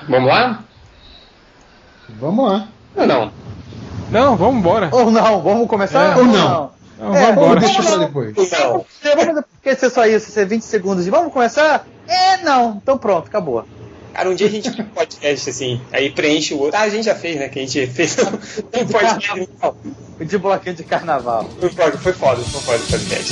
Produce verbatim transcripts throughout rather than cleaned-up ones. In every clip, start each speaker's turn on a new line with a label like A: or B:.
A: Vamos lá?
B: Vamos lá.
A: Ou não?
C: Não, vamos embora.
D: Ou não, vamos começar?
B: É, ou não.
C: Não,
D: É,
C: vamos embora.
B: Deixa pra depois.
A: Não.
D: Vamos esquecer só isso, ser vinte segundos de vamos começar? É, não. Então pronto, acabou.
A: Cara, um dia a gente faz um podcast assim, aí preenche o outro. Ah, a gente já fez, né? Que a gente fez um podcast.
D: De bloquinho de carnaval.
A: Foi foda, foi foda, foi foda o podcast.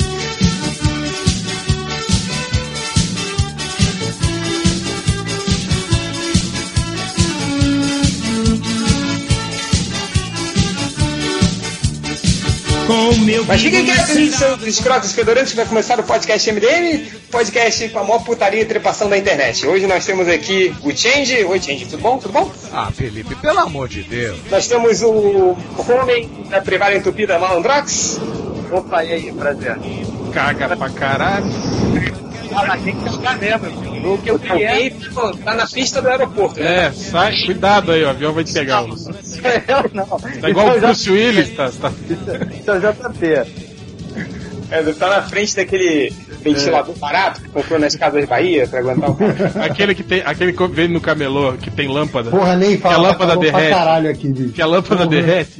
A: Mas fiquem quietos, seus escrotos fedorentos, que vai começar o podcast M D M, podcast com a maior putaria e trepação da internet. Hoje nós temos aqui o Change. Oi, Change, tudo bom? Tudo bom?
E: Ah, Felipe, pelo amor de Deus.
A: Nós temos o homem da privada entupida, Malandrox.
D: Opa, e aí, prazer.
C: Caga pra caralho.
D: Ah, mas tem que cagar mesmo. O que eu queria
A: Alguém tá na pista do aeroporto, né?
C: É, sai, cuidado aí, o avião vai te pegar.
D: eu não.
C: Tá igual o Bruce Willis, tá, tá.
D: Então já tá P.
A: É, tá na frente daquele ventilador é. barato que comprou nas Casas Bahia pra aguentar o cara.
C: Aquele que tem, aquele que vem no camelô, que tem lâmpada.
B: Porra, nem fala.
C: Que a lâmpada derrete.
B: Pra caralho aqui, bicho.
C: Que a lâmpada Porra. derrete.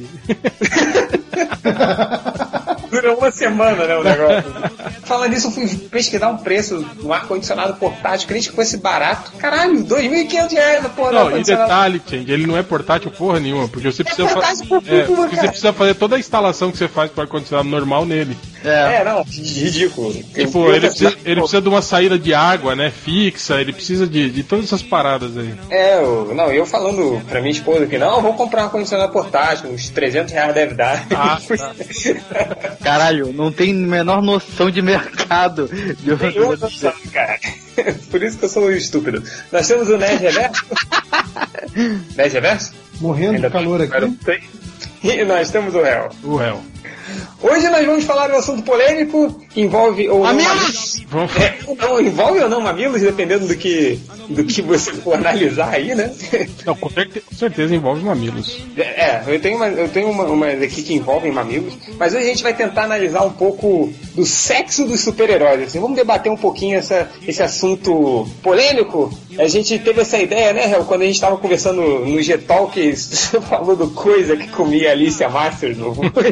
A: Dura uma semana, né, o negócio. Falando nisso, eu fui pesquisar um preço no ar-condicionado portátil, queria que fosse barato. Caralho, dois mil e quinhentos reais na porra.
C: Não, e detalhe, Change, ele não é portátil porra nenhuma, porque você precisa, é fa- é, porque você precisa fazer toda a instalação que você faz pro ar-condicionado normal nele.
A: É, é não, ridículo.
C: Tipo, eu, ele, precisa, ele precisa de uma saída de água, né, fixa, ele precisa de, de todas essas paradas aí.
A: É, eu, não, eu falando pra minha esposa que não, vou comprar um ar-condicionado portátil, uns trezentos reais deve dar.
C: Ah, tá.
D: Caralho, não tem menor noção de mercado. De
A: Nenhuma noção, cara. Por isso que eu sou estúpido. Nós temos o Nerd Reverso. Nerd Reverso?
B: Morrendo Ainda de calor aqui.
A: E nós temos o réu.
C: O réu.
A: Hoje nós vamos falar de um assunto polêmico, envolve ou não
D: mamilos!
A: Vamos... É, não, envolve ou não mamilos, dependendo do que, do que você for analisar aí, né?
C: Não, com certeza envolve mamilos.
A: É, eu tenho, uma, eu tenho uma, umas aqui que envolvem mamilos, mas hoje a gente vai tentar analisar um pouco do sexo dos super-heróis. Assim, vamos debater um pouquinho essa, esse assunto polêmico. A gente teve essa ideia, né, Hel, quando a gente estava conversando no G-Talk, você falou do coisa que comia Alicia Masters no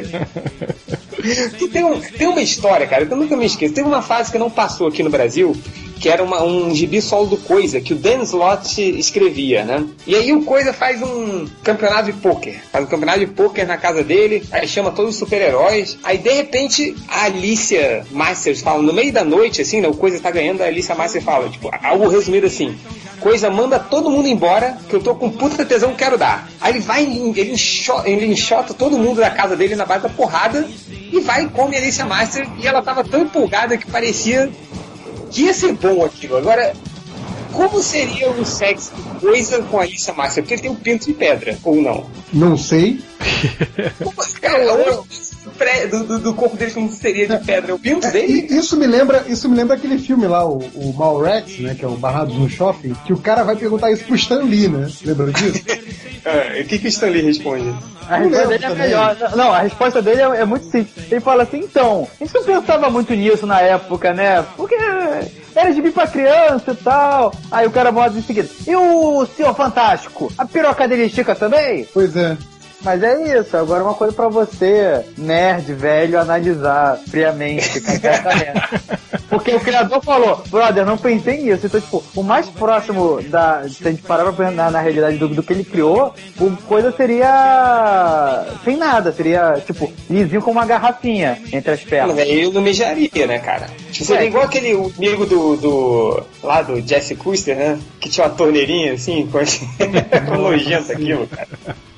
A: tem, um, tem uma história, cara, que eu nunca me esqueço. Teve uma fase que não passou aqui no Brasil, que era uma, um gibi solo do Coisa, que o Dan Slott escrevia, né? E aí o Coisa faz um campeonato de pôquer. Faz um campeonato de pôquer na casa dele, aí chama todos os super-heróis. Aí, de repente, a Alicia Masters fala, no meio da noite, assim, né? O Coisa tá ganhando, a Alicia Masters fala, tipo, algo resumido assim: Coisa, manda todo mundo embora, que eu tô com puta tesão, quero dar. Aí ele vai, ele enxota, ele enxota todo mundo da casa dele na base da porrada, e vai e come a Alicia Masters, e ela tava tão empolgada que parecia que ia ser bom aquilo. Agora, como seria o sexo de Coisa com a Alicia Masters? Porque ele tem um pinto de pedra, ou não?
B: Não sei.
A: Como, cara, o do, do, do corpo dele não seria de pedra, o pinto dele?
B: Isso me lembra, isso me lembra aquele filme lá, o, o Mallrats, né, que é o Barrados no Shopping, que o cara vai perguntar isso pro Stan Lee, né? Lembra disso?
A: Ah, o que que o Stan Lee responde?
D: A resposta dele é melhor. Não, a resposta dele é, é muito simples. Ele fala assim, então, a gente não pensava muito nisso na época, né? Porque era de vir pra criança e tal. Aí o cara mostra em seguida. E o Senhor Fantástico? A piroca dele estica também?
B: Pois é.
D: Mas é isso, agora uma coisa pra você, nerd, velho, analisar friamente, completamente. Porque o criador falou, brother, não pensei nisso. Então, tipo, o mais próximo da. Se a gente parar pra pensar na realidade do, do que ele criou, o coisa seria. Sem nada, seria, tipo, lisinho com uma garrafinha entre as pernas.
A: Eu não mijaria, né, cara? Tipo, seria é, igual aquele amigo do, do. lá do Jesse Custer, né? Que tinha uma torneirinha assim, com nojento aquilo, cara.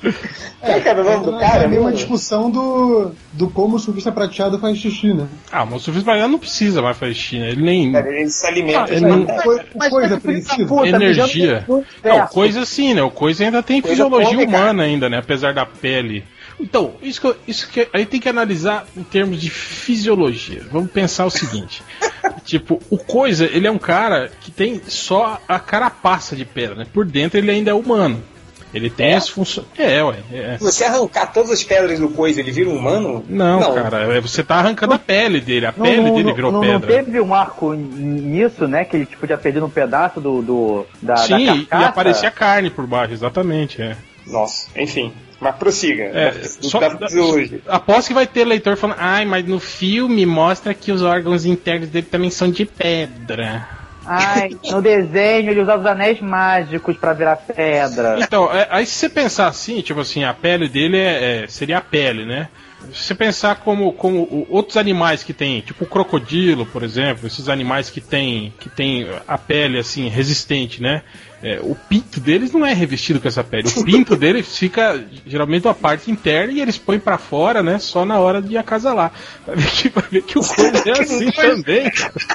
B: É, cara, o nome do cara, é a mesma discussão do, do como o surfista prateado faz xixi, né?
C: Ah, mas o surfista prateado não precisa mais fazer xixi, né? Ele nem...
A: Cara, ele se alimenta.
C: Ah, ele não...
B: Mas coisa precisa.
D: Puta,
C: energia. Não, coisa sim, né? O coisa ainda tem coisa fisiologia come, humana cara. ainda, né? Apesar da pele. Então, isso que, isso que aí tem que analisar em termos de fisiologia. Vamos pensar o seguinte. Tipo, o coisa, ele é um cara que tem só a carapaça de pedra, né? Por dentro ele ainda é humano. Ele tem
A: é?
C: as funções. É, ué. É.
A: Se você arrancar todas as pedras do coisa, ele vira um humano?
C: Não, não. cara, você tá arrancando a pele dele. A não, pele não, dele virou
D: não,
C: pedra.
D: Não teve um arco nisso, né? Que ele tipo, tinha perdido um pedaço do, do, da,
C: Sim,
D: da carcaça?
C: e aparecia carne por baixo, exatamente. É.
A: Nossa, enfim. Mas prossiga.
C: É,
A: da,
C: só,
A: da fisiologia.
C: Aposto que vai ter leitor falando, ai, mas no filme mostra que os órgãos internos dele também são de pedra.
D: Ai, no desenho ele usava os anéis mágicos pra virar pedra.
C: Então, é, aí se você pensar assim, tipo assim, a pele dele é, é, seria a pele, né? Se você pensar como, como outros animais que tem, tipo o crocodilo, por exemplo, esses animais que tem, que tem a pele assim, resistente, né? É, o pinto deles não é revestido com essa pele. O pinto deles fica geralmente uma parte interna e eles põem pra fora, né? Só na hora de acasalar. Vai ver que, vai ver que o coisa é assim também.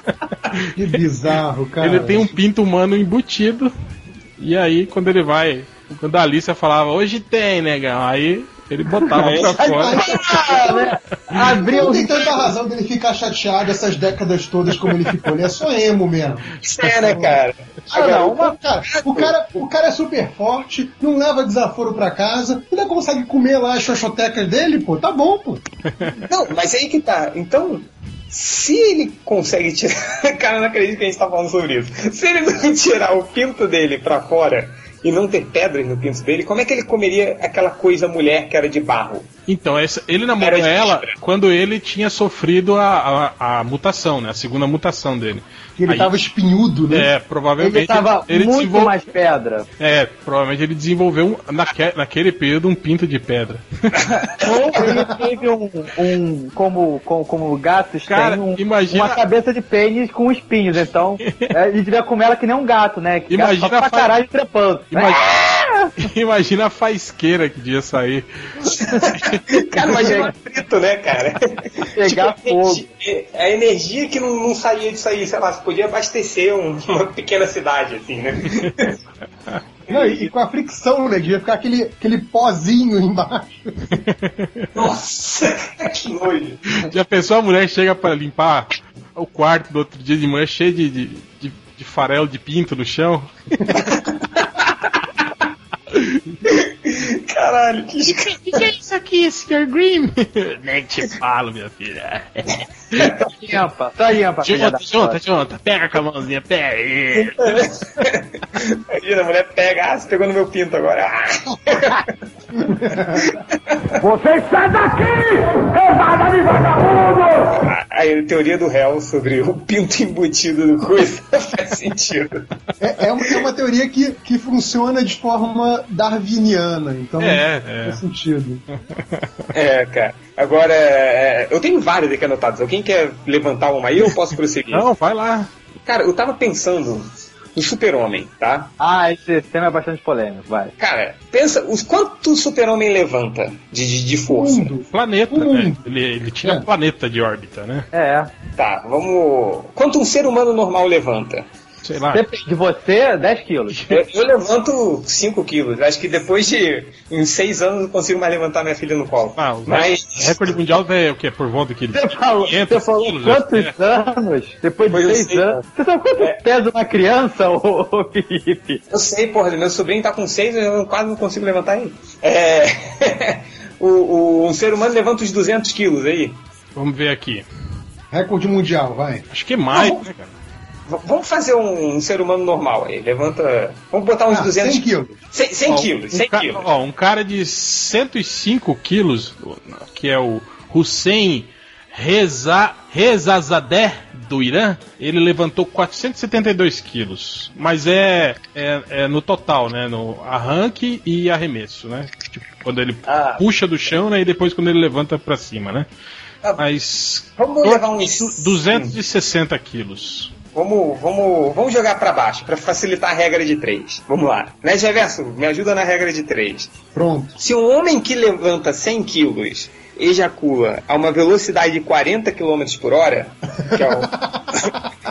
B: Que bizarro, cara.
C: Ele tem um pinto humano embutido. E aí, quando ele vai. Quando a Alicia falava, hoje tem, negão. Aí ele botava pra fora.
B: Abriu. Não tem tanta razão dele ficar chateado essas décadas todas como ele ficou. Ele é só emo mesmo.
A: É, né, cara?
B: Ah, não, uma, cara, o, cara, o cara é super forte, não leva desaforo pra casa, ainda consegue comer lá as xoxotecas dele, pô, tá bom, pô.
A: Não, mas aí que tá. Então, se ele consegue tirar... Cara, eu não acredito que a gente tá falando sobre isso. Se ele não tirar o pinto dele pra fora e não ter pedras no pinto dele, como é que ele comeria aquela coisa mulher que era de barro?
C: Então, essa, ele namorou ela pedra. Quando ele tinha sofrido a, a, a mutação, né? A segunda mutação dele.
B: Que ele Aí, tava espinhudo, né?
C: É, provavelmente.
D: Ele tava
C: ele
D: muito
C: desenvol...
D: mais pedra.
C: É, provavelmente ele desenvolveu, um, naque, naquele período, um pinto de pedra.
D: Ou ele teve um, um como, como, como gatos
C: Cara,
D: tem, um,
C: imagina...
D: uma cabeça de pênis com espinhos. Então, é, ele devia comer ela que nem um gato, né? Que
C: imagina
D: gato só pra
C: fa...
D: caralho trepando.
C: Imagina... imagina a faisqueira que devia sair.
A: Cara, imagina frito, né, cara?
D: Pegar tipo, fogo.
A: A energia que não, não saía disso aí, sei lá, você podia abastecer um, uma pequena cidade, assim, né?
B: Não, e, e com a fricção, né? Devia ficar aquele, aquele pozinho embaixo.
A: Nossa, que nojo.
C: Já pensou a mulher chega pra limpar o quarto do outro dia de manhã cheio de, de, de, de farelo de pinto no chão?
A: Caralho, que
C: O que, que é isso aqui, senhor Grimm? Nem te falo, minha filha.
D: Limpa, tá limpa,
C: junta, junta, junta. Pega com a mãozinha, pega aí.
A: Imagina, a mulher pega, ah, você pegou no meu pinto agora.
D: Você sai daqui, levada de vagabundo!
A: A, a teoria do réu sobre o pinto embutido do coisa faz sentido.
B: É, é, uma, é uma teoria que, que funciona de forma darwiniana, então
C: é, é.
B: faz sentido.
A: É, cara. Agora, é, eu tenho várias aqui anotadas. Alguém quer levantar uma aí ou eu posso prosseguir?
C: Não, vai lá.
A: Cara, eu tava pensando no Super-Homem, tá?
D: Ah, esse tema é bastante polêmico, vai.
A: Cara, pensa, os quanto o Super-Homem levanta de, de, de força?
B: Mundo.
C: Planeta,
B: Mundo.
C: né? Ele, ele tinha
B: É.
C: um planeta de órbita, né?
D: É.
A: Tá, vamos... Quanto um ser humano normal levanta?
C: Sei lá.
D: Depende de você, dez quilos.
A: Eu, eu levanto cinco quilos. Acho que depois de uns seis anos eu consigo mais levantar minha filha no colo.
C: Ah, o
A: Mas...
C: recorde mundial é o que? Por volta que
D: Você falou, você falou
C: quilos,
D: quantos
C: é.
D: anos? Depois de
A: Pois eu
D: seis
A: sei.
D: anos. Você sabe quanto
A: É.
D: pesa uma criança, ô, ô Felipe?
A: Eu sei, porra, meu sobrinho tá com seis, eu quase não consigo levantar ele. É... o, o, um ser humano levanta uns duzentos quilos aí.
C: Vamos ver aqui.
B: Recorde mundial, vai.
C: Acho que é mais,
A: Não,
C: né, cara?
A: V- vamos fazer um, um ser humano normal aí. Levanta. Vamos botar uns
B: Ah,
A: duzentos
B: cem quilos.
A: cem, cem
C: Ó,
A: quilos,
C: um
A: cem
C: ca-
A: quilos.
C: Ó, um cara de cento e cinco quilos, que é o Hussein Reza, Rezazadeh do Irã, ele levantou quatrocentos e setenta e dois quilos. Mas é, é, é no total, né? No arranque e arremesso, né? Tipo, quando ele
A: Ah.
C: puxa do chão, né? E depois quando ele levanta pra cima, né?
A: Ah,
C: Mas
A: Vamos levar uns.
C: duzentos e sessenta quilos.
A: Vamos, vamos, vamos jogar pra baixo, pra facilitar a regra de três. Vamos lá. Né, Reverso? Me ajuda na regra de três.
B: Pronto.
A: Se um homem que levanta cem quilos ejacula a uma velocidade de quarenta quilômetros por hora, que é o,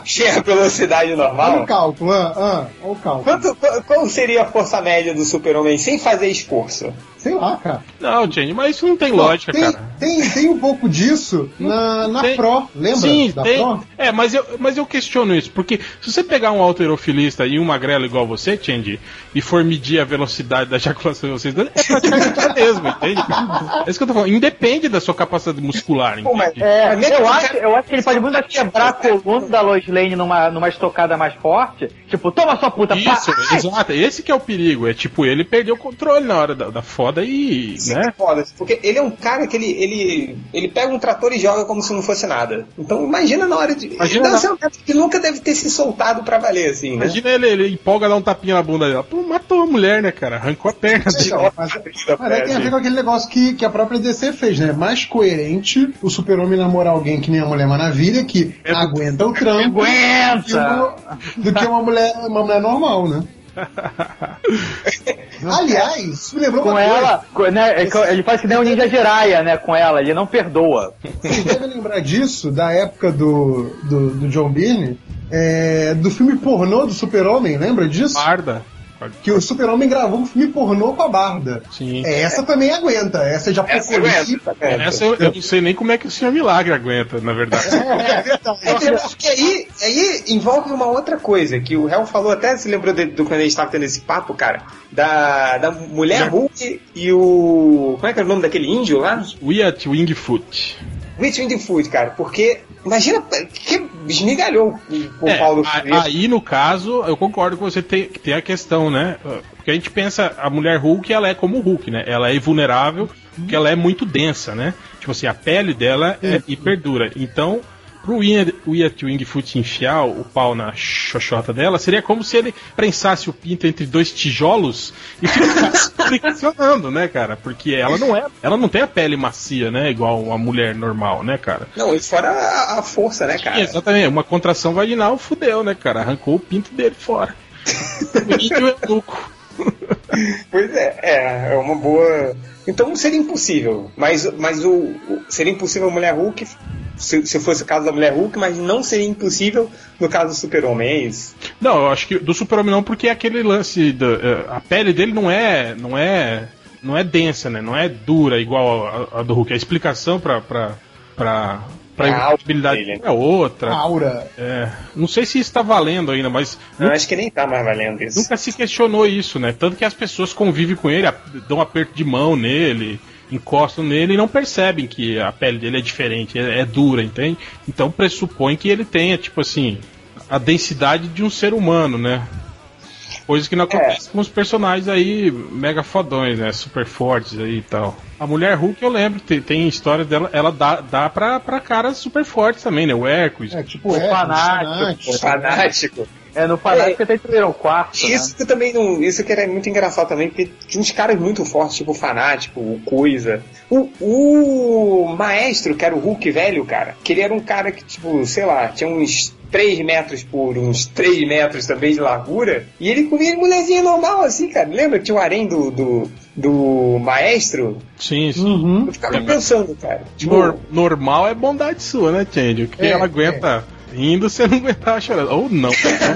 A: a velocidade normal.
B: Olha o cálculo, ah, ah, olha o cálculo.
A: Quanto, qual seria a força média do Super-Homem sem fazer esforço?
B: Sei lá, cara.
C: Não, gente, mas isso não tem
B: Não,
C: lógica,
B: tem,
C: cara.
B: Tem, tem um pouco disso na, na
C: Tem.
B: Pro, lembra?
C: Sim,
B: da
C: tem.
B: Pro?
C: É, mas eu, mas eu questiono isso, porque se você pegar um halterofilista e um magrelo igual você, Change, e for medir a velocidade da ejaculação de vocês, é praticamente a mesma, entende, cara? É isso que eu tô falando. Independe da sua capacidade muscular, entende?
A: Pô, mas-
D: É,
A: Mas
D: eu
A: mesmo
D: acho,
A: que-
D: eu acho que ele pode muito quebrar a coluna da Lois Lane numa, numa estocada mais forte. Tipo, toma sua puta,
C: Isso,
D: pá!
C: exato. Esse que é o perigo. É tipo, ele perdeu o controle na hora da, da foda e,
A: Isso
C: né?
A: é foda, porque ele é um cara que ele, ele, ele pega um trator e joga como se não fosse nada. Então imagina na hora de.
C: Imagina
A: Ele deve
C: na-
A: ser um cara que nunca deve ter se soltado pra valer, assim, né?
C: Imagina ele, ele empolga, dá um tapinha na bunda dela. Pô, matou a mulher, né, cara? Arrancou a perna dele.
B: Então, mas, mas aí tem a ver com aquele negócio que, que a própria D C fez, né? Mais coerente o Super-Homem namorar alguém que nem a Mulher Maravilha, que
C: É do-
B: aguenta o trampo, do que
D: Aguenta!
B: uma, do que uma mulher, uma mulher normal, né? Aliás, isso me lembrou
D: Com
B: uma coisa.
D: ela, com- né, ele faz que nem o Ninja Jiraiya, né? Com ela, ele não perdoa.
B: Vocês devem lembrar disso, da época do, do, do John Byrne, é, do filme pornô do Super-Homem, lembra disso?
C: Barda.
B: Que o Super-Homem gravou um filme pornô com a Barda.
C: Sim.
B: É, essa também aguenta, essa já
A: Essa
B: procurei.
A: aguenta, cara.
C: Essa eu, eu não sei nem como é que o senhor Milagre aguenta, na verdade.
B: É verdade.
A: É que- porque aí, aí envolve uma outra coisa, que o Hel falou, até se lembrou de, do quando a gente estava tendo esse papo, cara, da, da Mulher Hulk e o... Como é que é o nome daquele índio lá?
C: Wyatt Wingfoot.
A: Witch Wingfoot, cara, porque imagina que esmigalhou o, o
C: É,
A: Paulo
C: a-
A: Freire.
C: aí, no caso, eu concordo com você tem, que tem a questão, né? Porque a gente pensa, a mulher Hulk, ela é como o Hulk, né? Ela é invulnerável, porque ela é muito densa, né? Tipo assim, a pele dela é hiperdura. Então, pro Wyatt Wingfoot enfiar o pau na xoxota dela, seria como se ele prensasse o pinto entre dois tijolos e ficasse friccionando, né, cara? Porque ela não é, ela não tem a pele macia, né? Igual uma mulher normal, né, cara?
A: Não, e fora a, a força, né, cara?
C: Sim, exatamente, uma contração vaginal fudeu, né, cara? Arrancou o pinto dele fora. O índio é louco.
A: Pois é, é, é uma boa... Então seria impossível, mas, mas o, o- seria impossível a Mulher Hulk se, se fosse o caso da Mulher Hulk, mas não seria impossível no caso do Super-Homem, é isso?
C: Não, eu acho que do Super-Homem não, porque é aquele lance da, eh, a pele dele não é, não é, não é densa, né? Não é dura igual a, a do Hulk. A explicação pra para para para
A: É a aura
C: invulnerabilidade
A: dele.
C: é outra.
B: Aura.
C: É, não sei se isso está valendo ainda, mas
A: Eu acho que nem tá mais valendo isso.
C: nunca se questionou isso, né? Tanto que as pessoas convivem com ele, a- dão um aperto de mão nele, encostam nele e não percebem que a pele dele é diferente, é, é dura, entende? Então pressupõe que ele tenha, tipo assim, a densidade de um ser humano, né? Coisa que não acontece com os personagens aí mega fodões, né? Super fortes aí e tal. A Mulher Hulk, eu lembro, tem, tem história dela, ela dá, dá pra, pra caras super fortes também, né? O Hércules.
B: É, tipo,
D: O
B: é,
D: fanático.
A: O fanático.
D: É, no Fanático até destruíram o quarto, né?
A: Isso que também não. Isso que era muito engraçado também, porque tinha uns caras muito fortes, tipo o Fanático, o Coisa. O, o Maestro, que era o Hulk velho, cara, que ele era um cara que, tipo, sei lá, tinha uns três metros por uns três metros também de largura, e ele comia mulherzinha normal, assim, cara. Lembra que tinha o harém do, do, do Maestro?
C: Sim, sim.
B: Uhum.
A: Eu ficava pensando, cara. Tipo,
C: Nor- normal é bondade sua, né, Change? O que
B: É,
C: ela aguenta rindo, você não aguentava chorando. Ou não.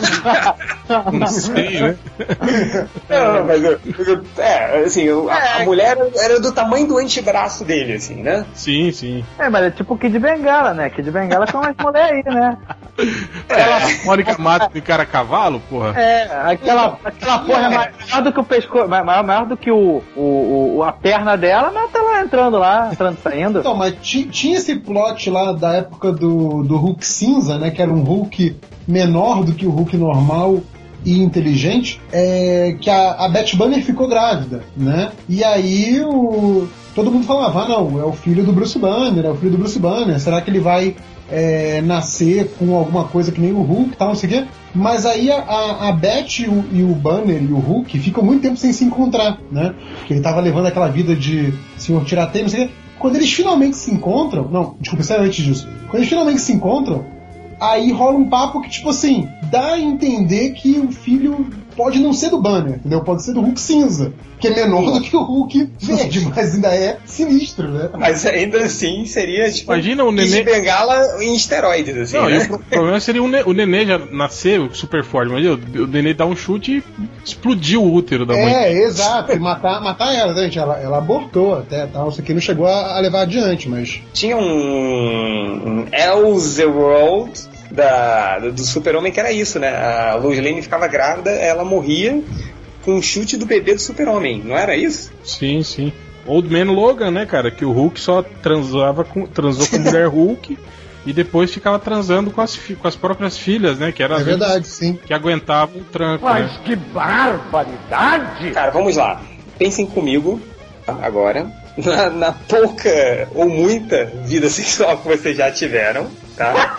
C: Não sei, né?
A: não, mas eu, eu- é, assim, eu- a, a mulher era do tamanho do antebraço dele, assim, né?
C: Sim, sim.
D: É, mas é tipo o Kid Bengala, né? Kid Bengala são as mulheres aí, né?
C: Aquela Mônica Matos de cara a cavalo, porra.
D: É, aquela, aquela porra é maior do que o pescoço, maior, maior do que o, o, o- a perna dela, mas tá lá entrando lá, entrando e saindo.
B: Então, mas ti- tinha esse plot lá da época do, do Hulk cinza, né? Que era um Hulk menor do que o Hulk normal e inteligente, é, que a, a Beth Banner ficou grávida, né? E aí o, todo mundo falava, ah, não, é o filho do Bruce Banner, é o filho do Bruce Banner, será que ele vai é, nascer com alguma coisa que nem o Hulk e tal, não sei o quê? Mas aí a, a, a Beth e o, e o Banner e o Hulk ficam muito tempo sem se encontrar, né? Porque ele tava levando aquela vida de senhor tirateio, não sei o quê. Quando eles finalmente se encontram, não, desculpa, isso é antes disso. Quando eles finalmente se encontram, aí rola um papo que, tipo assim, dá a entender que o filho pode não ser do Banner, entendeu? Pode ser do Hulk cinza, que é menor do que o Hulk verde, mas ainda é sinistro, né?
A: Mas ainda assim seria tipo.
C: Imagina o Nenê.
A: De Bengala em esteroides, assim. Não, né?
C: O problema seria o, ne... o Nenê já nascer super forte, mas o Nenê dá um chute e explodiu o útero da mãe.
B: É, exato, e matar, matar ela, gente. Ela, ela abortou até tal. Isso aqui não chegou a, a levar adiante, mas.
A: Tinha um. um Elseworld da, do Super-Homem que era isso, né? A Lois Lane ficava grávida, ela morria com um chute do bebê do Super-Homem, não era isso?
C: Sim, sim. Old Man Logan, né, cara? Que o Hulk só transava com, transou com a mulher Hulk e depois ficava transando com as, com as próprias filhas, né? Que era
B: é verdade, sim.
C: Que aguentavam o tranco.
F: Mas
C: né?
F: que barbaridade!
A: Cara, vamos lá. Pensem comigo agora na, na pouca ou muita vida sexual que vocês já tiveram, tá?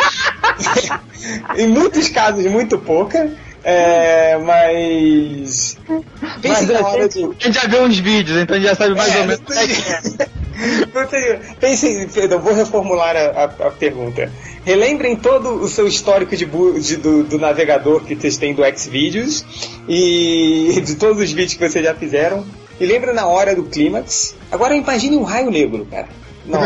A: Em muitos casos, muito pouca. É, mas.
D: Pense na hora de. A gente já viu uns vídeos, então a gente já sabe mais é, ou menos o que
A: é. Pensem, eu vou reformular a, a, a pergunta. Relembrem todo o seu histórico de, de, do, do navegador que vocês têm do Xvideos e de todos os vídeos que vocês já fizeram. E lembrem na hora do clímax. Agora imagine um raio negro, cara. Não,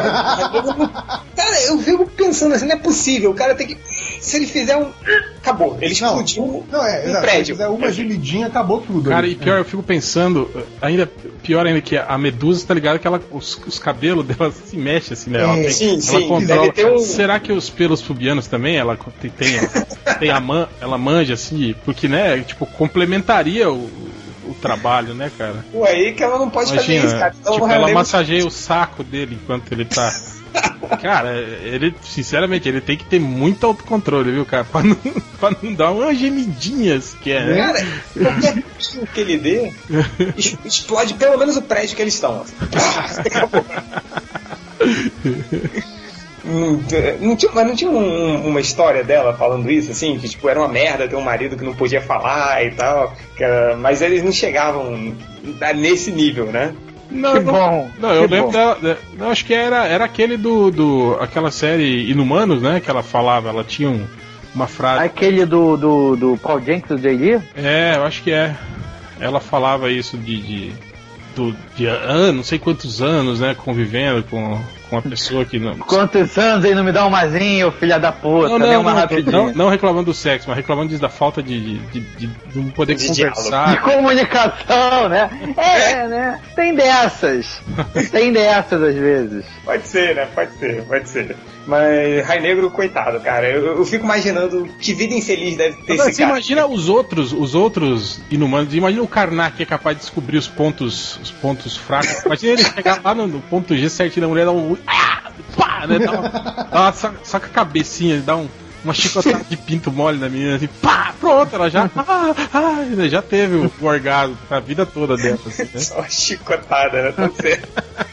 A: cara, eu fico pensando assim, não é possível. O cara tem que. Se ele fizer um. Acabou. Ele explodiu
B: não, não é,
A: um prédio. Se
B: fizer uma gemidinha, acabou tudo.
C: Cara,
B: aí.
C: E pior, eu fico pensando, ainda pior ainda que a Medusa, tá ligado? Que ela, os, os cabelos dela se mexem assim, né? Ela
A: é,
C: tem,
A: sim,
C: ela
A: sim.
C: Controla.
A: Um...
C: Será que os pelos pubianos também ela tem, tem, tem a man, ela manja assim? Porque, né, tipo, complementaria o. o trabalho, né, cara?
A: Pô, aí que ela não pode Imagina, fazer isso, cara. Então,
C: tipo, ela massageia o saco dele enquanto ele tá... Cara, ele, sinceramente, ele tem que ter muito autocontrole, viu, cara? Pra não, pra não dar umas gemidinhas que é, né? Cara,
A: qualquer tiro que ele dê, explode pelo menos o prédio que eles estão. Acabou. Não, não tinha, mas não tinha um, uma história dela falando isso, assim, que tipo, era uma merda ter um marido que não podia falar e tal, que era, mas eles não chegavam nesse nível, né?
C: Não, que bom. Não, eu que lembro bom. dela. Não, acho que era, era aquele do, do. aquela série Inumanos, né? Que ela falava, ela tinha um, uma frase.
D: Aquele do, do, do Paul Jenkins, do J D?
C: É, eu acho que é. Ela falava isso de. de, do, de ah, não sei quantos anos, né? Convivendo com. Uma pessoa que não.
D: Quantos anos aí não me dá um mazinho, filha da puta?
C: Não, não,
D: uma
C: não, não, não reclamando do sexo, mas reclamando disso, da falta de, de, de, de não poder de conversar.
D: De comunicação, né? É, é, né? Tem dessas. Tem dessas às vezes.
A: Pode ser, né? Pode ser, pode ser. Mas Raio Negro, coitado, cara. Eu, eu fico imaginando que vida infeliz deve ter
C: Agora,
A: esse
C: você
A: cara.
C: Imagina os outros, os outros inumanos. Imagina o Karnak que é capaz de descobrir os pontos, os pontos fracos. Imagina ele chegar lá no, no ponto G certinho da mulher, dar um. Ah, pá, né? Dá uma, dá uma, só, só com a cabecinha, dá um, uma chicotada de pinto mole na menina, assim, pá, pronto, ela já. Ah, ah, já teve o, o orgasmo a vida toda dela. Assim, né?
A: Só uma chicotada, né? Tá certo.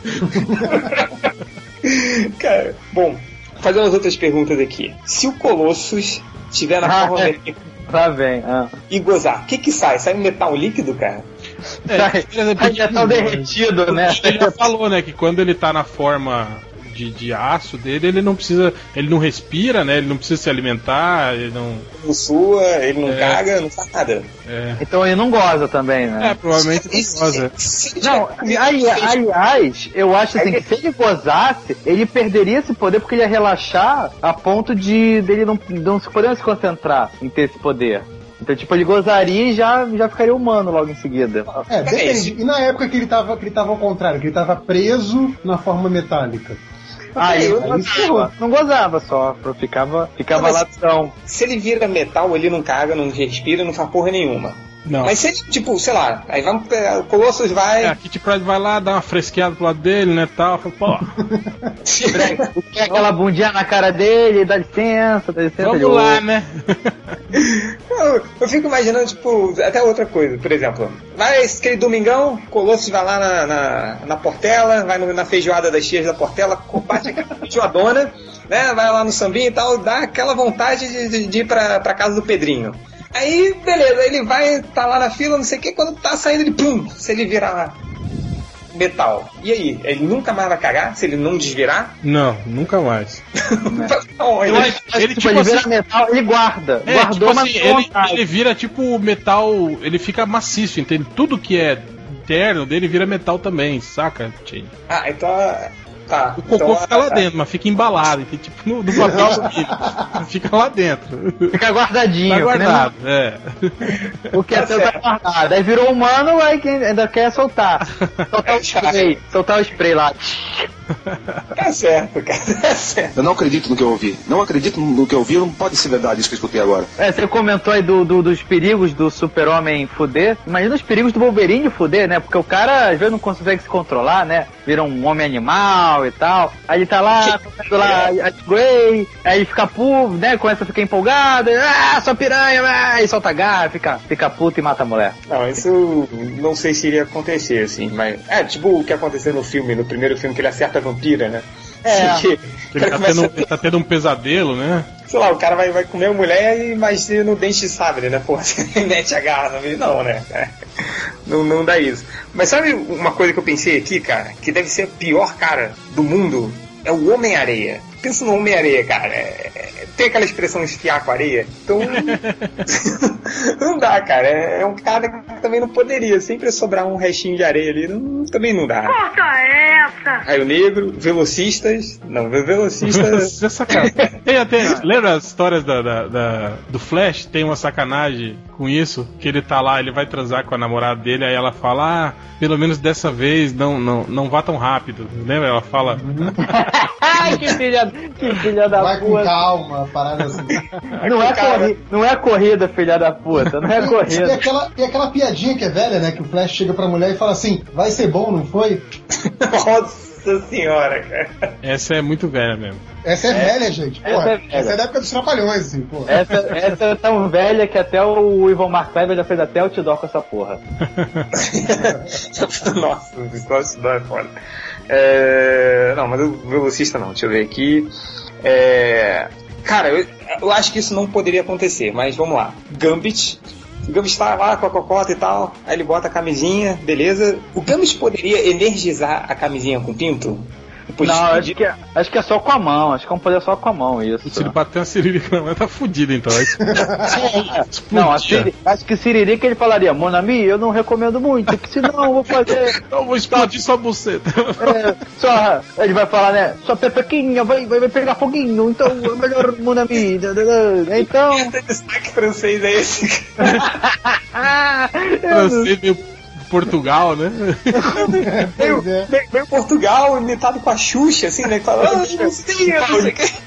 A: Cara, bom. Fazer umas outras perguntas aqui. Se o Colossus estiver na
D: ah,
A: forma
D: é. Tá bem. Ah.
A: E gozar, o que que sai? Sai um metal líquido, cara?
D: É, sai, sai metal derretido, né?
C: Ele já falou, né, que quando ele tá na forma de, de aço dele, ele não precisa, ele não respira, né? Ele não precisa se alimentar, ele não...
A: Não sua, ele não é. caga, não faz nada.
C: É.
D: Então ele não goza também, né?
C: É, provavelmente não goza.
D: Não, ali, aliás, eu acho assim, que se ele gozasse, ele perderia esse poder porque ele ia relaxar a ponto de dele não, não se poder se concentrar em ter esse poder. Então, tipo, ele gozaria e já, já ficaria humano logo em seguida.
B: É, depende. E na época que ele tava, que ele tava ao contrário, que ele tava preso na forma metálica?
D: Ah, ele não gozava, não gozava só, ficava, ficava latão.
A: Se ele vira metal, ele não caga, não respira, não faz porra nenhuma.
C: Não.
A: Mas se ele, tipo, sei lá, aí vamos, o Colossus vai...
C: É, a Kitty Pryde vai lá, dá uma fresqueada pro lado dele, né, tal, fala, pô...
D: Quer aquela bundinha na cara dele, dá licença, dá licença.
C: Vamos lá, né?
A: eu, eu fico imaginando, tipo, até outra coisa, por exemplo, vai aquele domingão, Colossus vai lá na, na, na Portela, vai no, na feijoada das tias da Portela, bate aquela feijoadona, né, vai lá no sambinho e tal, dá aquela vontade de, de, de ir pra, pra casa do Pedrinho. Aí, beleza, ele vai, tá lá na fila, não sei o que, quando tá saindo ele, pum, se ele virar metal. E aí? Ele nunca mais vai cagar se ele não desvirar?
C: Não, nunca mais.
A: Não, ele,
D: Eu acho, acho
C: ele,
D: que, tipo,
C: tipo
D: ele
C: assim-
D: vira metal, ele guarda.
C: É,
D: Guardou,
C: tipo
D: mas
C: assim,
D: não
C: ele,
D: vontade.
C: ele vira tipo metal, ele fica maciço, entende? Tudo que é interno dele vira metal também, saca? Tchê?
A: Ah, então... Tá.
C: O cocô
A: então,
C: fica lá
A: tá.
C: dentro, mas fica embalado, entende? Tipo no, no papel alumínio. Fica lá dentro.
D: Fica guardadinho.
C: Tá
D: que nem
C: guardado, é.
D: O que é
A: Tá
D: seu tá
A: certo.
D: guardado. Aí virou humano, aí quem ainda quer soltar. Soltar o spray. Soltar o spray lá.
A: Tá certo, cara. Tá certo.
G: Eu não acredito no que eu ouvi. Não acredito no que eu ouvi, não pode ser verdade isso que eu escutei agora.
D: É, você comentou aí do, do- dos perigos do super-homem fuder. Imagina os perigos do Wolverine fuder, né? Porque o cara às vezes não consegue se controlar, né? Vira um homem animal e tal. Aí ele tá lá, fazendo lá a Grey, aí fica puto, né? Começa a ficar empolgado. Ah, sua piranha, ah, aí solta a garra, fica, fica puto e mata a mulher.
A: Não, isso não sei se iria acontecer, assim, mas... É, tipo o que aconteceu no filme, no primeiro filme que ele acerta a vampira, né?
D: É.
A: Que, o
C: Ele
A: cara
C: tá
A: começa
C: tendo, ele tá tendo um pesadelo, né?
A: sei lá, o cara vai, vai comer a mulher e mas no dente de sabre, né? Pô, você mete a garra no meio, não, né? Não, não dá isso. Mas sabe uma coisa que eu pensei aqui, cara? Que deve ser a pior cara do mundo? É o Homem-Areia. Pensa no Homem-Areia, cara. É, é, tem aquela expressão esfiar com areia? Então. Não dá, cara. É, é um cara que também não poderia. Sempre sobrar um restinho de areia ali. Não, também não dá.
F: Corta essa!
A: Raio Negro, Velocistas. Não, Velocistas.
C: Isso é sacanagem. Tem até, lembra as histórias da, da- da- do Flash? Tem uma sacanagem com isso, que ele tá lá, ele vai transar com a namorada dele, aí ela fala, ah, pelo menos dessa vez não, não, não vá tão rápido. Lembra? Ela fala.
D: Ai, que filha, que filha da
B: Vai com
D: puta.
B: calma, parada assim.
D: Não é,
A: Cara.
D: corri, não é corrida, filha da puta. Não é
B: Tem
D: corrida.
B: aquela, tem aquela piadinha que é velha, né? Que o Flash chega pra mulher e fala assim, vai ser bom, não foi?
A: Nossa senhora, cara.
C: Essa é muito velha mesmo.
B: Essa é, velha, gente.
D: essa
B: Porra,
D: é velha.
B: essa é da época dos Trapalhões, assim, porra.
D: Essa, essa é tão velha que até o Ivan Marclaiver já fez até outdoor com essa porra.
A: Nossa, o negócio é foda. É... Não, mas o velocista não, deixa eu ver aqui. É... Cara, eu, eu acho que isso não poderia acontecer, mas vamos lá. Gambit. O Gambit tá lá com a cocota e tal, aí ele bota a camisinha, beleza. O Gambit poderia energizar a camisinha com pinto? Depois
D: Não,
A: de
D: acho
A: explodir?
D: que, é- acho que é só com a mão. Acho que é um poder só com a mão, isso.
C: Se ele bater uma siririca na mão, tá fudido então. Aí
D: Não, a
C: explodia.
D: Siri, acho que Siririca ele falaria, Monami, eu não recomendo muito, que senão eu vou fazer.
C: Eu vou explodir sua buceta.
D: É, só, ele vai falar, né? Sua pepequinha vai, vai, vai pegar foguinho, então é melhor Monami. Então.
A: Que destaque francês é esse?
D: Ah, eu não-
C: Francês meio Portugal, né?
A: Meio,
B: Pois é.
A: meio, meio Portugal, imitado com a Xuxa, assim, né? Que fala, ah, não sei, não sei o que.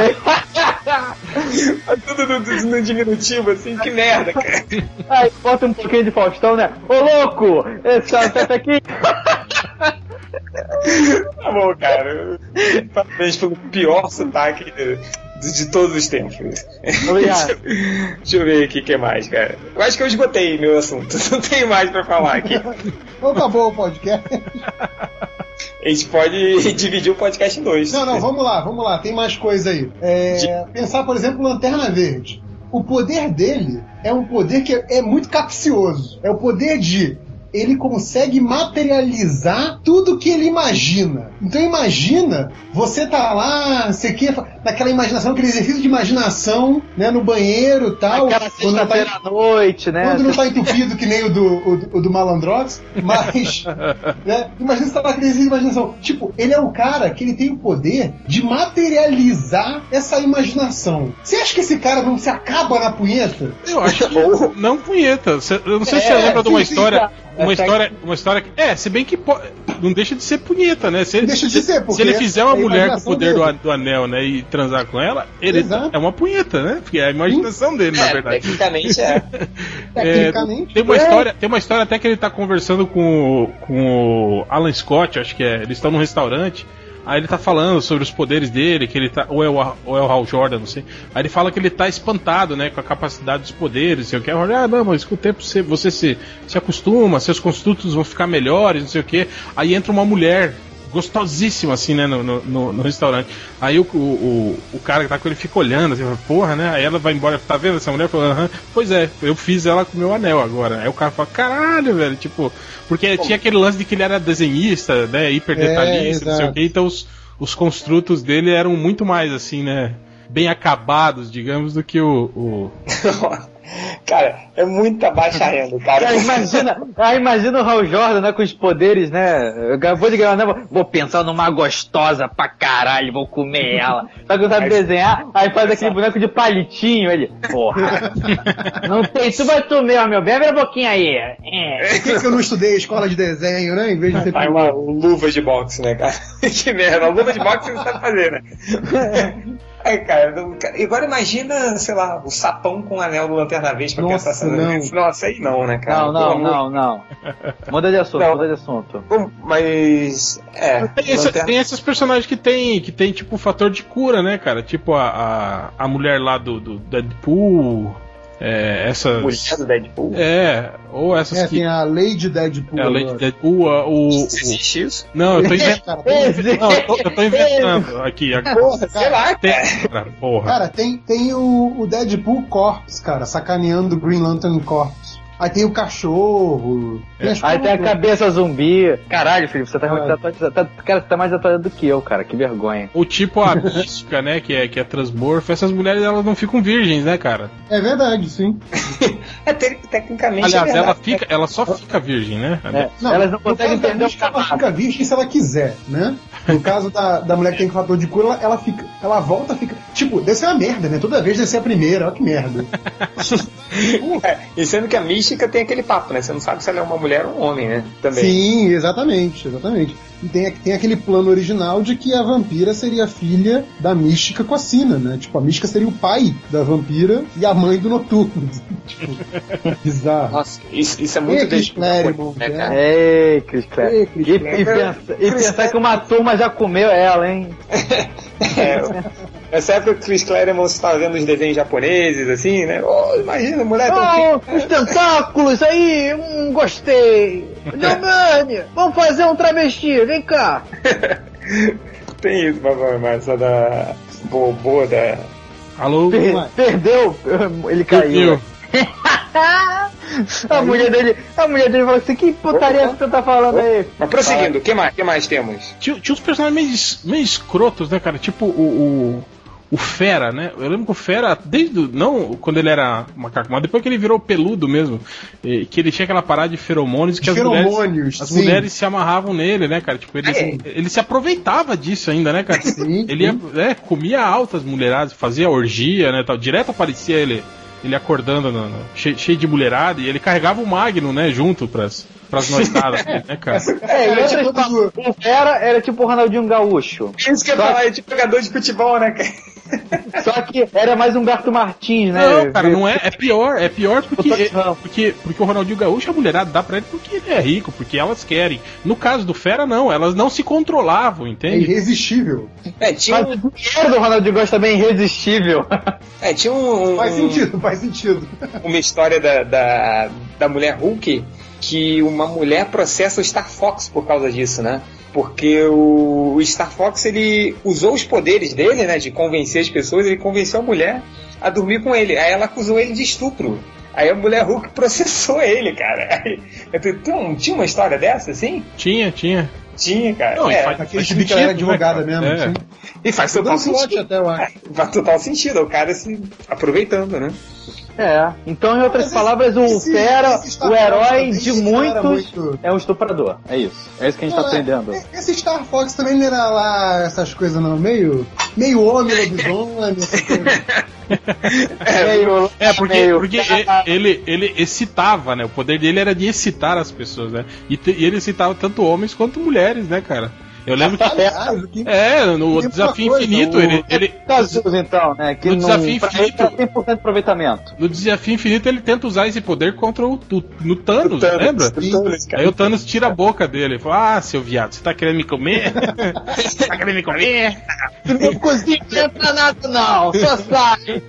A: Tudo no, no, no diminutivo, assim, que merda, cara.
D: Aí bota um pouquinho de Faustão, né? Ô louco, essa pepequinha.
A: Tá bom, cara. Parabéns pelo pior sotaque de, de, de todos os tempos.
D: Obrigado.
A: Deixa eu ver aqui o que mais, cara. Eu acho que eu esgotei meu assunto. Não tenho mais pra falar aqui.
B: Então acabou o podcast.
A: A gente pode dividir o podcast em dois.
B: Não, não, vamos lá, vamos lá, tem mais coisa aí. É, pensar, por exemplo, Lanterna Verde. O poder dele é um poder que é, é muito capcioso. É o poder de... Ele consegue materializar tudo que ele imagina. Então imagina, você tá lá, você quer naquela imaginação, aquele exercício de imaginação, né, no banheiro e tal.
D: Aquela
B: quando não tá-
D: sexta-feira à noite, né?
B: Quando não tá entupido que nem o do, o, do- o do Malandrox, mas né, imagina você tá naquele exercício de imaginação. Tipo, ele é um cara que ele tem o poder de materializar essa imaginação. Você acha que esse cara não se acaba na punheta?
C: Eu acho que não punheta. Cê- Eu não sei se você
B: É,
C: lembra de uma
B: sim, sim,
C: história.
B: tá.
C: Uma
D: Essa-
C: história, uma história que. É, se bem que po- não deixa de ser punheta, né? Se,
B: Não deixa de
C: se-
B: ser, porque
C: se ele fizer uma
B: é a
C: mulher com o
B: imaginação
C: poder do,
B: dele.
C: a- do anel, né? E transar com ela, ele
B: Exato.
C: é uma punheta, né? Porque é a imaginação dele, na
A: É,
C: verdade.
A: tecnicamente é.
B: Tecnicamente.
C: Tem uma,
B: é.
C: história, tem uma história até que ele tá conversando com, o- com o Alan Scott, acho que é. Eles estão num restaurante. Aí ele tá falando sobre os poderes dele, que ele tá. Ou é o, ou é o Hal Jordan, não sei. Aí ele fala que ele tá espantado, né? Com a capacidade dos poderes, não sei o que. Ah, não, mas com o tempo você, você se, se acostuma, seus construtos vão ficar melhores, não sei o que. Aí entra uma mulher gostosíssima, assim, né, no, no, no restaurante. Aí o, o, o cara que tá com ele fica olhando, assim, porra, né? Aí ela vai embora, tá vendo essa mulher? Fala, aham, pois é, eu fiz ela com o meu anel agora. Aí o cara fala, caralho, velho, tipo, porque tinha aquele lance de que ele era desenhista, né, hiper detalhista, é, não sei o que, então os, os construtos dele eram muito mais, assim, né, bem acabados, digamos, do que o... o...
A: Cara, é muita baixa renda, cara.
D: Aí imagina, aí imagina o Hal Jordan, né, com os poderes, né? Acabou de ganhar, né? Vou pensar numa gostosa pra caralho, vou comer ela. Só que não sabe desenhar, aí faz aquele boneco de palitinho, ele. Porra. Não tem, tu vai tu mesmo, meu bem, abre a boquinha aí. É.
B: Por que, que eu não estudei a escola de desenho, né? Em vez de ter.
A: Aí uma luva de boxe, né, cara? Que merda, uma luva de boxe você não sabe fazer, né? Ai, cara, agora imagina, sei lá, o sapão com o anel do Lanterna Verde pra
B: Nossa,
A: pensar
B: não.
A: assim. Nossa, aí não, né, cara?
D: Não, não, não, não. Muda de assunto,
A: Não.
D: muda de assunto.
A: Bom, mas. É.
C: Tem, essa,
A: Lanterna...
C: tem esses personagens que tem, que tem tipo, fator de cura, né, cara? Tipo a, a, a mulher lá do, do Deadpool. É, essas...
A: Mulher do Deadpool?
C: É, ou essas
B: É,
C: que...
B: tem a Lady Deadpool.
C: É, a Lady
B: agora.
C: Deadpool, a- o... o...
A: Existe isso?
C: Não, eu tô inventando.
B: Cara, tem,
C: Não, eu tô, eu tô inventando aqui. agora.
A: Porra, sei lá,
C: Tem...
A: cara.
C: cara, porra.
B: cara, tem, tem o, o Deadpool Corpse, cara, sacaneando o Green Lantern Corpse. Aí tem o cachorro. Tem as
D: Aí tem a
B: coisas-
D: cabeça zumbi. Caralho, Felipe, você tá
B: Caralho.
D: muito atualizado. Tá, cara, você tá mais atualizado do que eu, cara. Que vergonha.
C: Ou tipo a mística, né, que é, que é transmorfo. Essas mulheres, elas não ficam virgens, né, cara?
B: É verdade, sim.
A: É, te- tecnicamente.
C: Aliás,
A: é verdade.
C: ela, fica, ela só fica virgem, né?
D: É, elas não
B: no
D: conseguem
B: caso da
D: entender o
B: mística, ela
D: camada.
B: fica virgem se ela quiser, né? No caso da, da mulher que tem fator de cura, ela, ela fica. Ela volta, fica. Tipo, deve ser uma merda, né? Toda vez deve ser a primeira, olha que merda.
A: É, e sendo que a mística tem aquele papo, né? Você não sabe se ela é uma mulher ou um homem, né? Também.
B: Sim, exatamente, exatamente. E tem, tem aquele plano original de que a vampira seria filha da mística com a Sina, né? Tipo, a mística seria o pai da vampira e a mãe do Noturno. Tipo, bizarro.
A: Nossa, isso, isso é muito
B: Ei, Chris
A: desesperador,
B: Claremont,
A: né,
B: né?
A: cara?
D: Ei, Chris Claremont.
B: Ei, Chris
D: E, e,
B: Claremont.
D: pensa- e pensar que uma turma já comeu ela, hein?
A: É, nessa época o Chris Claremont estava vendo os desenhos japoneses, assim, né? Oh, imagina, mulher tão
D: Oh, os tentáculos aí, hum, gostei. Giovanni, vamos fazer um travesti, vem cá.
A: Tem isso, mas, mas essa da Bobo, da...
C: Alô?
D: Per- perdeu, ele caiu.
C: Perdeu.
D: A mulher dele, a mulher dele falou assim: que putaria que você tá falando aí?
A: Mas prosseguindo, o que mais, que mais temos?
C: Tinha, tinha uns personagens meio, es- meio escrotos, né, cara? Tipo o, o, o Fera, né? Eu lembro que o Fera, desde o, não quando ele era macaco, mas depois que ele virou peludo mesmo, eh, que ele tinha aquela parada de feromônios que as
B: Feromônios,
C: mulheres, as
B: sim.
C: mulheres se amarravam nele, né, cara? Tipo, ele,
A: É.
C: ele se aproveitava disso ainda, né, cara?
B: Sim,
C: Ele ia, é, comia altas mulheradas, fazia orgia, né, tal. Direto aparecia ele, ele acordando no, no- cheio, cheio de mulherada e ele carregava o Magnum, né, junto pras, pras noitadas, né, cara?
D: É, e
B: Era
D: outras
B: tipo
D: palavras, o Fera era tipo o Ronaldinho Gaúcho.
A: Isso que eu ia falar, é tipo jogador de futebol, né, cara?
D: Só que era mais um Gato Martins, né?
C: Não, cara, não é. É pior, é pior porque,
D: O Tottenham.
C: porque, porque o Ronaldinho Gaúcho, a mulherada dá pra ele porque ele é rico, porque elas querem. No caso do Fera, não, elas não se controlavam,
B: É
C: entende?
B: irresistível.
A: É, tinha,
D: Mas
A: um,
D: o dinheiro do Ronaldinho Gaúcho também é irresistível.
A: é, tinha um,
B: Faz
A: um-
B: sentido, faz sentido.
A: uma história da, da, da mulher Hulk que uma mulher processa o Star Fox por causa disso, né? Porque o, o Star Fox, ele usou os poderes dele, né, de convencer as pessoas, ele convenceu a mulher a dormir com ele. Aí ela acusou ele de estupro. Aí a mulher Hulk processou ele, cara. Aí, eu falei, "Então, tinha uma história dessa, assim?
C: Tinha, tinha.
A: Tinha, cara.
C: Não, e
A: é,
C: faz-
B: Aquele
C: faz
B: gibi que ela era
C: sentido, né,
B: advogada
C: cara?
B: mesmo.
C: É.
B: Sim.
A: e faz total
B: Dando slot
A: sentido.
B: até, eu acho.
A: Faz total sentido, o cara se aproveitando, né?
D: É. Então, em outras
B: Mas esse-
D: palavras, o
B: esse-
D: Fera,
B: esse Star
D: o
B: Fox
D: herói
B: também,
D: de
B: esse cara era
D: muitos,
B: muito-
D: é um estuprador. É isso. É isso que a gente
B: Não,
D: tá aprendendo.
B: é- Esse Star Fox também não era lá essas coisas não, meio, meio homem, lobisomem, essas coisas.
D: Meio-
C: É, porque,
D: meio-
C: porque e- ele, ele excitava, né? O poder dele era de excitar as pessoas, né? E, te- e ele excitava tanto homens quanto mulheres, né, cara? Eu lembro que.
B: Aliás, o que-
C: É, no
B: Tem
C: Desafio
B: uma coisa,
C: Infinito,
B: o-
C: ele, ele,
D: Casos, então, né? Que
C: No
D: não,
C: Desafio
D: pra
C: Infinito-
D: ele tá cem por cento de aproveitamento.
C: no Desafio Infinito ele tenta usar esse poder contra o, o- no Thanos,
A: Thanos,
C: lembra?
A: o Thanos, cara.
C: Aí o Thanos tira a boca dele e fala: ah, seu viado, você tá querendo me comer? Você tá querendo me comer?
D: Não consigo entrar nada, não. Só sai.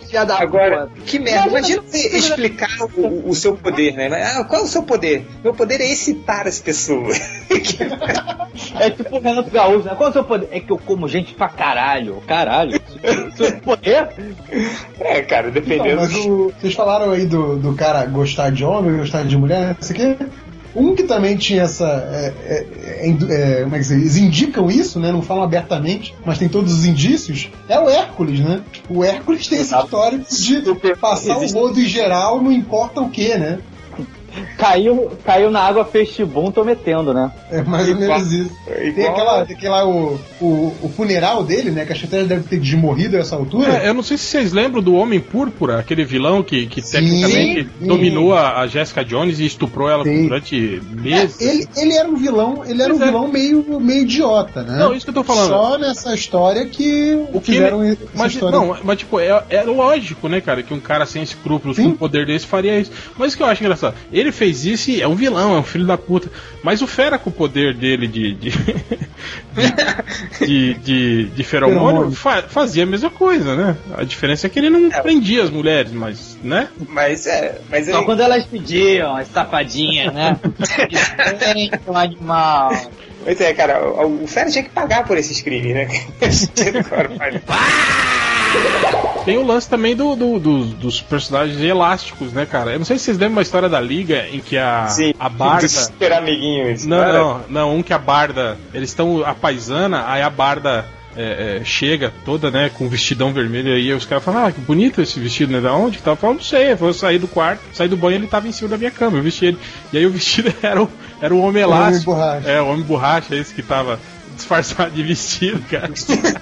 D: filha da
A: Agora,
D: puta.
A: que merda. Imagina você explicar o, o seu poder, né? Ah, qual é o seu poder? Meu poder é excitar as pessoas.
D: É tipo o Renato Gaúcho, né? Qual é o seu poder? É que eu como gente pra caralho. Caralho. Seu poder?
A: É, cara, dependendo.
B: Não, mas o, vocês falaram aí do, do cara gostar de homem, gostar de mulher, isso aqui. Um que também tinha essa. É, é, é, é, como é que se diz? Eles indicam isso, né? Não falam abertamente, mas tem todos os indícios. É o Hércules, né? O Hércules tem esse histórico de passar o rodo em geral, não importa o que, né?
D: Caiu, caiu na água, fez chibum, tô metendo, né?
B: É mais ou menos isso.
A: É
B: tem aquela, tem aquela o, o, o funeral dele, né? Que a Chateau deve ter desmorrido a essa altura.
C: É, eu não sei se vocês lembram do Homem Púrpura, aquele vilão que, que
B: Sim,
C: tecnicamente
B: sim.
C: dominou a, a Jessica Jones e estuprou ela
B: Sim.
C: durante meses.
B: É, ele, ele era um vilão, ele era um
C: Pois é.
B: vilão meio, meio idiota, né?
C: Não, isso que eu tô falando.
B: Só nessa história que
C: O que
B: fizeram
C: ele-
B: essa
C: mas,
B: história.
C: não, mas tipo, é, é lógico, né, cara, que um cara sem escrúpulos
B: Sim.
C: com o poder desse faria isso. Mas o que eu acho engraçado, ele fez isso e é um vilão, é um filho da puta. Mas o Fera com o poder dele de de, de, de, de, de feromônio
B: Feromônio.
C: fa- fazia a mesma coisa, né? A diferença é que ele não prendia as mulheres, mas, né?
A: Mas é. Mas
D: Só
A: ele-
D: quando elas pediam, as safadinhas, né? Gente, um animal.
A: Pois é, cara, o, o Fera tinha que pagar por esses crimes, né? Agora, pai.
C: Tem o lance também do, do- dos- dos personagens elásticos, né, cara? Eu não sei se vocês lembram uma história da Liga em que a,
A: Sim,
C: a Barda.
A: dos super amiguinhos.
C: Não,
A: cara.
C: não, não, um que a Barda. Eles estão a paisana, aí a Barda é, é, chega toda, né, com um vestidão vermelho, aí os caras falam, ah, que bonito esse vestido, né? Da onde que tava? Eu falo, não sei, eu sair do quarto, sair do banho, ele tava em cima da minha cama, eu vesti ele. E aí o vestido era o, era o homem
B: O homem
C: elástico.
B: borracha.
C: É, o homem borracha, esse que tava disfarçado de vestido, cara.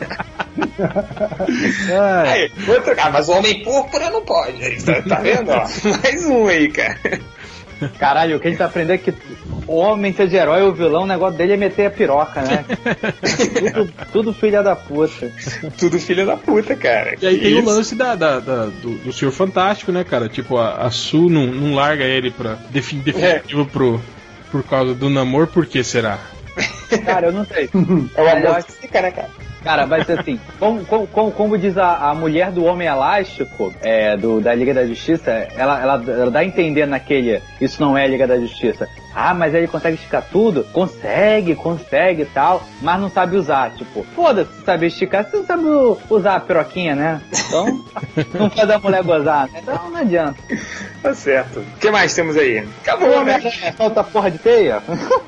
A: Aí, outro, ah, mas o Homem Púrpura não pode. Aí, tá, tá vendo? Ó? Mais um aí, cara.
D: Caralho, o que a gente tá aprendendo é que o homem ser de herói, o vilão, o negócio dele é meter a piroca, né? tudo, tudo filha da puta.
A: Tudo filho da puta, cara.
C: E aí
A: Que
C: tem
A: isso?
C: o lance da, da- da- do, do Senhor Fantástico, né, cara? Tipo, a, a Sue não, não larga ele pra defin, definitivo pro, por causa do namoro, por que será?
D: Cara, eu não sei.
A: É o
D: Mas eu
A: amor
D: acho-
A: que fica, né, cara?
D: Cara, vai ser assim, como, como, como, como diz a, a mulher do Homem Elástico, é, do, da Liga da Justiça, ela, ela, ela dá a entender naquele, isso não é Liga da Justiça. Ah, mas ele consegue esticar tudo? Consegue, consegue e tal, mas não sabe usar. Tipo, foda-se saber esticar, você não sabe usar a piroquinha, né? Então, não faz a mulher gozar, né? Então não adianta.
A: Tá certo. O que mais temos aí?
D: O
A: Acabou, né?
D: Homem-Aranha solta porra de teia?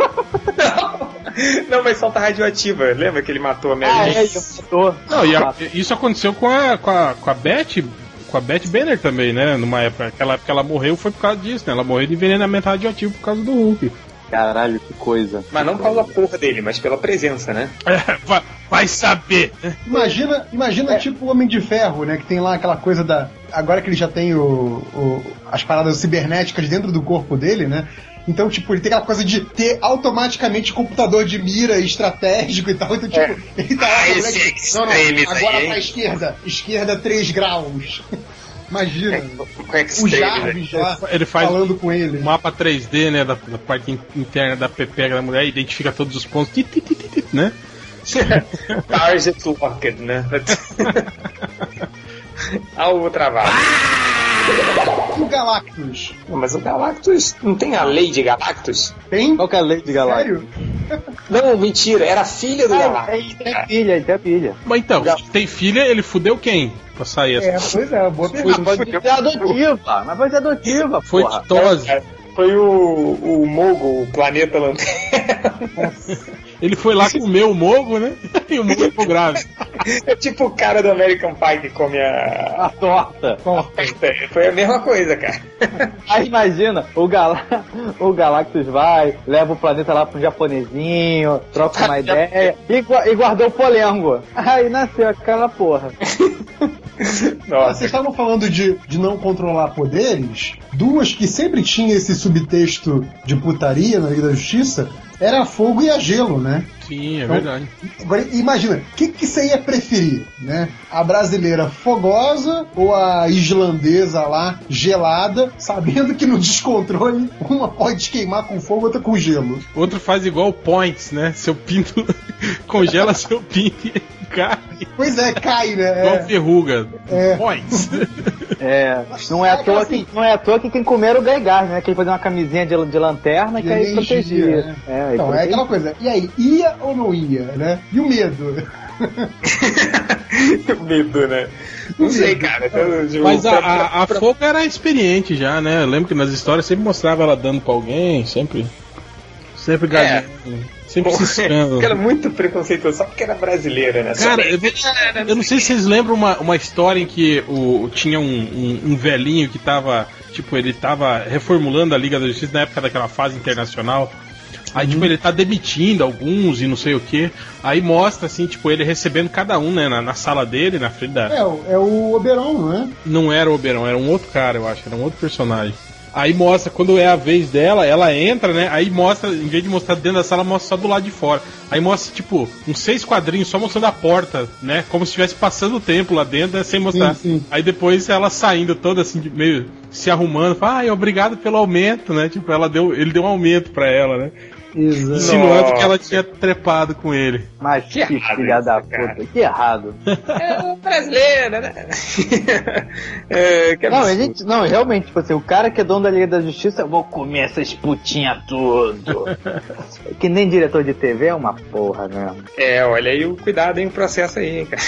A: Não, mas solta radioativa. Lembra que ele matou a Mary
D: Ah,
A: Jane?
D: é, ele matou.
C: Não, e a- isso aconteceu com a, com a, com a Beth, com a Beth Banner também, né? Numa época, aquela época que ela morreu foi por causa disso, né? Ela morreu de envenenamento radioativo por causa do Hulk.
D: Caralho, que coisa.
A: Mas não por causa da porra dele, mas pela presença, né?
C: É, vai, vai saber!
B: Imagina, imagina tipo o Homem de Ferro, né? Que tem lá aquela coisa da. Agora que ele já tem o, o- as paradas cibernéticas dentro do corpo dele, né? Então, tipo, ele tem aquela coisa de ter automaticamente computador de mira estratégico e tal. Então, tipo,
A: É.
B: ele tá lá.
A: Ah,
B: com o
A: esse
B: moleque,
A: é
B: não, não,
A: extremes
B: agora
A: aí, hein?
B: pra esquerda. Esquerda três graus. Imagina.
A: Com X
B: O
A: T, né?
B: Jarvis lá
C: Ele faz
B: falando com ele.
C: um mapa três D, né? Da, da parte in- interna da pepeca da mulher, identifica todos os pontos, tit, tit, tit, tit, né?
A: Target Locked, né? Alvo travado.
B: O Galactus.
A: Não, mas o Galactus não tem a lei de Galactus?
B: Tem?
D: Qual que é a lei de Galactus?
B: Sério?
A: Não, mentira, era a filha do
D: Ah,
A: Galactus.
D: ele tem filha, ele tem filha.
C: Mas então,
A: Gal-
C: se tem filha, ele fudeu quem? Pra sair essa.
B: É, pois é, boa
D: Mas
B: pergunta.
D: pode ser adotiva, mas pode ser adotiva,
C: Foi
D: porra.
C: Titose.
A: É, Foi o, o Mogo, o planeta lanterna.
C: Ele foi lá comer o Mogo, né? E o Mogo ficou grave.
A: É tipo o cara do American Pie que come a.
D: A torta.
A: Foi a mesma coisa, cara.
D: Aí imagina, o, Gal... o Galactus vai, leva o planeta lá pro japonesinho, troca uma ideia e, gua- e guardou o polengo. Aí nasceu aquela porra.
B: Vocês
A: Nossa.
B: estavam falando de, de não controlar poderes. Duas que sempre tinha esse subtexto de putaria na Liga da Justiça era a Fogo e a Gelo, né?
C: Sim, é
B: Então,
C: verdade.
B: Agora, imagina, o que, que você ia preferir, né? A brasileira fogosa ou a islandesa lá, gelada, sabendo que no descontrole uma pode queimar com fogo, outra com gelo.
C: Outro faz igual o Points, né? Seu pinto congela seu pinto e cai.
B: Pois é, cai, né?
C: Igual
B: É,
C: verruga.
B: É.
C: Points.
D: É, não é, à toa que, não é à toa que quem comer era o Gaigar, né? Que ele fazia uma camisinha de, de lanterna que aí protegia.
B: É, então, é aquela coisa. E aí, ia ou não ia, né? E o medo?
A: O medo, né? Não sei, cara.
C: Mas a, a, a Foca era experiente já, né? Eu lembro que nas histórias sempre mostrava ela dando pra alguém, sempre. Sempre galinha. É. Sempre ciscando.
A: Porque era muito preconceituoso, só porque era brasileira, né?
C: Cara, eu, eu não sei se vocês lembram uma, uma história em que o, tinha um, um, um velhinho que tava, tipo, ele tava reformulando a Liga da Justiça na época daquela fase internacional. Aí, uhum. tipo, ele tá demitindo alguns e não sei o que. Aí mostra, assim, tipo, ele recebendo cada um, né, na, na sala dele, na frente da...
B: É, é o Oberon, não é?
C: Não era o Oberon, era um outro cara, eu acho, era um outro personagem. Aí mostra, quando é a vez dela, ela entra, né? Aí mostra, em vez de mostrar dentro da sala, mostra só do lado de fora. Aí mostra, tipo, uns seis quadrinhos só mostrando a porta, né? Como se estivesse passando o tempo lá dentro, né? Sem mostrar. Sim, sim. Aí depois ela saindo toda assim, meio se arrumando, fala, ah, obrigado pelo aumento, né? Tipo, ela deu, ele deu um aumento pra ela, né? Exato. Insinuando que ela tinha trepado com ele.
D: Mas que, que filha da puta, cara. Que errado.
A: É brasileira, né? É, que
D: não, a gente, não, realmente, tipo assim, o cara que é dono da Liga da Justiça, eu vou comer essas putinhas tudo. Que nem diretor de T V é uma porra mesmo.
A: É, olha aí o cuidado, hein, o processo aí, cara.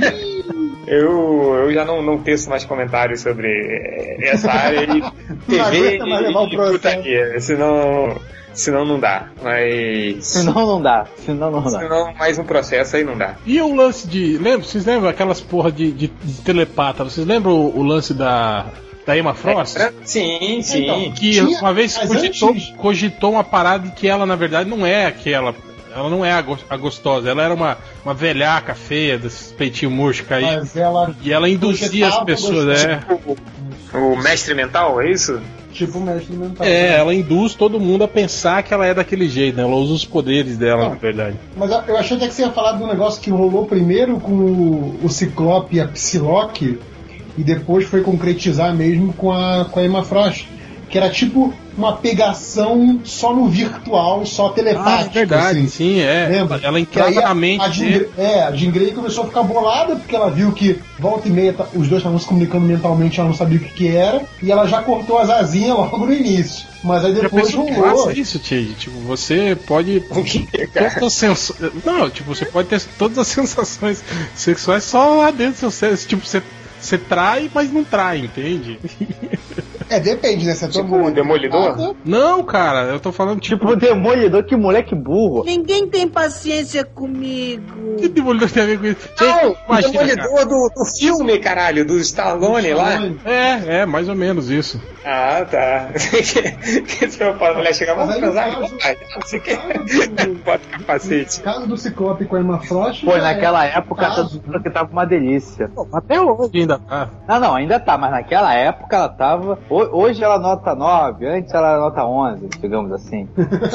A: Eu, eu já não, não teço mais comentários sobre essa área e T V e, e putaria, senão... Senão não dá, mas...
D: Senão não dá, senão não dá.
A: Senão mais um processo aí não dá.
C: E o lance de... Lembra, vocês lembram aquelas porra de, de, de telepata? Vocês lembram o, o lance da... Da Emma Frost?
A: É, sim, sim. Então,
C: que tinha, uma vez cogitou, antes... cogitou uma parada de que ela, na verdade, não é aquela... Ela não é a, go- a gostosa, ela era uma, uma velhaca feia, desses peitinhos murchos caídos. Ela e ela induzia as pessoas, é.
A: Tipo, o mestre mental, é isso?
B: Tipo o mestre mental.
C: É, né? Ela induz todo mundo a pensar que ela é daquele jeito, né? Ela usa os poderes dela, não, na verdade.
B: Mas eu achei até que você ia falar de um negócio que rolou primeiro com o, o Ciclope e a Psylocke, e depois foi concretizar mesmo com a, com a Emma Frost. Que era tipo uma pegação só no virtual, só telepática.
C: Ah, é verdade, assim. Sim, é. Lembra? Ela entrava na mente.
B: A Jean, é, a Jean Grey começou a ficar bolada porque ela viu que volta e meia os dois estavam se comunicando mentalmente, ela não sabia o que, que era, e ela já cortou as asinhas logo no início. Mas aí depois rolou.
C: Isso, Tchê. Tipo, você pode. O que, todas as sens... Não, tipo, você pode ter todas as sensações sexuais só lá dentro do seu cérebro. Tipo, você, você trai, mas não trai, entende?
B: É, depende, né? Você é
A: tipo um demolidor?
C: Não, cara, eu tô falando tipo...
D: Tipo um demolidor, que moleque burro.
H: Ninguém tem paciência comigo.
C: Que demolidor tem a ver com isso?
A: Não, o demolidor do, do filme, caralho, do Stallone lá.
C: É, é, mais ou menos isso.
A: Ah, tá. Que se a mulher chegar, vamos transar, você quer? Bota capacete.
B: No caso do Ciclope com a Emma Frost...
D: Pô, naquela é, época caso, tá, que tava uma delícia.
C: Pô, até hoje ainda tá.
D: Não, não, ainda tá, mas naquela época ela tava... Hoje ela nota nove, antes ela nota onze, digamos assim.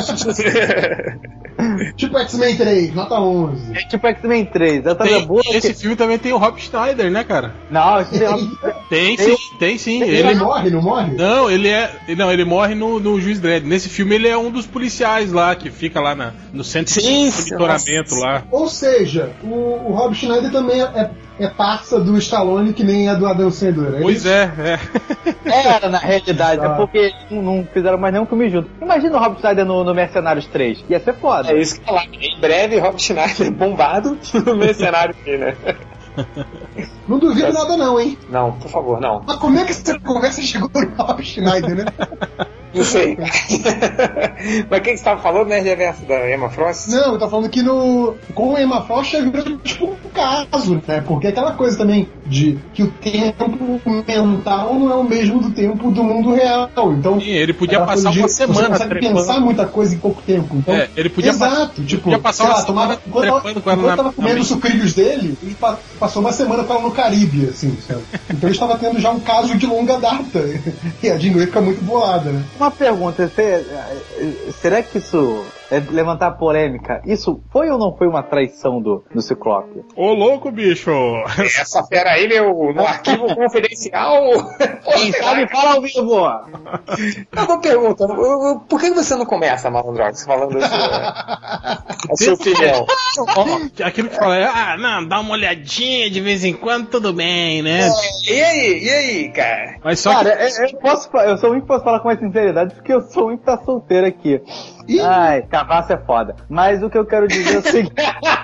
B: Tipo X-Men três, nota onze.
D: É tipo X-Men três. Ela
C: tem,
D: boa
C: esse
D: que...
C: filme também tem o Rob Schneider, né, cara?
D: Não, esse
C: tem, tem sim, tem sim.
B: Ele, ele morre, não morre?
C: Não, ele é. Não, ele morre no, no Juiz Dredd. Nesse filme ele é um dos policiais lá, que fica lá na, no centro sim, de monitoramento lá.
B: Ou seja, o, o Rob Schneider também é, é parça do Stallone, que nem é do Adam Sandler. É
C: pois
B: isso?
C: é, é.
D: Era, na realidade, é porque não, não fizeram mais nenhum filme junto. Imagina o Rob Schneider no, no Mercenários três. Ia ser foda.
A: É isso que eu falar. Em breve, Rob Schneider bombado no Mercenário aqui, né?
B: Não duvido Mas... nada não, hein?
A: Não, por favor, não.
B: Mas como é que essa conversa chegou no Rob Schneider, né?
A: Não sei. Mas quem que você tava falando, né, reverso da Emma Frost?
B: Não, eu tô falando que no com a Emma Frost virou tipo um caso, né? Porque aquela coisa também de que o tempo mental não é o mesmo do tempo do mundo real. Então,
C: sim, ele podia passar uma
B: de,
C: semana
B: você consegue
C: trepando.
B: pensar muita coisa em pouco tempo. Então,
C: é, ele podia
B: exato,
C: pa-
B: tipo,
C: podia passar uma
B: lá,
C: semana
B: tomava,
C: trepando com ela
B: enquanto
C: na
B: tava comendo os sucrilhos dele, ele pa- passou uma semana com ela no Caribe, assim, sabe? Então ele estava tendo já um caso de longa data. E a Jean Grey fica muito bolada, né?
D: Uma pergunta, você, será que isso levantar polêmica. Isso foi ou não foi uma traição do, do Ciclope?
C: Ô, louco, bicho!
A: Essa fera aí, meu, no arquivo confidencial.
D: Quem sabe fala ao vivo!
A: Eu vou perguntando, por que você não começa, Malandrox, falando a sua, a sua opinião?
C: Aquilo que fala, ah, não, dá uma olhadinha de vez em quando, tudo bem, né?
A: É, e aí, e aí, cara?
C: Mas só
D: Cara,
C: que...
D: eu, eu, posso, eu sou um que posso falar com mais sinceridade, porque eu sou um que tá solteiro aqui. Ih. Ai, cavaço é foda. Mas o que eu quero dizer é o seguinte...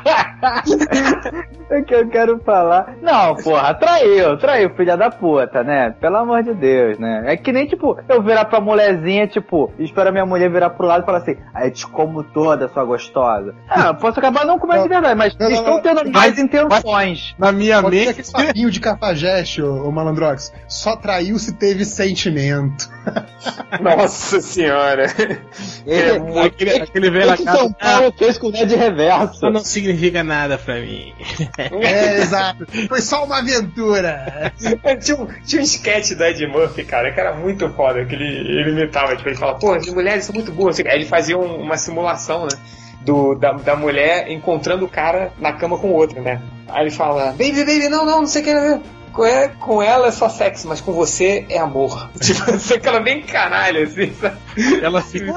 D: o que eu quero falar... Não, porra, traiu, traiu, filha da puta, né? Pelo amor de Deus, né? É que nem, tipo, eu virar pra mulherzinha, tipo, espero a minha mulher virar pro lado e falar assim, aí te como toda, sua gostosa. Ah, posso acabar não comendo de verdade, mas não, estou não, tendo não, mais mas, intenções.
C: Na minha
B: Pode
C: mente...
B: aquele papinho de cafajeste, ô, ô Malandrox. Só traiu se teve sentimento.
A: Nossa senhora.
D: É,
C: muito... Aquele, aquele velho
D: que São Paulo fez com o Ned Reverso.
C: Isso não significa nada pra mim.
B: É, exato. Foi só uma aventura.
A: tinha, um, tinha um sketch do Ed Murphy, cara, que era muito foda, que ele, ele imitava, tipo, ele falava, pô, as mulheres são muito boas. Aí ele fazia um, uma simulação, né? Do, da, da mulher encontrando o cara na cama com o outro, né? Aí ele fala, baby, baby, não, não, não sei o que... É, com ela é só sexo, mas com você é amor. Tipo, você aquela bem canalha, assim, sabe?
C: Ela fica...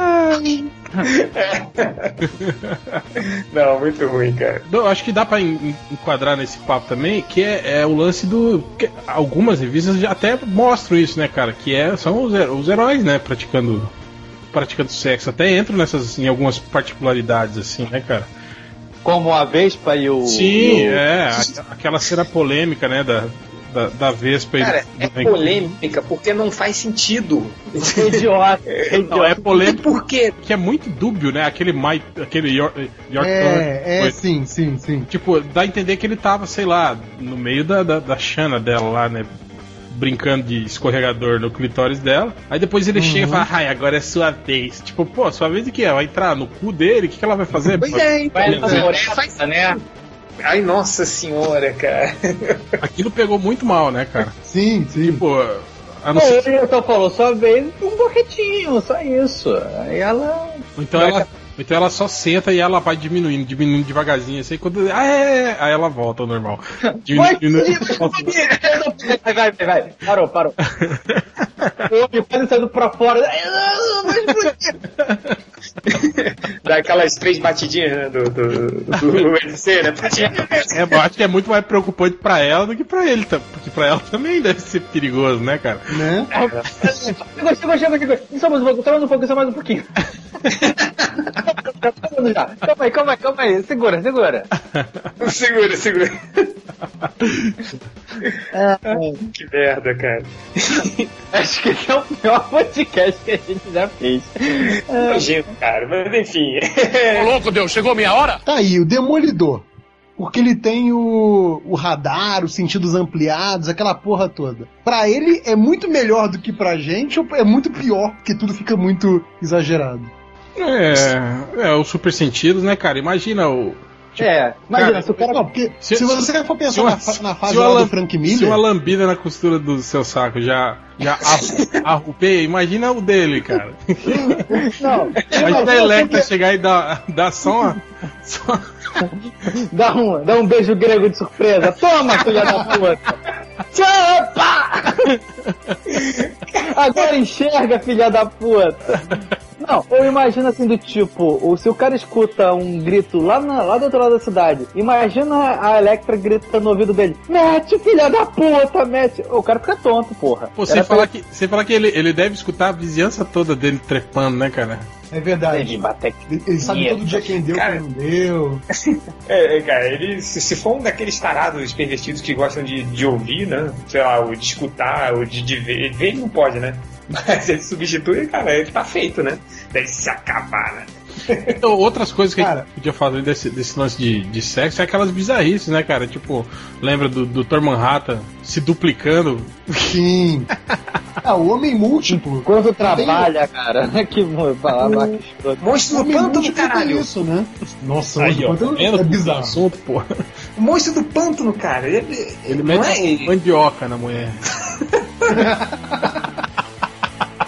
A: É. Não, muito ruim, cara.
C: Eu acho que dá pra enquadrar nesse papo também, que é, é o lance do... Que algumas revistas já até mostram isso, né, cara? Que é, são os, os heróis, né, praticando, praticando sexo. Até entram nessas, em algumas particularidades, assim, né, cara?
D: Como a Vespa e o...
C: Sim,
D: e o...
C: é. Aquela cena polêmica, né, da... Da, da Vespa.
A: Cara, é polêmica porque não faz sentido.
D: É idiota.
C: É, não, é polêmica
A: por quê?
C: Que é muito dúbio, né? Aquele Mike, aquele York, York
B: É, é
C: foi,
B: sim, sim, sim.
C: Tipo, dá a entender que ele tava, sei lá, no meio da, da, da chana dela lá, né? Brincando de escorregador no clitóris dela. Aí depois ele uhum. chega e fala, ai, agora é sua vez. Tipo, pô, sua vez de quê? Vai entrar no cu dele? O que, que ela vai fazer?
A: Pois é, então. Vai faz, né? Ai, nossa senhora, cara.
C: Aquilo pegou muito mal, né, cara?
B: Sim, sim.
C: Tipo,
D: a não ser... Ele só falou sua vez um boquetinho, só isso. Aí ela...
C: Então ela... Então ela só senta e ela vai diminuindo, diminuindo devagarzinho, assim, quando... Ah, é, aí ela volta ao normal. Diminuindo...
D: Vai, vai, vai, vai. Parou, parou. O homem quase saindo pra fora.
A: Dá aquelas três batidinhas, né, do, do, do U F C, né?
C: É, eu acho que é muito mais preocupante pra ela do que pra ele, tá? Porque pra ela também deve ser perigoso, né, cara?
B: Né?
D: Chegou, chegou, chegou, chegou. Só mais um pouco, só mais um pouco, só mais um pouquinho. Calma aí, calma aí, calma aí. Segura, segura.
A: Segura, segura.
D: É,
A: que merda, cara.
D: Acho que esse é o pior podcast que a gente já fez.
A: É nojento, cara, mas enfim.
F: Ô louco, Deus, chegou a minha hora?
B: Tá aí, o Demolidor. Porque ele tem o, o radar, os sentidos ampliados, aquela porra toda. Pra ele é muito melhor do que pra gente, ou é muito pior, porque tudo fica muito exagerado.
C: É, é os super sentidos, né, cara? Imagina o...
D: Tipo, é, imagina,
B: cara,
D: se o cara...
B: Não, porque se, se você for pensar
C: uma,
B: na, na fase lá do Frank Miller...
C: Se uma lambida na costura do seu saco já, já arrupei, imagina o dele, cara.
D: Não,
C: imagina a Electra que... chegar e dar, dar só uma... Só...
D: Dá, um, dá um beijo grego de surpresa. Toma, filha da puta! Tchapa! Agora enxerga, filha da puta! Não, eu imagino assim do tipo, ou se o cara escuta um grito lá, na, lá do outro lado da cidade, imagina a Electra gritando no ouvido dele, mete, filha da puta, mete. O cara fica tonto, porra.
C: Pô, você fala pra... que, você fala que ele, ele deve escutar a vizinhança toda dele trepando, né, cara?
B: É verdade. Ele, ele sabe todo dia quem deu, cara, quem não deu.
A: É, cara, ele, se, se for um daqueles tarados pervertidos que gostam de, de ouvir, né? Sei lá, ou de escutar, ou de, de ver. Ver ele não pode, né? Mas ele substitui, cara, ele tá feito, né? Deve se acabar, né?
C: Então, outras coisas que cara, a gente podia falar desse, desse lance de, de sexo é aquelas bizarrices, né, cara? Tipo, lembra do doutor Manhattan se duplicando?
B: Sim. Ah, o homem múltiplo.
D: Quando trabalha, tem... cara. Que palavra
B: que escroto. Monstro do pântano, caralho. Isso, né? Nossa,
C: aí, ó,
B: pântano
C: é
B: bizarro.
C: Assunto, porra.
A: O monstro do pântano, cara. Ele,
C: ele mete
A: é...
C: mandioca na mulher.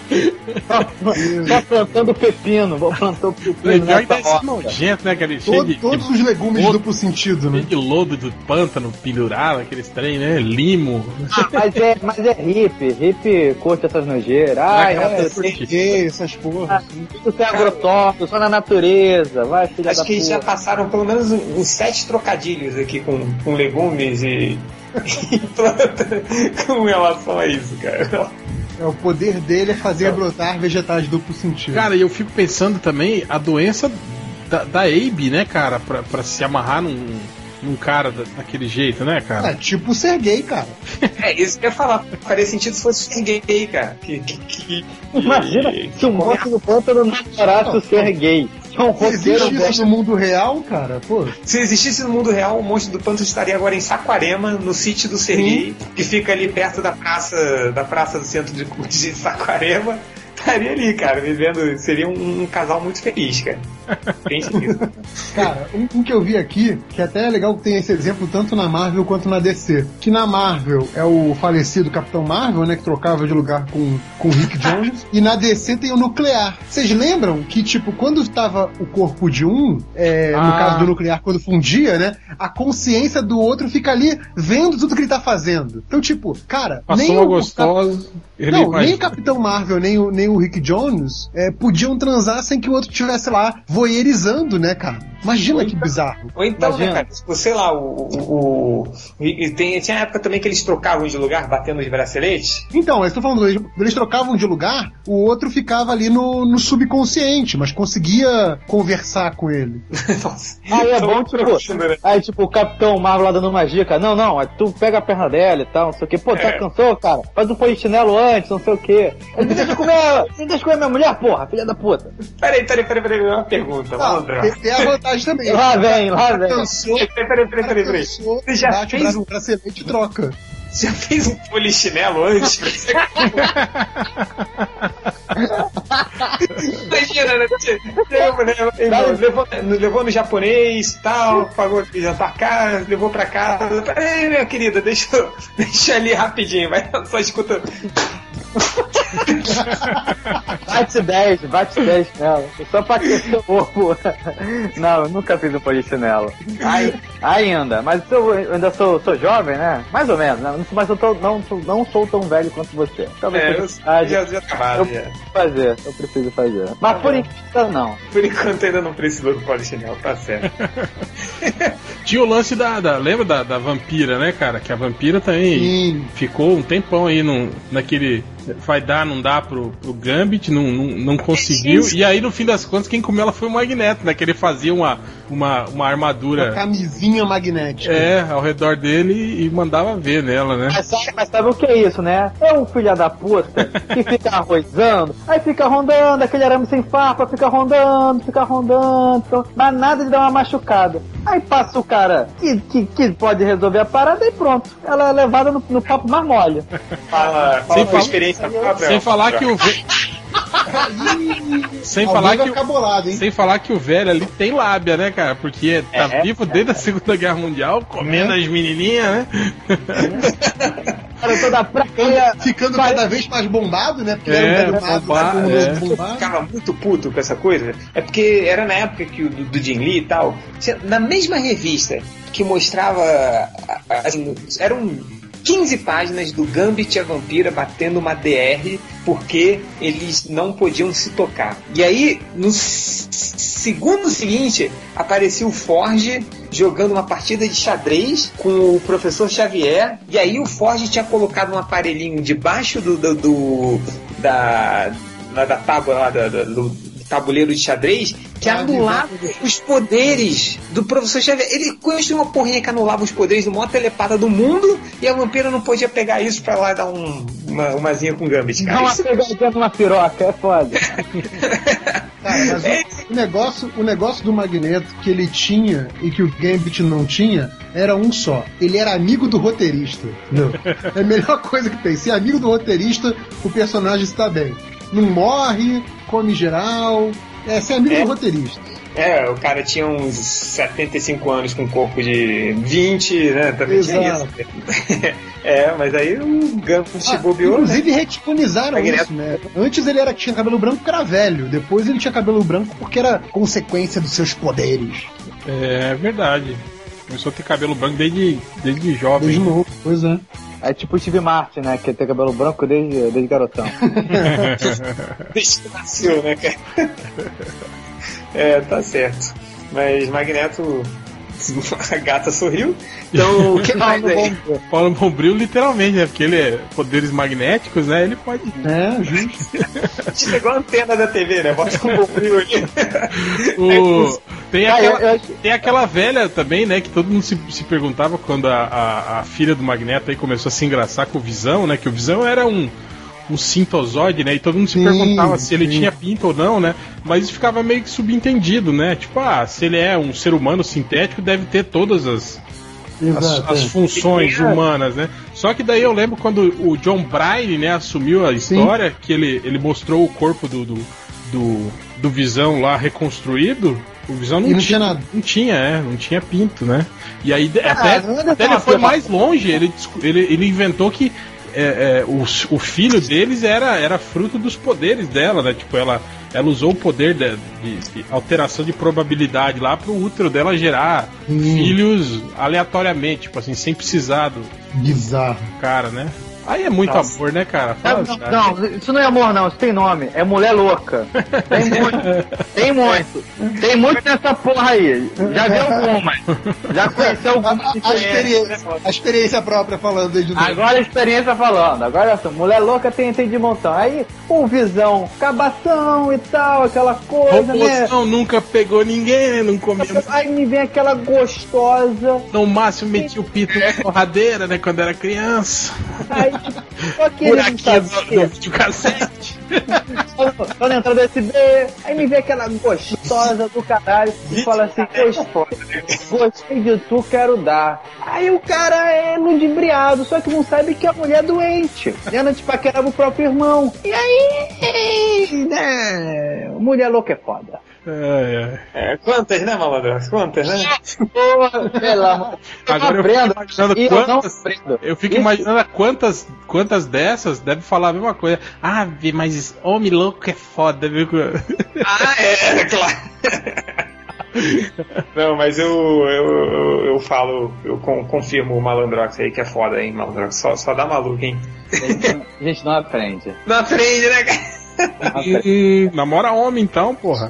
D: Só plantando pepino, vou plantar o pepino.
C: Legal e deve ser nojento, né? Aquele cheio de,
B: todos os legumes de duplo sentido, né?
C: de lodo do pântano pendurado, aqueles trem, né? Limo.
D: Ah, mas é, mas é hippie, hippie curte essas nojeiras. Ai,
B: Ah,
D: é,
B: é, essas porra.
D: Tudo é agrotóxico, só na natureza. Vai, filha
A: Acho
D: da
A: que
D: puta.
A: já passaram pelo menos uns sete trocadilhos aqui com, com legumes e, e planta com relação a isso, cara.
B: É, o poder dele é fazer brotar vegetais duplo sentido.
C: Cara, e eu fico pensando também a doença da, da Abe, né, cara? Pra, pra se amarrar num, num cara da, daquele jeito, né, cara?
B: É tipo ser gay, cara.
A: É, isso que eu ia falar. Faria sentido se fosse ser gay, cara. Que, que, que,
D: Imagina se o monstro do pântano namorasse o ser gay. É um
B: Se
D: roteiro
B: existe isso no mundo real, cara, pô.
A: Se existisse no mundo real, o monstro do pântano estaria agora em Saquarema, no sítio do Serguei, que fica ali perto da praça, da praça do centro de culto de Saquarema. Estaria ali, cara, vivendo. Seria um, um casal muito feliz, cara. Pense nisso.
B: Cara, um, um que eu vi aqui, que até é legal que tem esse exemplo tanto na Marvel quanto na D C. Que na Marvel é o falecido Capitão Marvel, né? Que trocava de lugar com, com o Rick Jones. E na D C tem o Nuclear. Vocês lembram que, tipo, quando estava o corpo de um, é, no
C: Ah.
B: caso do Nuclear, quando fundia, né? A consciência do outro fica ali vendo tudo que ele tá fazendo. Então, tipo, cara,
C: Passou
B: nem
C: uma
B: o,
C: gostosa. Ele
B: Não,
C: imagina.
B: nem o Capitão Marvel, nem o, nem o Rick Jones é, podiam transar sem que o outro estivesse lá voyeurizando, né, cara? Imagina que bizarro.
A: Ou então,
D: Imagina.
A: né, cara, tipo, sei lá, o, o, o- e tem, tinha época também que eles trocavam de lugar, batendo os braceletes.
B: Então, eu estou falando, eles, eles trocavam de lugar, o outro ficava ali no, no subconsciente, mas conseguia conversar com ele.
A: Nossa.
D: Aí é
A: Tô
D: bom, tipo,
A: profundo, né?
D: aí tipo, o Capitão Marvel lá dando magia, cara. Não, não, é tu pega a perna dela e tal, não sei o que. Pô, tá
A: É.
D: cansou, cara? Faz um polichinelo antes, não sei o que. Me deixa comer, me deixa comer minha mulher, porra, filha da puta.
A: Peraí, peraí, peraí, peraí, uma pergunta,
B: Tá,
A: André.
B: tem, tem a vantagem também.
D: Lá vem, lá vem.
B: Cansou,
A: Peraí, peraí, peraí, peraí, peraí.
B: cansou,
A: Você já
B: bate o
A: fez
B: braço
A: um-
B: pra semente e troca.
A: Já fez um polichinelo antes? Imagina, né? Levou, levou, levou, levou no japonês, tal, pagou jantar casa, levou pra casa. Ei, minha querida, deixa, eu- deixa ali rapidinho, vai, só escuta.
D: Bate dez, bate dez nela. Só pra aquecer o corpo. Não, eu nunca fiz um polichinelo. Ai, ainda, mas eu eu ainda sou, sou jovem, né? Mais ou menos, né? Mas eu tô, não, sou- não sou tão velho quanto você. Talvez
A: É,
D: seja
A: eu,
D: verdade.
A: já, já acabaram,
D: Eu
A: já.
D: preciso fazer, eu preciso fazer. Mas por enquanto não.
A: Por enquanto ainda não precisou do polichinelo, tá certo.
C: Tinha o lance da, da- lembra da, da vampira, né, cara? Que a vampira também
B: Sim.
C: ficou um tempão aí num, naquele vai dar, não dá pro, pro Gambit, não, não, não conseguiu. E aí, no fim das contas, quem comeu ela foi o Magneto, né? Que ele fazia uma, uma, uma armadura.
B: Uma camisinha magnética.
C: É, ao redor dele e mandava ver nela, né?
D: Mas sabe, mas sabe o que é isso, né? É um filho da puta que fica arrozando, aí fica rondando, aquele arame sem farpa, fica rondando, fica rondando, então, mas nada de dar uma machucada. Aí passa o cara que, que, que pode resolver a parada e pronto. Ela é levada no, no papo mais mole.
A: Fala, fala
C: Sem
A: com
C: falar-
A: experiência própria.
C: Sem falar que o ve- sem
B: Alguém
C: falar
B: vai
C: que o...
B: ficar bolado, hein?
C: Sem falar que o velho ali tem lábia, né, cara? Porque tá
D: É,
C: vivo desde a Segunda Guerra Mundial, comendo as menininhas, né?
D: Cara, toda praia.
B: Ficando, ficando cada vez mais bombado, né? Porque
C: É,
B: era um velho magro,
C: bombado,
B: ficou um
C: é.
B: novo bombado.
A: Ficava muito puto com essa coisa. É porque era na época que o do, do Jim Lee e tal. tinha- Na mesma revista que mostrava. a- a- Assim, eram quinze páginas do Gambit e a Vampira batendo uma D R porque eles não podiam se tocar. E aí, no s- segundo seguinte, aparecia o Forge jogando uma partida de xadrez com o professor Xavier. E aí o Forge tinha colocado um aparelhinho debaixo do, do, do- da, da, da tábua lá, da- da- do tabuleiro de xadrez, que
B: Ah,
A: anulava os poderes do professor Xavier. Ele construiu uma porrinha que anulava os poderes do maior telepata do mundo e a vampira não podia pegar isso pra lá dar um, uma, umazinha com Gambit,
D: Dá
A: cara.
D: uma
A: Isso-
D: pegadinha numa piroca, é foda.
B: Cara, mas o, o negócio, o negócio do Magneto que ele tinha e que o Gambit não tinha era um só. Ele era amigo do roteirista. Não. É a melhor coisa que tem. Ser amigo do roteirista, o personagem está bem. Não morre, come geral. É ser amigo
A: É.
B: do roteirista.
A: É, o cara tinha uns setenta e cinco anos com um corpo de vinte, né? Também tinha
B: Exato.
A: isso. É, mas aí o Gambit
B: ah,
A: bobeou.
B: Inclusive
A: né?
B: retconizaram isso, né? Antes ele era, tinha cabelo branco porque era velho. Depois ele tinha cabelo branco porque era consequência dos seus poderes.
C: É verdade. Começou a ter cabelo branco desde, desde jovem.
B: Desde novo, pois é.
D: É tipo o Steve Martin, né? Que tem cabelo branco desde, desde garotão.
A: Desde que nasceu, né, cara? É, tá certo. Mas Magneto... A gata sorriu. Então, o que mais aí?
C: Paulo Bombril, literalmente, né? Porque ele é poderes magnéticos, né? Ele pode.
B: É, justo.
A: Chegou a antena da T V, né? Bota um Bombril ali.
C: O... Tem, aquela, ah, eu, eu... tem aquela velha também, né? Que todo mundo se, se perguntava quando a, a, a filha do Magneto aí começou a se engraçar com o Visão, né? Que o Visão era um. um sintozoide, né? E todo mundo se sim, perguntava se ele sim. tinha pinto ou não, né? Mas isso ficava meio que subentendido, né? Tipo, ah, se ele é um ser humano sintético, deve ter todas as, as, as funções humanas, né? Só que daí eu lembro quando o John Byrne, né, assumiu a história, sim. que ele, ele mostrou o corpo do, do, do, do Visão lá reconstruído. O Visão não,
B: não
C: tinha,
B: tinha nada.
C: Não tinha, é, não tinha pinto, né? E aí ah, até, até ele foi mais longe, ele, ele, ele inventou que É, é, o, o filho deles era, era fruto dos poderes dela, né? Tipo, ela, ela usou o poder de, de, de alteração de probabilidade lá pro útero dela gerar hum. filhos aleatoriamente, tipo assim, sem precisar do
B: bizarro
C: cara, né? Aí é muito Nossa. amor, né, cara?
D: Fala, não, não, não, isso não é amor, não. Isso tem nome. É mulher louca. Tem muito. Tem muito. Tem muito nessa porra aí. Já viu algumas. Já conheceu algumas.
B: A, a, experiência, a experiência própria falando aí de novo.
D: Agora a experiência falando. Agora assim, mulher louca tem, tem de montão. Aí, um Visão, cabação e tal, aquela coisa,
C: Robôzão,
D: né?
C: nunca pegou ninguém, né? Não comeu.
D: Aí me vem aquela gostosa.
C: No máximo metia o pito na torradeira, né? Quando era criança.
D: Aí, só que ele não sabe
C: no videocassete.
D: Só na entrada do U S B, aí me vê aquela gostosa do caralho e fala assim, gostosa, gostei de tu, quero dar. Aí o cara é ludibriado, só que não sabe que a mulher é doente. E anda de paquerava o próprio irmão. E aí, né, mulher louca é foda.
C: É,
A: é. É, quantas, né, malandro? Quantas, né?
D: Porra, pelo amor.
C: Agora eu fico imaginando quantas. Eu, eu fico Isso. imaginando quantas, quantas dessas devem falar a mesma coisa. Ah, mas homem louco é foda, viu?
A: Ah, é, claro. Não, mas eu, eu, eu, eu falo, eu confirmo o Malandrox aí que é foda, hein, Malandrox. Só, só dá maluco, hein?
D: A gente não aprende.
A: Não aprende, né, cara?
C: Hum, namora homem então, porra.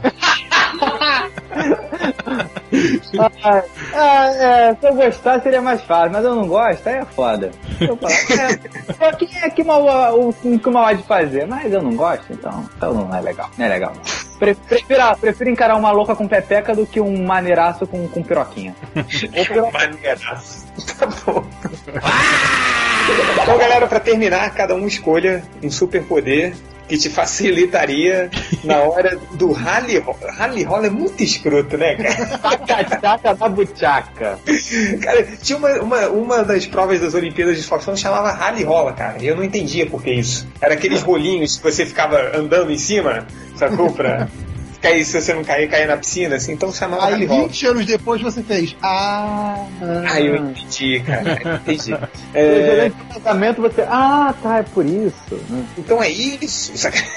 D: ah, ah, é, se eu gostar seria mais fácil, mas eu não gosto, aí é foda. Eu falo, é, quem é que mal, o que mal há de fazer? Mas eu não gosto, então, então não é legal. Não é legal. Pre, prefiro, prefiro encarar uma louca com pepeca do que um maneiraço com, com piroquinha.
A: Maneiraço. Tá bom. Então, galera, pra terminar, cada um escolha um superpoder que te facilitaria na hora do rally roll. Rally roll é muito escroto, né, cara?
D: Taca-taca na buchaca.
A: Cara, tinha uma, uma, uma das provas das Olimpíadas de Faustão que chamava rally rola, cara. E eu não entendia por que isso. Era aqueles rolinhos que você ficava andando em cima, sacou? Pra cair, se você não cair, cair na piscina, assim. Então chamava
B: aí,
A: rally rola.
B: vinte anos depois você fez. Ah.
A: Ah, eu entendi, cara. Eu entendi.
D: É... Durante o casamento você. Ah, tá, é por isso.
A: Então é isso.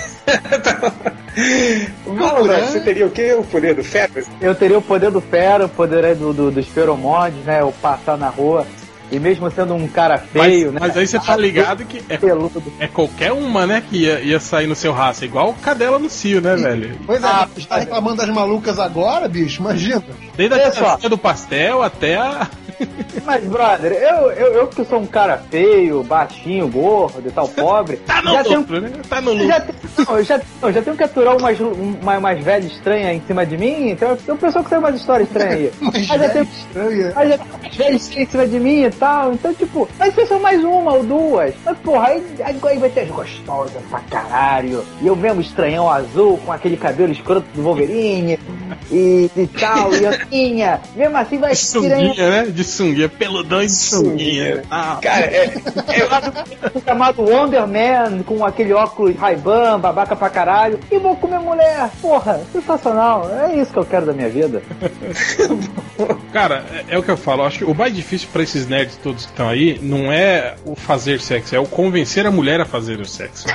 A: Malandro, é? Você teria o quê? O poder do Fera?
D: Eu teria o poder do Fera, o poder do, do, dos feromones, né? Eu passar na rua. E mesmo sendo um cara feio,
C: mas,
D: né?
C: Mas aí você tá ligado que é, é qualquer uma, né, que ia, ia sair no seu raça. Igual Cadela no Cio, né, velho?
B: Pois é, ah, você tá reclamando das malucas agora, bicho? Imagina.
C: Desde a criança do pastel até a...
D: Mas, brother, eu, eu, eu que sou um cara feio, baixinho, gordo e tal, pobre...
C: Tá no lucro, tenho, né? Tá no lucro.
D: Já, não, eu já, não, já tenho que aturar umas, uma, umas velhas estranhas em cima de mim, então eu penso que tem umas histórias estranhas aí.
B: Mas
D: já tem
B: estranha.
D: Mas já tem umas velhas estranhas em cima de mim e tal, então, tipo, mas se são mais uma ou duas, mas, porra, aí, aí vai ter as gostosas pra caralho, e eu mesmo estranhão azul, com aquele cabelo escroto do Wolverine, e, e tal, e Aninha, mesmo assim vai
C: de sunguinha, né? De sunguinha, peludão e de sunguinha.
A: Ah. Cara, é,
D: é chamado Wonder Man, com aquele óculos Ray-Ban, babaca pra caralho, e vou comer mulher. Porra, sensacional. É isso que eu quero da minha vida.
C: Cara, é, é o que eu falo. Acho que o mais difícil pra esses nerds todos que estão aí não é o fazer sexo, é o convencer a mulher a fazer o sexo.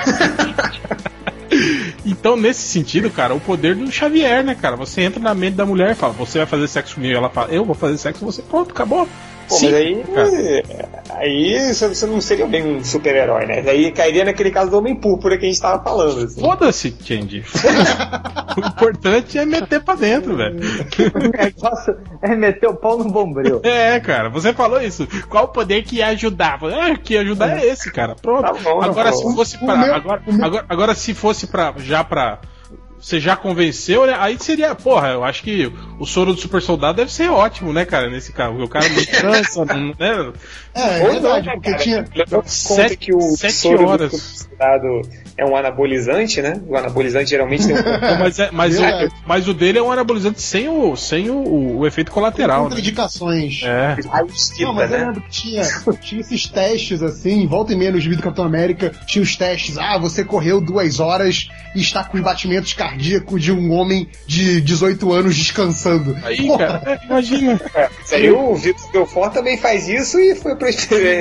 C: Então, nesse sentido, cara, o poder do Xavier, né, cara? Você entra na mente da mulher e fala, você vai fazer sexo comigo. Ela fala, eu vou fazer sexo com você. Pronto, acabou.
A: Pô,
C: Sim,
A: mas aí, aí você não seria bem um super-herói, né? Aí cairia naquele caso do Homem Púrpura que a gente tava falando. Assim.
C: Foda-se, Change. Foda-se. O importante é meter pra dentro, velho.
D: O negócio é meter o pau no bombril.
C: É, cara, você falou isso. Qual o poder que ia ajudar? Ah, que ia ajudar é esse, cara. Pronto. Tá bom, agora, tá se fosse pra, meu, agora, agora, agora, se fosse pra. Já pra. Você já convenceu, né? Aí seria, porra, eu acho que o soro do super soldado deve ser ótimo, né, cara, nesse carro. O cara não cansa, né?
B: É, é verdade, porque cara, tinha
A: sete, que o sete soro horas. Do super soldado é um anabolizante, né? O anabolizante geralmente tem um.
C: Não, mas, é, mas, o, mas o dele é um anabolizante sem o, sem o, o efeito colateral.
B: Com indicações.
C: Né?
B: É. Não, mas né? Eu lembro que tinha, tinha esses testes assim, volta e meia no gibi do Capitão América, tinha os testes. Ah, você correu duas horas e está com os batimentos cardíacos de um homem de dezoito anos descansando.
C: Aí, Porra. cara, é, imagina.
A: É, aí o Vitor Belfort também faz isso e foi pra.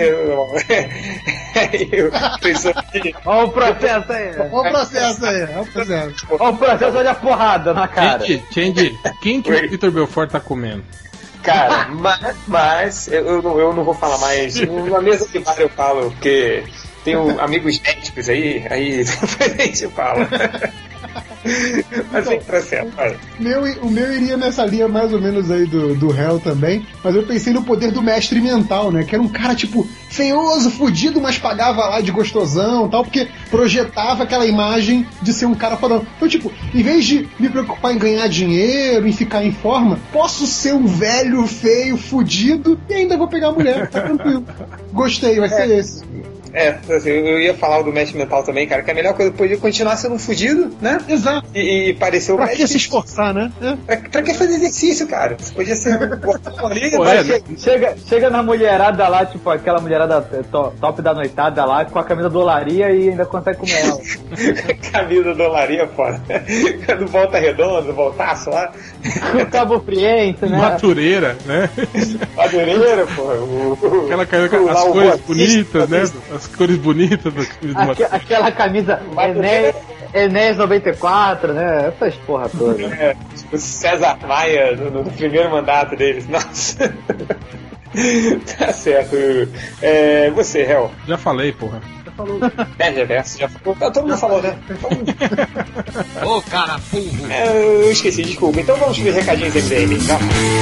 D: Olha o processo aí.
B: Olha o processo aí. Olha o processo.
D: Olha o processo, olha a porrada na cara.
C: Change, Change, quem que Oi. o Vitor Belfort tá comendo?
A: Cara, mas, mas eu, eu, não, eu não vou falar mais. Na mesa de bar eu falo, porque tenho amigos médicos aí, aí depois a gente fala. Mas então, processo,
B: o, meu, o meu iria nessa linha mais ou menos aí do, do Hell também, mas eu pensei no poder do mestre mental, né? Que era um cara, tipo, feioso, fudido, mas pagava lá de gostosão e tal, porque projetava aquela imagem de ser um cara fodão. Então, tipo, em vez de me preocupar em ganhar dinheiro, em ficar em forma, posso ser um velho, feio, fudido e ainda vou pegar a mulher, tá tranquilo. Gostei, vai ser é. esse.
A: É, assim, eu ia falar do mestre mental também, cara, que a melhor coisa podia continuar sendo um fudido, né?
B: Exato.
A: E, e parecer o
B: Pra que se esforçar, né?
A: É. Pra, pra que fazer exercício, cara? Você podia ser um ali.
D: Pô, é, chega, chega, chega na mulherada lá, tipo, aquela mulherada top da noitada lá, com a camisa do Olaria e ainda consegue comer ela.
A: Camisa do Olaria, foda. Do Volta Redonda, do Voltaço lá.
D: Com Cabo Friense, né?
C: Matureira, né?
A: Madureira, pô. O,
C: aquela camisa, o, as cores bonitas, né? As cores bonitas do, do
D: Aque, aquela camisa Enéas, Enéas noventa e quatro, né? Essas porra toda.
A: É, tipo César Maia no, no primeiro mandato deles. Nossa. Tá certo. É, você, Hel.
C: Já falei, porra.
B: Já falou.
A: É, reverso. Já falou. Todo mundo falou, né?
F: Ô, oh, cara, burro.
A: É, eu esqueci, desculpa. Então vamos ver recadinhos M D M, tá?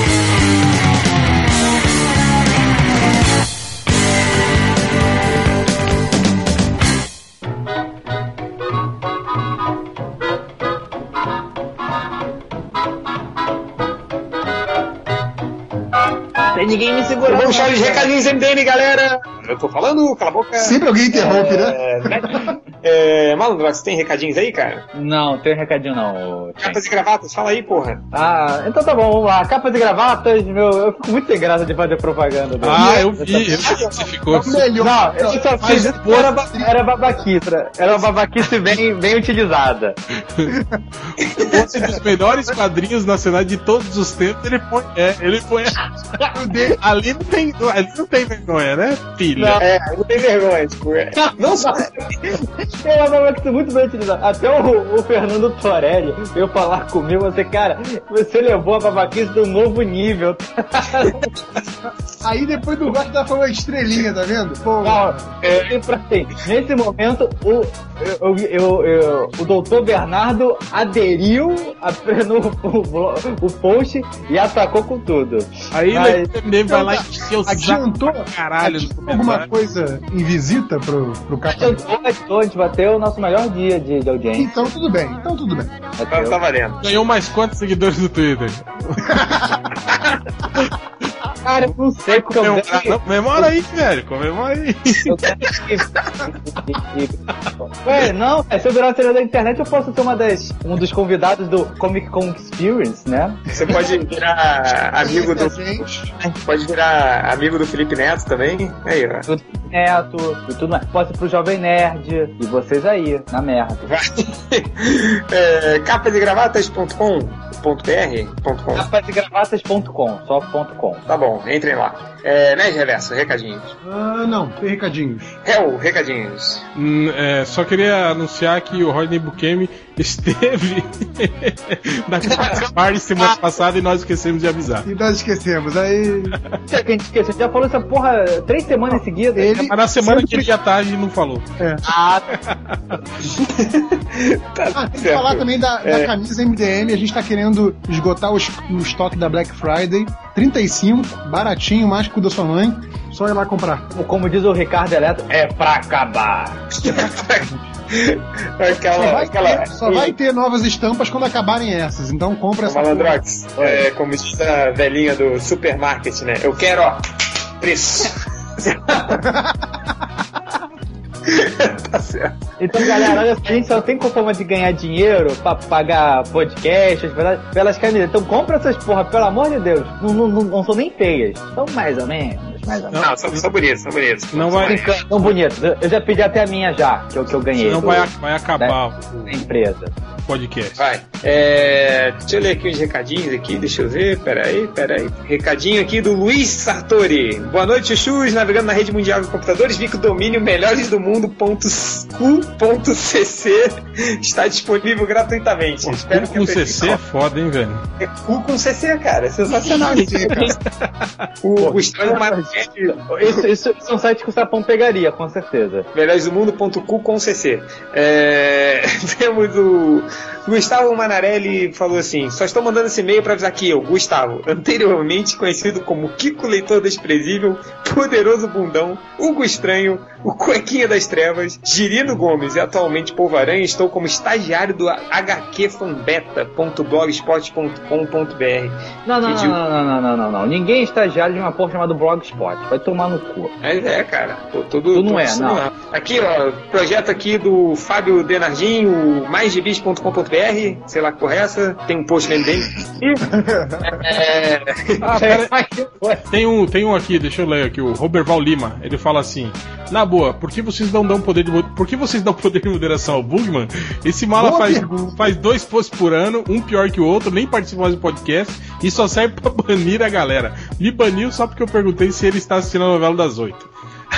D: Tem ninguém me segurando.
A: Vamos chamar de recadinhos M D M, galera. Eu tô falando, cala a boca.
B: Sempre alguém interrompe,
A: é, né? É, Malandro, você tem recadinhos aí, cara?
D: Não, tem recadinho não.
A: Capas e gravatas, fala aí, porra.
D: Ah, então tá bom, vamos lá. Capas e gravatas, meu, eu fico muito sem graça de fazer propaganda. Meu.
C: Ah, eu vi, eu vi que você ficou.
B: Melhor.
D: Não, eu só fiz isso porque era, era babaquice, era uma babaquice bem, bem utilizada.
C: Um dos melhores quadrinhos nacionais de todos os tempos, ele põe. É, ele põe. Ali não tem, ali não tem vergonha, né, filho?
A: Não, é, não tem vergonha, tipo, é. Não só.
D: É uma babaquice muito bem utilizada. Até o, o Fernando Torelli veio falar comigo, você, cara, você levou a babaquice do novo nível.
B: Aí depois do gosto da fama estrelinha, tá vendo? Pô,
D: não, é, assim, nesse momento o, eu, eu, eu, o doutor Bernardo aderiu a, no o, o post e atacou com tudo.
C: Aí ele vai lá e encher o
B: adiantou,
C: caralho.
B: Adiantou alguma coisa em visita pro, pro Capitão?
D: Adiantou, adiantou, a gente bateu o nosso melhor dia de, de audiência.
B: Então tudo bem, então tudo bem.
A: Então tá valendo.
C: Ganhou mais quantos seguidores no Twitter?
D: Cara, eu não sei porque eu
C: Comemora, não, comemora aí, velho. Comemora aí.
D: Eu tenho que... Ué, não, é, se eu virar uma estrela da internet, eu posso ser uma das, um dos convidados do Comic Con Experience, né?
A: Você pode virar amigo do. Pode virar amigo do Felipe Neto também. Aí, ó.
D: Do Neto e tudo mais. Posso ir pro Jovem Nerd e vocês aí, na merda.
A: é, capas e gravatas ponto com ponto b r ponto com
D: capas e gravatas ponto com, só ponto com.
A: Tá bom, entrem lá. É, né, Reverso? Recadinhos.
B: Ah, não, tem recadinhos.
A: É o recadinhos.
C: Hum, é, só queria anunciar que o Rodney Bukemi esteve na Party semana passada e nós esquecemos de avisar.
B: E nós esquecemos, aí.
D: Que a gente esqueceu, já falou essa porra três semanas seguidas.
B: Ele...
C: Mas na semana
B: sempre...
C: que ele já tá, a gente não falou.
B: É.
D: Ah,
A: tá
B: ah, tem que falar também da, da é. camisa M D M. A gente tá querendo esgotar os, o estoque da Black Friday. trinta e cinco, baratinho, mais que o da sua mãe. Só ir lá comprar.
D: Como diz o Ricardo Eletro, é pra acabar.
A: aquela,
B: só vai,
A: aquela...
B: ter, só vai ter novas estampas quando acabarem essas. Então compra essa.
A: Malandrox, é, como diz a velhinha do supermarket, né? Eu quero, ó, preço. Tá certo.
D: Então, galera, olha, a gente só tem forma de ganhar dinheiro pra pagar podcasts pelas camisas. Então, compra essas porra, pelo amor de Deus. Não, não, não, não são nem feias. São mais ou menos. Mais ou menos.
A: Não, são, são bonitos, são bonitos.
C: Não vai.
D: São bonitos. Eu já pedi até a minha já, que eu, que eu ganhei.
C: Não
D: do,
C: vai, vai acabar
D: da,
C: o
D: da empresa.
C: podcast.
A: Vai. É, deixa eu ler aqui uns recadinhos aqui, deixa eu ver. Peraí, peraí. Recadinho aqui do Luiz Sartori. Boa noite, Chuchus. Navegando na rede mundial de computadores, vi que o domínio melhores do mundo ponto cu ponto c c está disponível gratuitamente.
C: Pô,
A: Espero
C: cu com C C é foda, hein, velho?
A: É cu com C C, cara. É sensacional isso, cara. O Gustavo Martelli.
D: Isso, isso, isso é um site que o Sapão pegaria, com certeza.
A: melhores do mundo ponto cu com c c. É... Temos o Gustavo Manarelli falou assim: só estou mandando esse e-mail para avisar que eu, Gustavo, anteriormente conhecido como Kiko Leitor Desprezível, Poderoso Bundão, Hugo Estranho, o Cuequinha das Trevas, Girino Gomes e atualmente Polvaranha, estou como estagiário do h q fanbeta ponto blogspot ponto com ponto b r.
D: Não, não, não, não, não, não, não, não. Ninguém é estagiário de uma porra chamada Blogspot. Vai tomar no cu.
A: Mas é, cara. Pô, tudo,
D: tu não
A: tudo
D: é, não. não.
A: Aqui, ó, projeto aqui do Fábio Denardim, o mais gibis ponto com ponto b r, sei lá que porra é essa, tem um post nele dele.
C: é... ah, pera... tem, um, tem um aqui, deixa eu ler aqui, o Roberval Lima, ele fala assim: na boa, por que vocês não dão poder de por que vocês dão poder de moderação ao Bugman? Esse mala faz, faz dois posts por ano, um pior que o outro, nem participa mais do podcast e só serve pra banir a galera. Me baniu só porque eu perguntei se ele está assistindo a novela das oito.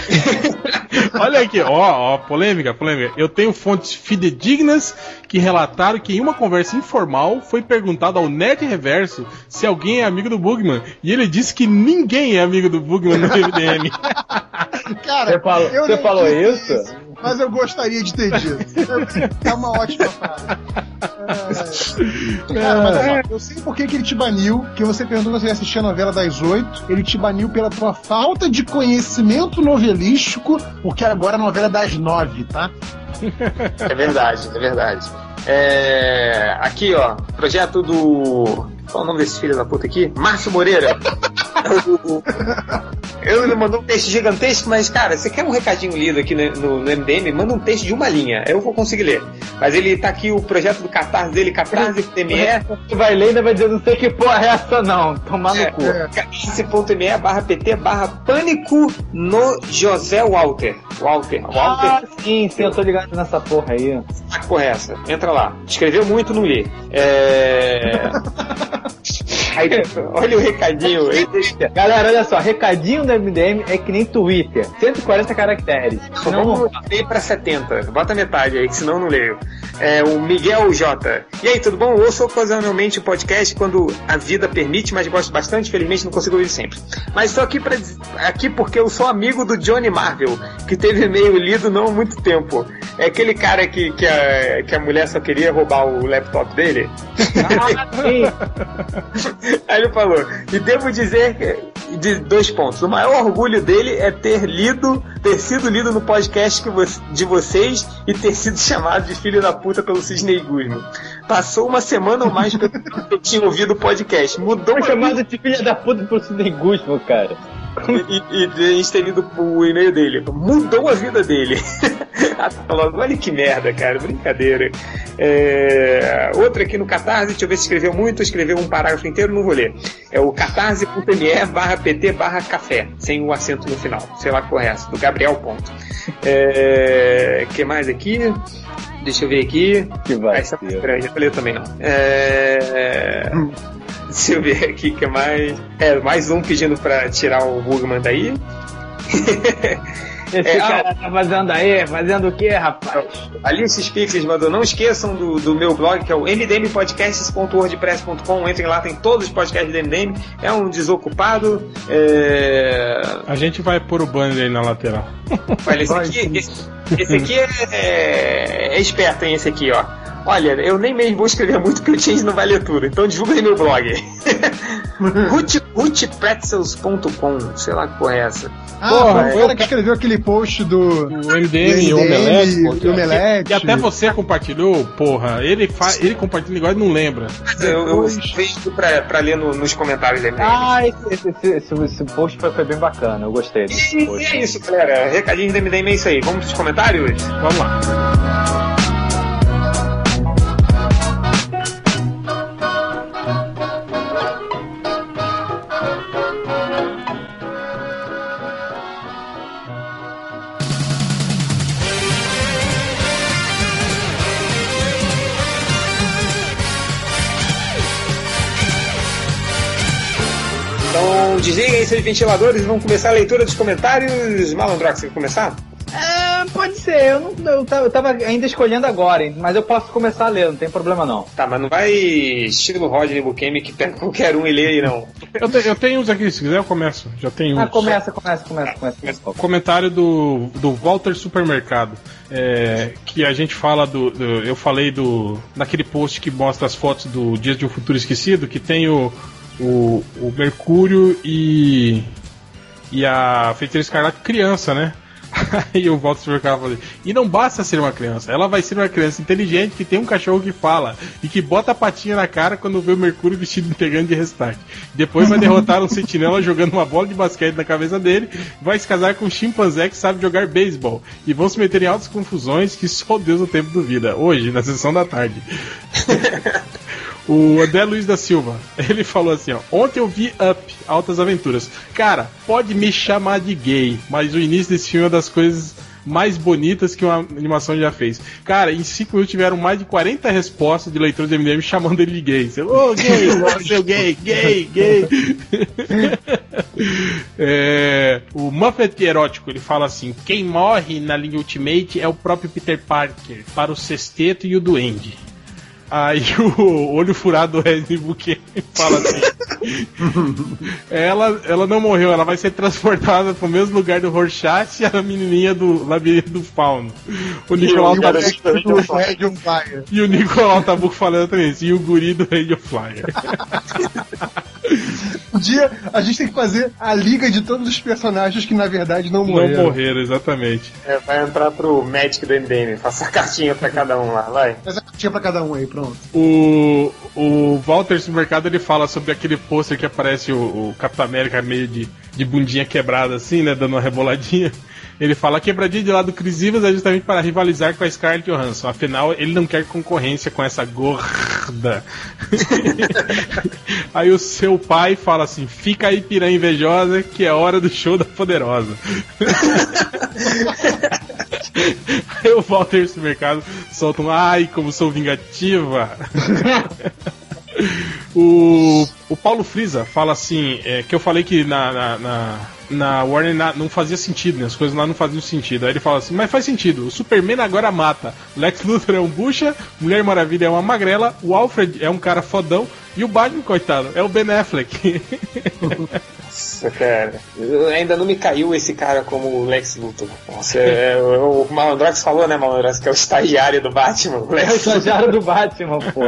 C: Olha aqui, ó, ó, polêmica, polêmica. Eu tenho fontes fidedignas que relataram que em uma conversa informal foi perguntado ao Nerd Reverso se alguém é amigo do Bugman e ele disse que ninguém é amigo do Bugman no M D M.
B: Cara,
D: você falou,
B: eu
D: você falou isso?
B: isso? Mas eu gostaria de ter dito. É uma ótima frase. É... Cara, mas ó, eu sei por que, que ele te baniu, que você perguntou se você assistia a novela das oito. Ele te baniu pela tua falta de conhecimento novelístico, porque agora a novela é das nove, tá?
A: É verdade, é verdade. É... Aqui, ó, projeto do... Qual é o nome desse filho da puta aqui? Márcio Moreira. Ele mandou um texto gigantesco, mas, cara, você quer um recadinho lido aqui no, no, no M D M? Manda um texto de uma linha, eu vou conseguir ler. Mas ele tá aqui, o projeto do Catarse dele, catarse ponto m e.
D: Você vai ler e ainda vai dizer, não sei que porra é essa não, tomar no
A: é,
D: cu.
A: É. catarse ponto m e barra pt barra pânico no José Walter. Walter, Walter.
D: Ah, sim, sim, eu tô ligado nessa porra aí.
A: Ah, que porra é essa? Entra lá. Escreveu muito, não li. É... Aí, olha o recadinho.
D: Galera, olha só, recadinho do M D M é que nem Twitter, cento e quarenta caracteres.
A: Senão não leio pra setenta. Bota metade aí, que senão não leio. É o Miguel J. E aí, tudo bom? Eu ouço ocasionalmente o podcast quando a vida permite, mas gosto bastante, felizmente não consigo ouvir sempre. Mas estou aqui, pra, aqui porque eu sou amigo do Johnny Marvel, que teve e-mail lido não há muito tempo. É aquele cara que, que, a, que a mulher só queria roubar o laptop dele.
D: Ah, sim.
A: Aí ele falou, e devo dizer que, de dois pontos. O maior orgulho dele é ter lido, ter sido lido no podcast que vo- de vocês e ter sido chamado de filho da puta pelo Sidney Guzman. Passou uma semana ou mais que eu tinha ouvido o podcast. Mudou
D: Foi chamado de filha da puta pelo Sidney Guzman, cara.
A: E, e, e a gente ter lido o e-mail dele. Mudou a vida dele. Olha que merda, cara. Brincadeira. É... Outro aqui no Catarse, deixa eu ver se escreveu muito. Escreveu um parágrafo inteiro, não vou ler. É o catarse.me barra pt barra café, sem o acento no final. Sei lá qual é essa, do Gabriel Ponto. É... que mais aqui? Deixa eu ver aqui.
D: Que vai.
A: Essa é estranha, eu falei também não. É... Deixa eu ver aqui que é mais. É, mais um pedindo pra tirar o Bugman daí.
D: Esse
A: é,
D: cara
A: ah,
D: tá fazendo aí, fazendo o que, rapaz?
A: Alice Spixes mandou, não esqueçam do, do meu blog, que é o m d m podcasts ponto wordpress ponto com. Entrem lá, tem todos os podcasts do M D M. É um desocupado. É...
C: A gente vai pôr o banner aí na lateral.
A: Olha, esse aqui, esse, esse aqui é, é, é esperto, hein? Esse aqui, ó. Olha, eu nem mesmo vou escrever muito porque o Change não vai ler tudo, então divulga aí meu blog. root pretzels ponto com, sei lá que porra é essa.
B: Ah,
C: Porra,
B: o cara que escreveu aquele post do...
C: O M D M e o Omelete, pô,
B: e o Omelete.
C: E até você compartilhou, porra. Ele, fa... ele compartilha igual e não lembra.
A: Eu, eu vejo pra, pra ler no, nos comentários da M D M.
D: Ah, esse, esse, esse, esse, esse post foi, foi bem bacana, eu gostei desse
A: E,
D: post.
A: e é isso, galera. Recadinho da M D M é isso aí. Vamos pros comentários?
C: Vamos lá.
A: Então, desliguem aí seus ventiladores e vamos começar a leitura dos comentários. Malandrox, você quer começar?
D: É, pode ser, eu, não, eu, tava, eu tava ainda escolhendo agora, hein, mas eu posso começar a ler, não tem problema não.
A: Tá, mas não vai estilo Rodney Bukemi que pega qualquer um e lê aí, não.
C: Eu, te, eu tenho uns aqui, se quiser eu começo. Já tenho uns.
D: Ah, começa, começa, começa, começa. começa.
C: Comentário do, do Walter Supermercado. É, que a gente fala do, do. Eu falei do. Naquele post que mostra as fotos do Dias de um Futuro Esquecido, que tem o. O, o Mercúrio e. E a Feiticeira Escarlate criança, né? E o Walter Supermercado falou: e não basta ser uma criança, ela vai ser uma criança inteligente que tem um cachorro que fala e que bota a patinha na cara quando vê o Mercúrio vestido de integrante de Restart. Depois vai derrotar um sentinela jogando uma bola de basquete na cabeça dele, vai se casar com um chimpanzé que sabe jogar beisebol e vão se meter em altas confusões que só Deus no tempo duvida. Hoje, na sessão da tarde. O André Luiz da Silva, ele falou assim, ó: ontem eu vi Up, Altas Aventuras. Cara, pode me chamar de gay, mas o início desse filme é uma das coisas mais bonitas que uma animação já fez. Cara, em cinco minutos tiveram mais de quarenta respostas de leitores do M D M chamando ele de gay. Ô, oh, gay, seu gay, gay, gay. É, o Muffet Erótico, ele fala assim: quem morre na linha Ultimate é o próprio Peter Parker, para o Sexteto e o Duende. Aí o olho furado do Redney Bukemi fala assim: ela, ela não morreu, ela vai ser transportada pro mesmo lugar do Rorschach e a menininha do Labirinto do Fauno. O Nicolau Tabuco e o Nicolau Tabuco falando também isso, e o guri do Radio Flyer.
B: Um dia a gente tem que fazer a liga de todos os personagens que na verdade não morreram.
C: Não morreram, exatamente.
A: É, vai entrar pro Magic do M D M, faça a cartinha pra cada um lá, vai.
B: Faz a cartinha pra cada um aí, pronto.
C: O, o Walter Supermercado, ele fala sobre aquele pôster que aparece o, o Capitão América meio de, de bundinha quebrada assim, né, dando uma reboladinha. Ele fala: a quebradinha de lado Chris Evans é justamente para rivalizar com a Scarlett Johansson. Afinal, ele não quer concorrência com essa gorda. Aí o seu pai fala assim: fica aí, piranha invejosa, que é hora do show da Poderosa. Aí o Walter Supermercado solta um: ai, como sou vingativa. O, o Paulo Friza fala assim, é, que eu falei que na, na, na, na Warner na, não fazia sentido, né? As coisas lá não faziam sentido. Aí ele fala assim: mas faz sentido, o Superman agora mata, Lex Luthor é um bucha, Mulher Maravilha é uma magrela, o Alfred é um cara fodão e o Batman, coitado, é o Ben Affleck.
A: Nossa, cara. Eu, ainda não me caiu esse cara como o Lex Luthor. Nossa, é, o, o Malandrox falou, né, Malandrox, que é o estagiário do Batman. O
D: É o estagiário do Batman, pô.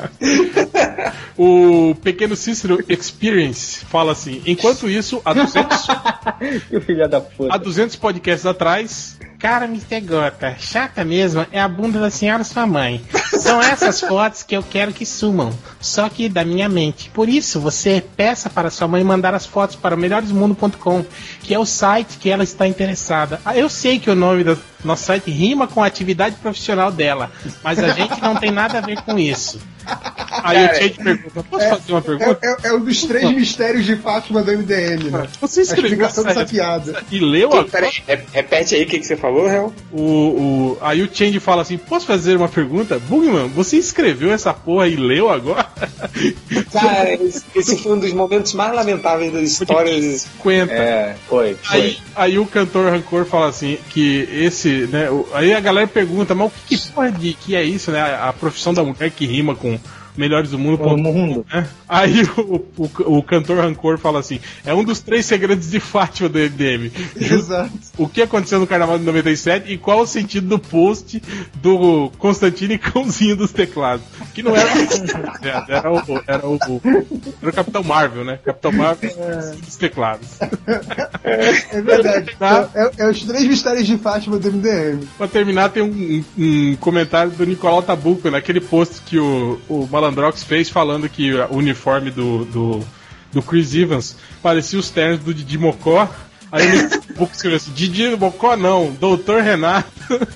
C: O pequeno Cícero Experience fala assim: enquanto isso, há duzentos,
D: que filha da puta.
C: há duzentos podcasts atrás. Cara, mister Gota, chata mesmo é a bunda da senhora sua mãe. São essas fotos que eu quero que sumam, só que da minha mente. Por isso, você peça para sua mãe mandar as fotos para melhores mundo ponto com, que é o site que ela está interessada. Ah, eu sei que o nome do nosso site rima com a atividade profissional dela, mas a gente não tem nada a ver com isso. Aí
A: Cara,
C: o Change pergunta: posso
B: é,
C: fazer uma pergunta?
B: É, é, é um dos três mistérios de Fátima do M D M, né?
C: Você
B: A
C: escreveu
B: explicação
C: essa
B: dessa piada.
C: e leu
A: Que,
C: a...
A: peraí, re- repete aí o que, que você falou, Real.
C: o, o... Aí o Change fala assim: posso fazer uma pergunta? Bugman, você escreveu essa porra e leu agora?
A: Cara, esse, esse foi um dos momentos mais lamentáveis das histórias.
C: cinquenta.
D: É, foi, foi.
C: Aí, aí o cantor Rancor fala assim que esse, né? o- aí a galera pergunta, mas o que, que porra de que é isso, né? A, a profissão da mulher que rima com melhores do mundo.
D: O mundo.
C: Né? Aí o, o, o cantor Rancor fala assim: é um dos três segredos de Fátima do M D M.
B: Exato.
C: O que aconteceu no Carnaval de noventa e sete e qual o sentido do post do Constantino e Cãozinho dos Teclados? Que não era o, era o, era o, era o Capitão Marvel, né? Capitão Marvel dos Teclados.
B: É verdade.
C: Tá.
B: É, é os três mistérios de Fátima do M D M.
C: Pra terminar, tem um, um comentário do Nicolau Tabuco, naquele post que o, o Malandrox fez falando que o uniforme do, do, do Chris Evans parecia os ternos do Didi Mocó. Aí o Tabuco escreveu assim: Didi Mocó não, doutor Renato.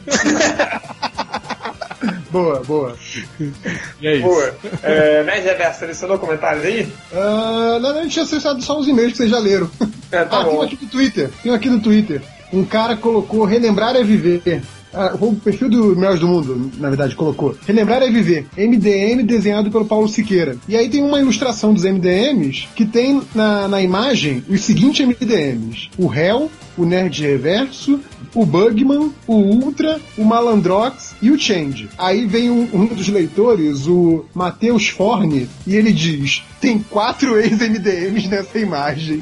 B: Boa, boa.
C: E é isso.
A: Boa. É, né, Reverso, selecionou comentários aí?
B: Ah, não, não, a gente tinha acessado só os e-mails que vocês já leram.
A: É, tá
B: ah, tem um
A: bom.
B: aqui no Twitter. Tem um aqui no Twitter. Um cara colocou relembrar é viver. Ah, o perfil do Melhores do Mundo, na verdade, colocou relembrar é viver, M D M desenhado pelo Paulo Siqueira. E aí tem uma ilustração dos M D Ms que tem na, na imagem os seguintes M D Ms: o Hell, o Nerd Reverso, o Bugman, o Ultra, o Malandrox e o Change. Aí vem um, um dos leitores, o Matheus Forne, e ele diz: tem quatro ex-M D Ms nessa imagem.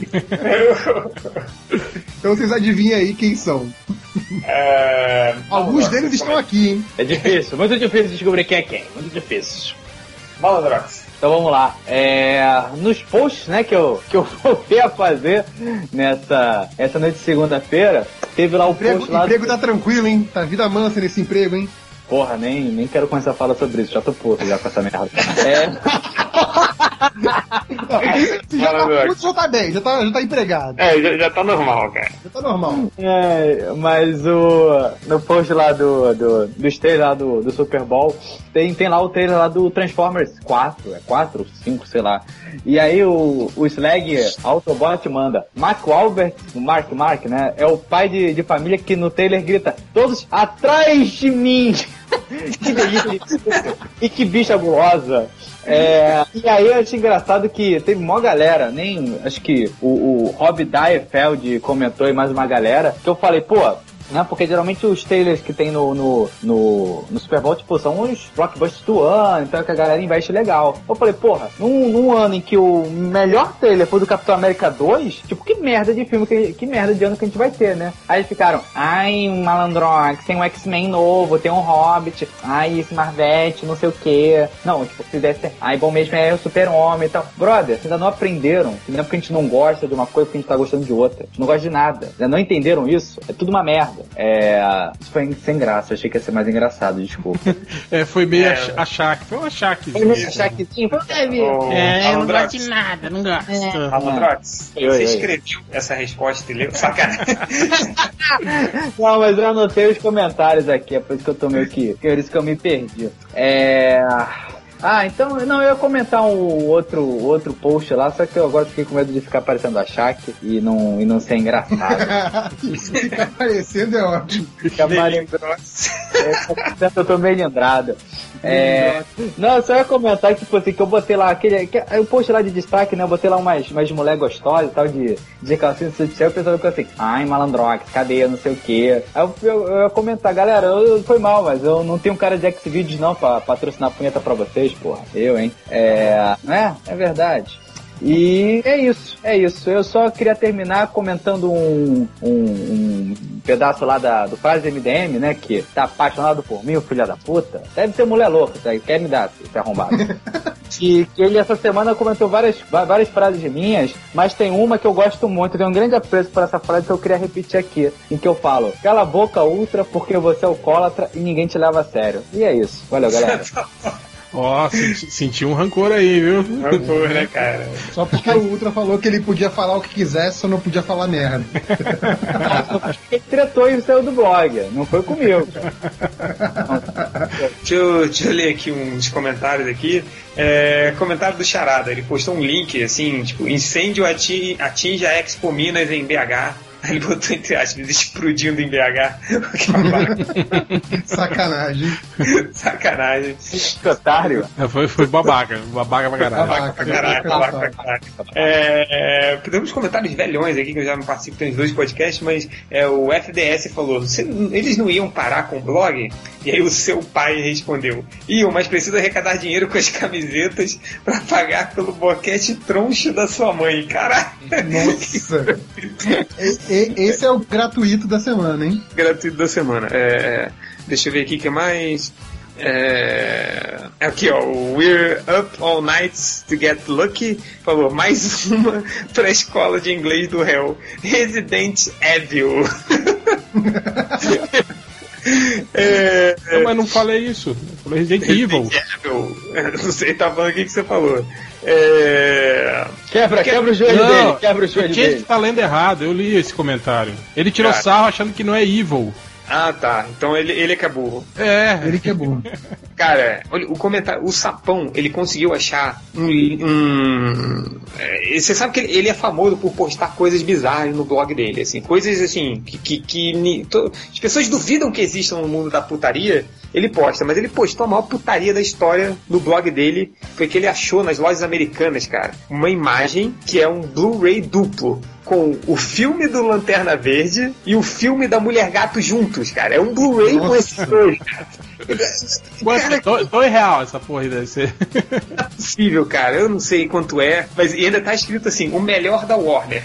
B: Então vocês adivinham aí quem são.
A: É...
B: Alguns deles estão aqui, hein?
D: É difícil, muito difícil descobrir quem é quem. Muito difícil.
A: Malandrox.
D: Então vamos lá. É, nos posts, né, que eu, que eu voltei a fazer nessa essa noite de segunda-feira, teve lá o
B: Emprego,
D: post lá.
B: emprego tá tranquilo, hein? Tá vida mansa nesse emprego, hein?
D: Porra, nem, nem quero começar a falar sobre isso, já tô puto já com essa merda. É.
B: Se já tá puto, já tá bem, já tá, já tá empregado.
A: É, já, já tá normal, cara.
B: Já tá normal.
D: É, mas o. No post lá do, do, dos trailers lá do, do Super Bowl, tem, tem lá o trailer lá do Transformers quatro, é quatro ou cinco, sei lá. E aí o, o Slag Autobot manda: Mark Wahlberg, o Mark Mark, né? É o pai de, de família que no trailer grita: todos atrás de mim! Que delícia! E que bicha gulosa! É, e aí eu achei engraçado que teve uma galera, nem acho que o, o Rob Dierfeld comentou e mais uma galera, que eu falei, pô, né, porque geralmente os trailers que tem no, no, no, no Super Bowl, tipo, são os blockbusters do ano, então que a galera investe legal. Eu falei, porra, num, num ano em que o melhor trailer foi do Capitão América dois, tipo, que merda de filme, que, que merda de ano que a gente vai ter, né? Aí eles ficaram, ai, um Malandrox, tem um X-Men novo, tem um Hobbit, ai, esse Marvete, não sei o que. Não, tipo, se desse, ai, bom mesmo é o Super-Homem e tal. Brother, vocês ainda não aprenderam, não é porque a gente não gosta de uma coisa que a gente tá gostando de outra. A gente não gosta de nada. Ainda não entenderam isso? É tudo uma merda. É, isso foi sem graça, eu achei que ia ser mais engraçado, desculpa.
C: É, foi meio
A: É.
C: achaque, foi um achaque.
D: Foi meio achaquezinho, foi teve.
A: Ô,
C: É, eu não
A: Malandrox.
C: gosto de nada, não gosto.
A: Malandrox,
D: Oi,
A: você
D: oi.
A: escreveu essa resposta e leu? Sacanagem.
D: Não, mas eu anotei os comentários aqui, é por isso que eu tô meio que. Por isso que eu me perdi. É. Ah, então, não, eu ia comentar um outro, outro post lá, só que eu agora fiquei com medo de ficar parecendo a Shaq e não, e não ser engraçado.
B: Fica aparecendo é ótimo.
D: Fica parecendo. É, eu tô meio lembrado. É, não, só ia comentar que, tipo assim, que eu botei lá aquele. Que, o post lá de destaque, né? Eu botei lá umas, umas mulher gostosas e tal, de, de calcinha de sutiã, e o pessoal ficou assim, ai, Malandrox, cadê? Não sei o quê. Aí eu, eu, eu ia comentar, galera, eu, foi mal, mas eu não tenho cara de Xvideos não pra patrocinar punheta pra vocês, porra. Eu, hein? É. Né? É verdade. E é isso, é isso. Eu só queria terminar comentando um, um, um pedaço lá da, do Frase M D M, né? Que tá apaixonado por mim, o filho da puta. Deve ser mulher louca, tá? Quer me dar, esse arrombado. E que ele essa semana comentou várias, várias frases minhas, mas tem uma que eu gosto muito, tem um grande apreço por essa frase que eu queria repetir aqui, em que eu falo: cala a boca, Ultra, porque você é alcoólatra e ninguém te leva a sério. E é isso. Valeu, galera.
C: Ó, oh, senti, senti um rancor aí, viu?
A: Rancor, né, cara?
B: Só porque o Ultra falou que ele podia falar o que quisesse, só não podia falar merda.
D: Ele tretou e saiu do blog, não foi comigo.
A: Deixa eu, deixa eu ler aqui uns comentários aqui. É, comentário do Charada, ele postou um link assim, tipo, incêndio atinge, atinge a Expo Minas em B H. Ele botou entre aspas, explodindo em B H.
B: Sacanagem.
A: Sacanagem.
D: Que otário.
C: É, foi, foi babaca. Babaca pra caralho.
A: Babaca pra caralho. Babaca pra caralho. É, é, temos comentários velhões aqui, que eu já não participo dos dois podcasts, mas é, o F D S falou: eles não iam parar com o blog? E aí o seu pai respondeu: iam, mas precisa arrecadar dinheiro com as camisetas pra pagar pelo boquete troncho da sua mãe. Caralho.
B: Nossa. e, e, esse é o gratuito da semana, hein?
A: Gratuito da semana. É, deixa eu ver aqui o que mais. É, aqui ó, o We're Up All Nights to Get Lucky falou: mais uma pra escola de inglês do réu, Resident Evil.
C: É, não, mas não falei isso. Eu falei Resident, Resident Evil.
A: Evil. Não sei, tá falando o que, que você falou. É...
D: Quebra,
A: que...
D: quebra o joelho
C: não,
D: dele, quebra o joelho
C: dele.
D: dele.
C: Tá lendo errado, eu li esse comentário. Ele tirou
A: Cara.
C: sarro achando que não é Evil.
A: Ah, tá. Então ele, ele é que é burro.
C: É.
B: Ele que é burro.
A: Cara, olha, o comentário, o Sapão, ele conseguiu achar um... um é, você sabe que ele, ele é famoso por postar coisas bizarras no blog dele, assim, coisas assim, que, que, que to, as pessoas duvidam que existam no mundo da putaria, ele posta, mas ele postou a maior putaria da história no blog dele, foi que ele achou nas lojas americanas, cara, uma imagem que é um Blu-ray duplo, com o filme do Lanterna Verde e o filme da Mulher Gato juntos, cara. É um Blu-ray com esses dois, cara.
C: Quanto? Dois, dois real essa porra aí deve ser.
A: Não é possível, cara. Eu não sei quanto é, mas ainda tá escrito assim, o melhor da Warner.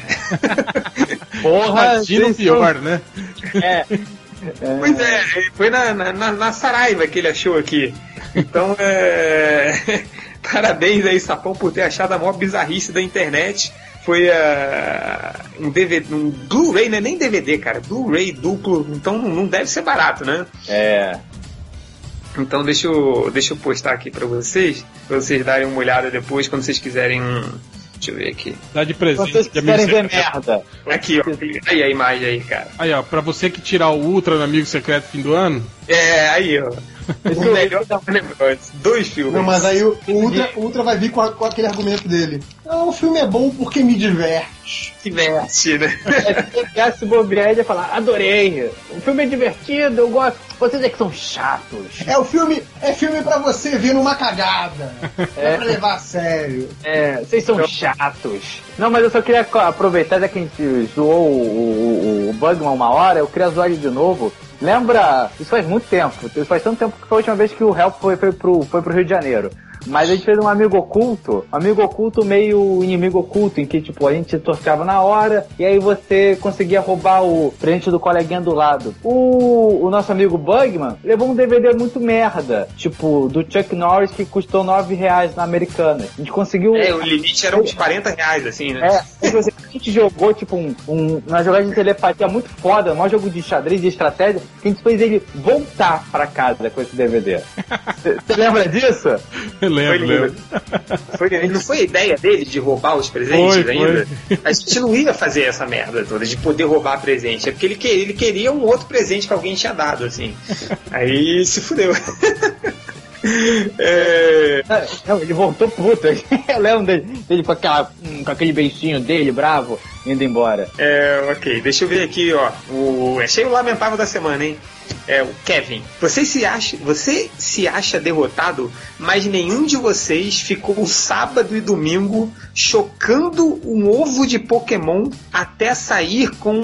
C: Porra, imagina o pior, né?
D: É.
A: Pois é, foi na, na, na Saraiva que ele achou aqui. Então, é... parabéns aí, Sapão, por ter achado a maior bizarrice da internet. Foi uh, um D V D, um Blu-ray, né? Nem D V D, cara. Blu-ray duplo, então não deve ser barato, né?
D: É.
A: Então deixa eu, deixa eu postar aqui pra vocês, pra vocês darem uma olhada depois, quando vocês quiserem um... Deixa eu ver aqui.
C: Dá de presente.
D: Vocês querem ver merda.
A: Aqui, ó. Aí a imagem aí, cara.
C: Aí, ó. Pra você que tirar o Ultra no Amigo Secreto fim do ano.
A: É, aí, ó. O melhor da Warner. Dois filmes.
B: Não, mas aí o Ultra, Ultra vai vir com, a, com aquele argumento dele. Não, o filme é bom porque me diverte.
A: Diverte, né?
D: É, se bobear, ele ia falar: adorei. O filme é divertido, eu gosto. Vocês é que são chatos.
B: É o filme, é filme pra você ver numa cagada. É, é pra levar a sério.
D: É, vocês são chatos. Não, mas eu só queria aproveitar, já que a gente zoou o, o, o Bugman uma hora, eu queria zoar ele de novo. Lembra, isso faz muito tempo, isso faz tanto tempo que foi a última vez que o Help foi, foi, pro, foi pro Rio de Janeiro. Mas a gente fez um amigo oculto, amigo oculto meio inimigo oculto, em que tipo, a gente torcava na hora e aí você conseguia roubar o presente do coleguinha do lado. O, o nosso amigo Bugman levou um D V D muito merda, tipo, do Chuck Norris, que custou nove reais na Americana. A gente conseguiu...
A: É, o limite era uns quarenta reais, assim, né?
D: É, a gente jogou, tipo, um, um, uma jogada de telepatia muito foda, um maior jogo de xadrez, de estratégia, que a gente fez ele voltar pra casa com esse D V D. Você lembra disso?
C: Lembro, lembro.
A: Foi, não foi a ideia dele de roubar os presentes
C: foi,
A: ainda?
C: Foi.
A: A gente não ia fazer essa merda toda, de poder roubar presente. É porque ele queria, ele queria um outro presente que alguém tinha dado, assim. Aí se fudeu. É...
D: Não, ele voltou puto. Eu lembro dele, dele com, aquela, com aquele beicinho dele, bravo, indo embora.
A: É, ok. Deixa eu ver aqui, ó. O... Achei o lamentável da semana, hein? É, o Kevin. Você se acha, você se acha derrotado, mas nenhum de vocês ficou sábado e domingo chocando um ovo de Pokémon até sair com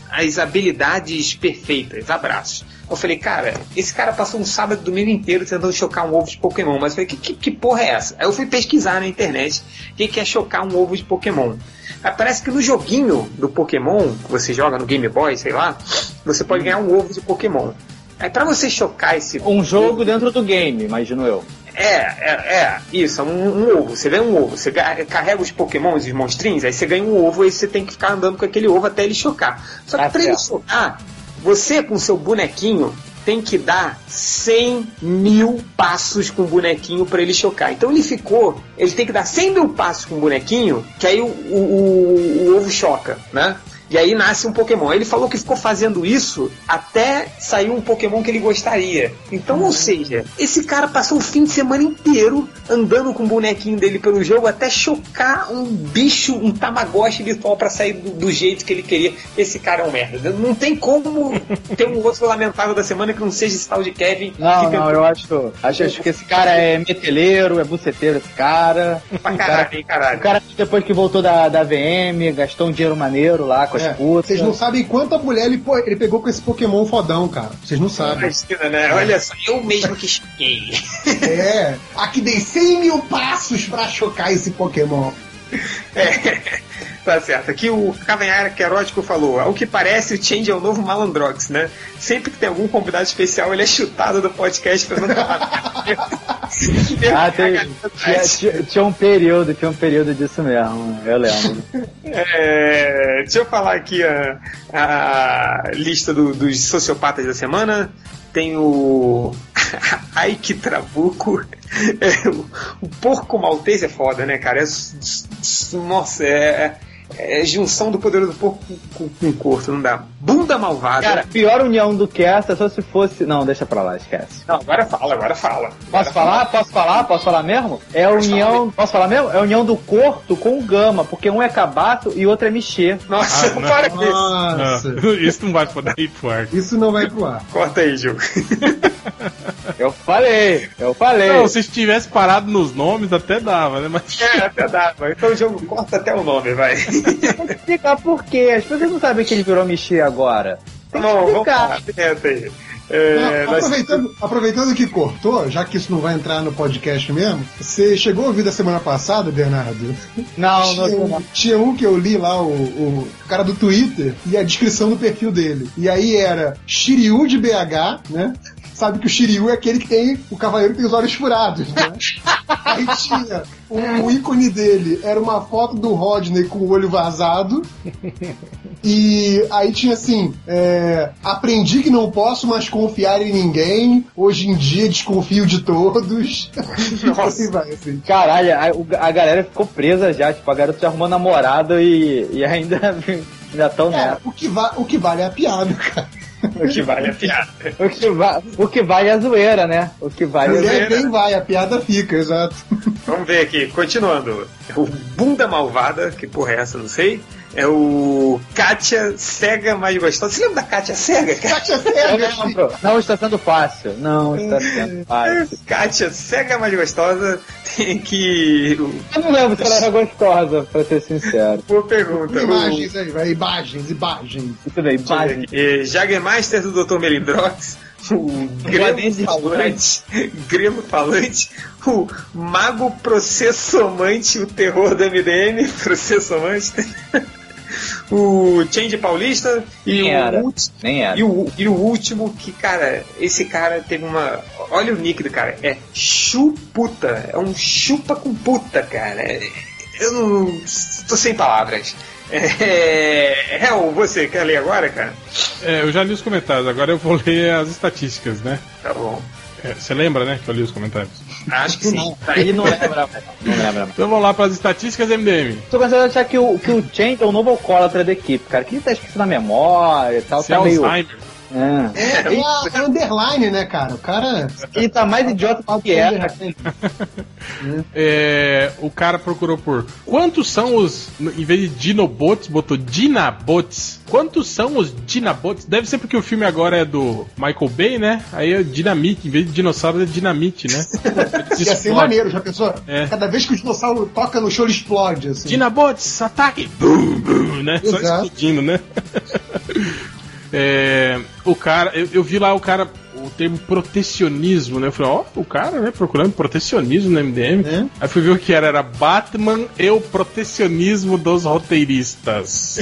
A: as habilidades perfeitas, abraços. Eu falei, cara, esse cara passou um sábado e domingo inteiro tentando chocar um ovo de Pokémon. Mas eu falei, que, que, que porra é essa? Aí eu fui pesquisar na internet o que, que é chocar um ovo de Pokémon. Aí parece que no joguinho do Pokémon, que você joga no Game Boy, sei lá, você pode ganhar um ovo de Pokémon. Aí pra você chocar esse...
D: Um jogo dentro do game, imagino eu.
A: É, é, é, isso, um, um ovo, você ganha um ovo, você carrega os Pokémons, os monstrinhos, aí você ganha um ovo e você tem que ficar andando com aquele ovo até ele chocar. Só que
D: tá
A: pra
D: certo.
A: ele chocar, você com seu bonequinho tem que dar cem mil passos com o bonequinho pra ele chocar. Então ele ficou, ele tem que dar cem mil passos com o bonequinho, que aí o, o, o, o ovo choca, né? E aí nasce um Pokémon. Ele falou que ficou fazendo isso até sair um Pokémon que ele gostaria. Então, ou seja, esse cara passou o fim de semana inteiro andando com o bonequinho dele pelo jogo até chocar um bicho, um Tamagotchi virtual pra sair do, do jeito que ele queria. Esse cara é um merda. Não tem como ter um outro lamentável da semana que não seja esse tal de Kevin.
D: Não,
A: que
D: não,
A: tentou...
D: eu acho, acho, acho que esse cara é meteleiro, é buceteiro esse cara.
A: Pra caralho, hein, caralho.
D: O cara depois que voltou da, da V M, gastou um dinheiro maneiro lá com as
B: É,
D: putas.
B: vocês não sabem quanta mulher ele, pô, ele pegou com esse Pokémon fodão, cara. Vocês não sabem.
A: Imagina, né? Olha só, eu mesmo que cheguei.
B: É, aqui dei cem mil passos pra chocar esse Pokémon.
A: É, tá certo. Aqui o Cavanhaque Querótico falou: ao que parece, o Change é o novo Malandrox, né? Sempre que tem algum convidado especial, ele é chutado do podcast pra não falar.
D: Ah, tem, tinha, tinha, tinha um período, tinha um período disso mesmo, eu lembro.
A: É, deixa eu falar aqui a, a lista do, dos sociopatas da semana. Tem o Ike Trabuco. É, o, o porco maltese é foda, né, cara? É, nossa, é, é junção do poderoso porco com, com corto, não dá. Bunda malvada.
D: Cara, pior união do que essa só se fosse... Não, deixa pra lá, esquece.
A: Não, agora fala, agora fala.
D: Posso
A: agora
D: falar?
A: fala.
D: Posso falar? Posso falar mesmo? É a união... Posso falar mesmo? É a união do corto com o gama, porque um é cabaço e outro é mexer.
A: Nossa,
C: Ah, não.
A: para com isso.
B: Nossa,
C: Não, isso não vai poder ir pro ar.
B: isso não vai pro ar.
A: Corta aí, Gil.
D: Eu falei, eu falei.
C: Não, se tivesse parado nos nomes, até dava, né? Mas...
A: É, até dá. Então o jogo corta até o nome, vai.
D: Vou explicar por quê. As pessoas não sabem que ele virou mexer agora. Tem que
A: Bom, vamos
D: explicar.
A: lá, tenta aí. É,
B: Não,
A: nós-
B: aproveitando, aproveitando que cortou, já que isso não vai entrar no podcast mesmo, você chegou a ouvir da semana passada, Bernardo?
D: Não, não,
B: Tinha,
D: não.
B: tinha um que eu li lá, o, o cara do Twitter, e a descrição do perfil dele. E aí era Shiryu de B H, né? Sabe que o Shiryu é aquele que tem o cavaleiro que tem os olhos furados, né? Aí tinha o, o ícone dele, era uma foto do Rodney com o olho vazado. E aí tinha assim, é, aprendi que não posso mais confiar em ninguém, hoje em dia desconfio de todos.
A: Nossa.
B: E vai, assim.
D: Caralho, a, o- a galera ficou presa já. Tipo, a garota já arrumou namorado e, e ainda ainda tão
B: É,
D: nessa.
B: o que, va- o que vale é a piada, cara.
A: O que vale a piada.
D: O que, va- o que vale é a zoeira, né? O que vale é a zoeira.
B: Mulher bem vai, a piada fica, exato.
A: Vamos ver aqui, continuando. O Bunda Malvada, que porra é essa, não sei. É o Kátia Cega Mais Gostosa. Você lembra da Kátia Cega, cara?
B: Kátia
D: Eu
B: Cega,
D: lembro. Não está sendo fácil. Não está sendo fácil.
A: Kátia Cega Mais Gostosa tem que...
D: Eu não lembro se ela era gostosa, pra ser sincero.
A: Boa pergunta.
B: imagens aí, vai, imagens, imagens.
D: Tudo bem, base.
A: O Jagermaster do doutor Melindrox. O Grelo Falante, Grelo Falante, o Mago Processomante, o terror do M D M, Processomante, o Change Paulista e
D: Nem
A: o,
D: era.
A: ulti-
D: Nem era.
A: e, o, e o último que, cara, esse cara teve uma... Olha o nick do cara, é chuputa, é um chupa com puta, cara. É- Eu não... tô sem palavras. É... Hel, você quer ler agora, cara?
C: É, eu já li os comentários, agora eu vou ler as estatísticas, né?
A: Tá bom.
C: É, você lembra, né, que eu li os comentários?
A: Acho que sim. Tá aí.
D: Ele não lembra. Não lembra.
C: Então vamos lá para as estatísticas M D M.
D: Tô começando a achar que o, que o Chain é o novo alcoólatra da equipe, cara. Que ele tá esquecido na memória e tal,
C: Se
D: tá meio...
C: Alzheimer.
D: É.
B: É, é a é underline, né, cara? O cara.
D: Ele tá mais idiota do que é.
C: É, o cara procurou por quantos são os. Em vez de Dinobots, botou Dinabots. Quantos são os Dinabots? Deve ser porque o filme agora é do Michael Bay, né? Aí é Dinamite, em vez de dinossauro é Dinamite, né? Eles
B: Ia ser
C: explodem.
B: maneiro, já pensou?
C: É.
B: Cada vez que o dinossauro toca no show, ele explode, assim.
C: Dinabots, ataque! Bum, bum, né? Só
B: Exato.
C: explodindo, né? É, o cara, eu, eu vi lá o cara, o termo protecionismo, né? Eu falei, ó, oh, o cara, né, procurando protecionismo no M D M. É? Aí fui ver o que era, era Batman e o protecionismo dos roteiristas.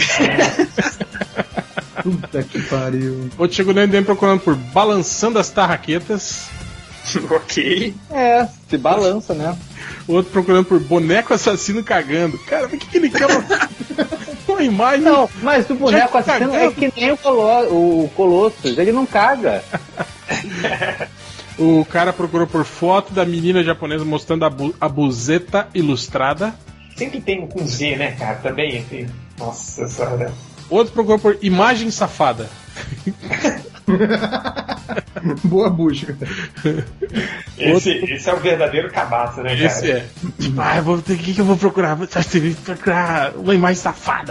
B: Puta que pariu.
C: Outro chegou no M D M procurando por Balançando as Tarraquetas.
A: Ok.
D: É, se balança, né?
C: O outro procurando por Boneco Assassino Cagando. Cara, por que, que ele quer uma, uma imagem?
D: Não, mas o boneco assassino é que nem o, Colo- o Colossus, ele não caga.
C: O cara procurou por foto da menina japonesa mostrando a, bu- a buzeta ilustrada.
A: Sempre tem um com Z, né, cara? Também, assim. Nossa senhora.
C: Outro procurou por imagem safada.
B: Boa busca.
A: Esse, esse é o verdadeiro cabaço, né, cara?
C: Esse é. Tipo, ah, eu vou ter que, que eu vou procurar? Vou procurar uma imagem safada.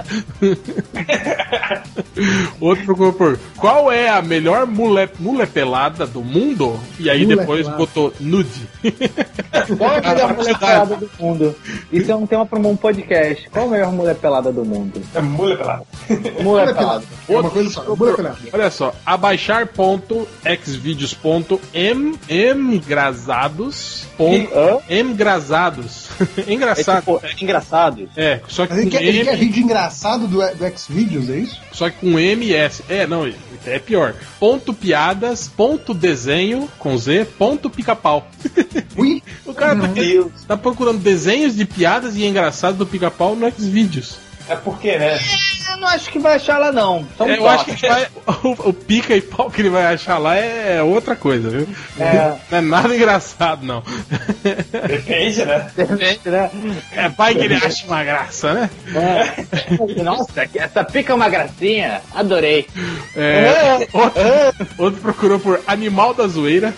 C: Outro procurou por qual é a melhor mulher, mulher pelada do mundo? E aí
B: Mulher
C: depois
B: pelada.
C: botou nude.
D: Qual é a melhor mulher pelada do mundo? Isso é um tema para um podcast. Qual a melhor mulher pelada do mundo?
A: É mulher pelada.
D: Mulher pelada.
B: É uma coisa só. Mulher pelada.
C: Olha só, abaixar ponto xvideos ponto m engraçados ponto
D: Hã?
C: engraçados
D: É
C: engraçado
D: tipo, é engraçado.
C: é, só que
B: Mas ele
C: com
B: quer, ele quer
C: M,
B: vídeo engraçado do, do Xvideos, é isso?
C: só que com M e S. É, não, é pior. Ponto piadas, ponto desenho com Z, ponto pica-pau.
B: Ui!
C: O cara tá,
A: Deus.
C: tá procurando desenhos de piadas e engraçado do pica-pau no Xvideos.
A: É porque, né?
D: Eu não acho que vai achar lá, não. Só um
C: É, eu acho que vai, o, o pica e pau que ele vai achar lá é outra coisa, viu?
D: É.
C: Não é nada engraçado, não.
A: Depende, né?
D: Depende, né?
C: É pai que ele acha uma graça, né?
D: É. Nossa, essa pica é uma gracinha. Adorei.
C: É, outro, outro procurou por Animal da Zoeira.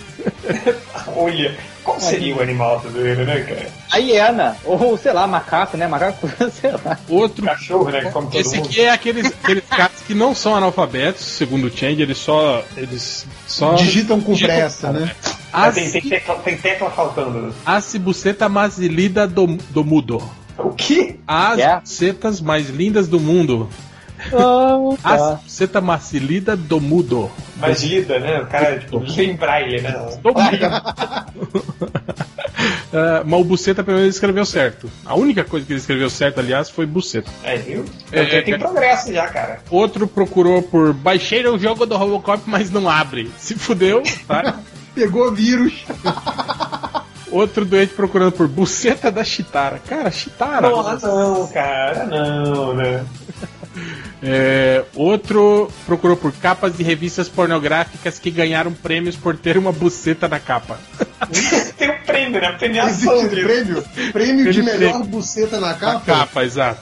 A: Olha, qual seria o animal brasileiro, né, cara?
D: A hiena. Ou, sei lá, macaco, né? Macaco, sei lá.
C: Outro.
A: Cachorro, né? Que come todo
C: Esse
A: mundo.
C: aqui é aqueles, aqueles caras que não são analfabetos, segundo o Change, eles só. Eles só.
B: Digitam com pressa, né?
A: Ah, tem, tem, tecla, tem tecla faltando.
C: As buceta mais linda do, do mundo.
A: O quê?
C: As
D: Yeah.
C: bucetas mais lindas do mundo.
D: Oh,
C: As
D: tá.
C: buceta mais linda do mundo.
A: Mais lida, né? O cara, tipo, em braille, né?
C: Do mundo. Uh, mas o buceta pelo menos escreveu certo. A única coisa que ele escreveu certo, aliás, foi buceta.
A: É, viu?
C: É,
A: É, tem
C: é,
A: progresso já, cara.
C: Outro procurou por baixei o jogo do Robocop, mas não abre. Se fudeu, tá?
B: Pegou vírus.
C: Outro doente procurando por buceta da Chitara. Cara, Chitara.
A: Não, não, cara, não, né?
C: É, outro procurou por capas de revistas pornográficas que ganharam prêmios por ter uma buceta na capa.
A: Tem um prêmio, né? Premiação
B: Existe
A: disso.
B: prêmio? Prêmio de
C: Ele
B: melhor
C: prêmio.
B: buceta na
C: Na
B: capa?
C: capa, exato.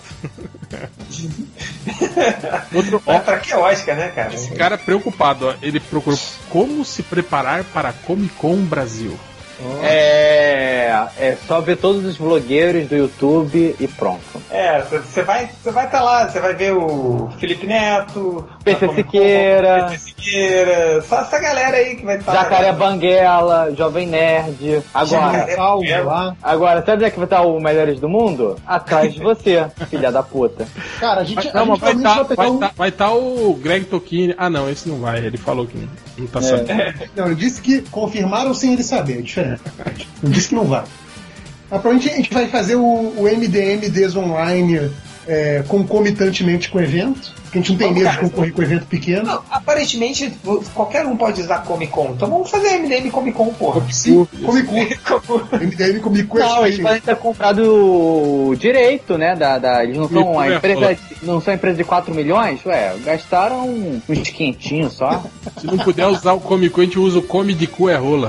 C: Outro, ó,
A: Mas pra que Oscar, né, cara?
C: esse cara preocupado, ó, ele procurou como se preparar para a Comic Con Brasil.
D: É, é só ver todos os blogueiros do YouTube e pronto.
A: É, você vai você vai estar lá, você vai ver o Felipe Neto,
D: P C
A: a Comic Con,
D: Siqueira.
A: P C Siqueira, só essa galera aí que vai estar.
D: Jacaré Banguela, Jovem Nerd. Agora,
A: Jacaré-
B: Salve
A: É.
B: lá.
D: agora, sabe onde é que vai estar o Melhores do Mundo? Atrás de você, filha da puta.
B: Cara, a gente,
C: Não,
B: a
C: mas
B: gente
C: vai
B: realmente
C: estar
B: vai pegar um...
C: vai tá o Greg Tokine. Ah, não, esse não vai. Ele falou que não, não tá sabendo.
B: Não, ele disse que confirmaram sem ele saber, é diferente. Ele disse que não vai. Mas provavelmente a gente vai fazer o, o M D M Des Online é, concomitantemente com o evento, porque a gente não tem
A: Vamos,
B: medo de
A: cara.
B: concorrer com o evento pequeno.
A: Não, aparentemente qualquer um pode usar Comic Con, então vamos fazer M D M Comic Con, porra.
B: Sim, Comic Con. M D M Comic Con.
D: Não, eles podem ter comprado o direito, né? Da, da- eles não são
C: YouTube
D: a
C: é
D: empresa,
C: foda.
D: de- não são a empresa de quatro milhões? Ué, gastaram uns quentinhos só.
C: Se não puder usar o Comic Con, a gente usa o Come de cu é rola.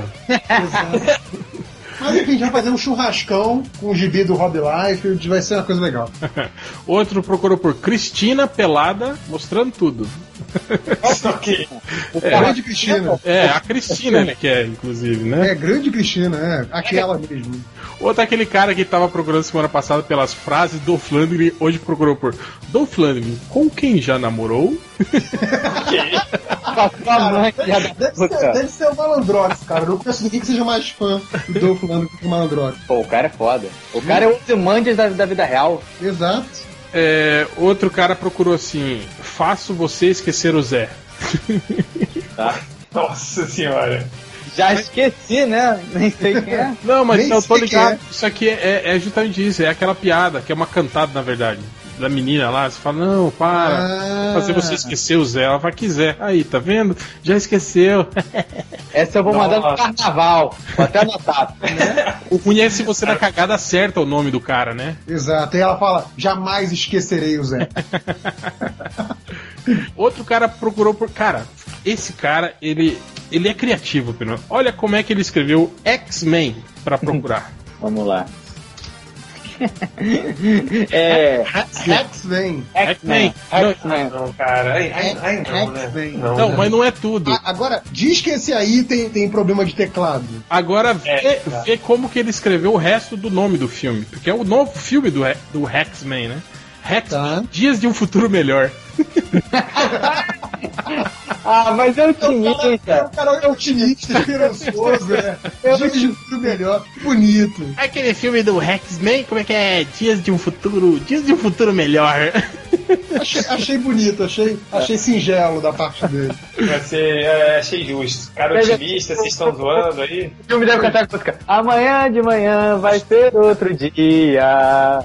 B: Mas enfim, a gente vai fazer um churrascão com o gibi do Rob Life, vai ser uma coisa legal.
C: Outro procurou por Cristina pelada, mostrando tudo.
A: Ok.
B: É, grande Cristina.
C: É, a Cristina ele quer, inclusive, né?
B: É, grande Cristina, é. Aquela mesmo.
C: Outro aquele cara que tava procurando semana passada pelas frases do Flandre, hoje procurou por do Flandre, com quem já namorou?
D: Com a sua mãe, filha da
B: Deve ser,
D: puta.
B: deve ser o Malandrox, cara. Eu não conheço ninguém que seja mais fã do Dolph Lundgren que o Malandrox.
D: Pô, o cara é foda. O cara é o Ozymandias da, da vida real.
B: Exato.
C: É, outro cara procurou assim, faço você esquecer o Zé.
D: Tá.
A: Nossa senhora.
D: Já esqueci, né? Nem sei quem é.
C: Não, mas
B: Nem
C: não, eu tô
B: sei
C: ligado.
B: quem é.
C: Isso aqui é, é justamente isso. É aquela piada, que é uma cantada, na verdade. Da menina lá, você fala, não, para.
B: Ah.
C: Fazer você esquecer o Zé. Ela vai, quiser. Aí, tá vendo? Já esqueceu.
D: Essa eu vou mandar no carnaval. Vou até anotar.
C: O ruim é se você na cagada acerta o nome do cara, né?
B: Exato. E ela fala, jamais esquecerei o Zé.
C: Outro cara procurou por. Cara, esse cara, ele, ele é criativo, Pino. Olha como é que ele escreveu X-Men pra procurar.
D: Vamos lá. É.
B: X-Men.
D: X-Men. X-Men.
A: Não, cara. Ai, ai, ai, não, né?
B: X-Men.
A: Não,
C: Não,
A: não.
C: mas não é tudo.
B: A- Agora, diz que esse aí tem, tem problema de teclado.
C: Agora vê,
A: É, tá.
C: vê como que ele escreveu o resto do nome do filme. Porque é o novo filme do, He- do X-Men, né? X-Men,
B: Tá.
C: Dias de um Futuro Melhor.
D: Ah, mas eu
B: O cara,
D: otimista.
B: o cara é otimista, esperançoso, né? Dias de futuro melhor, bonito.
C: Aquele filme do X-Men, como é que é? Dias de um Futuro. Dias de um Futuro Melhor.
B: Achei, achei bonito, achei, achei singelo da parte dele.
A: Vai ser, é, achei justo. Cara otimista, vocês estão zoando aí.
D: O filme deve cantar com a música. Amanhã de manhã vai ser outro dia.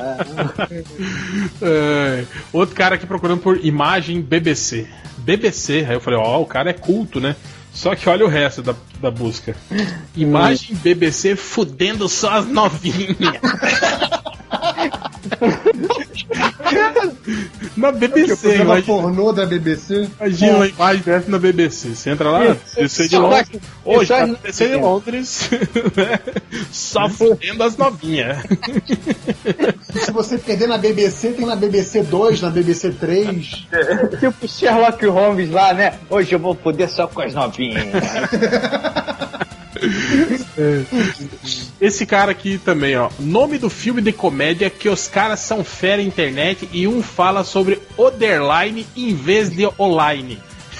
C: É, outro cara aqui procurando por imagem B B C. B B C, aí eu falei, ó, o cara é culto, né? Só que olha o resto da, da busca. Imagem B B C fudendo só as novinhas. Na B B
B: Que o
C: C,
B: programa
C: imagina,
B: pornô da B B C.
C: imagina uma imagem dessa na B B C. Você entra lá, B B C de Londres. Hoje, tá B B C de Londres, né? Só fudendo as novinhas.
B: Se você perder na B B C, tem na B B C dois, na B B C três.
D: Tipo Sherlock Holmes lá, né? Hoje eu vou poder só com as novinhas.
C: Esse cara aqui também, ó. Nome do filme de comédia que os caras são fera internet e um fala sobre Oderline em vez de online.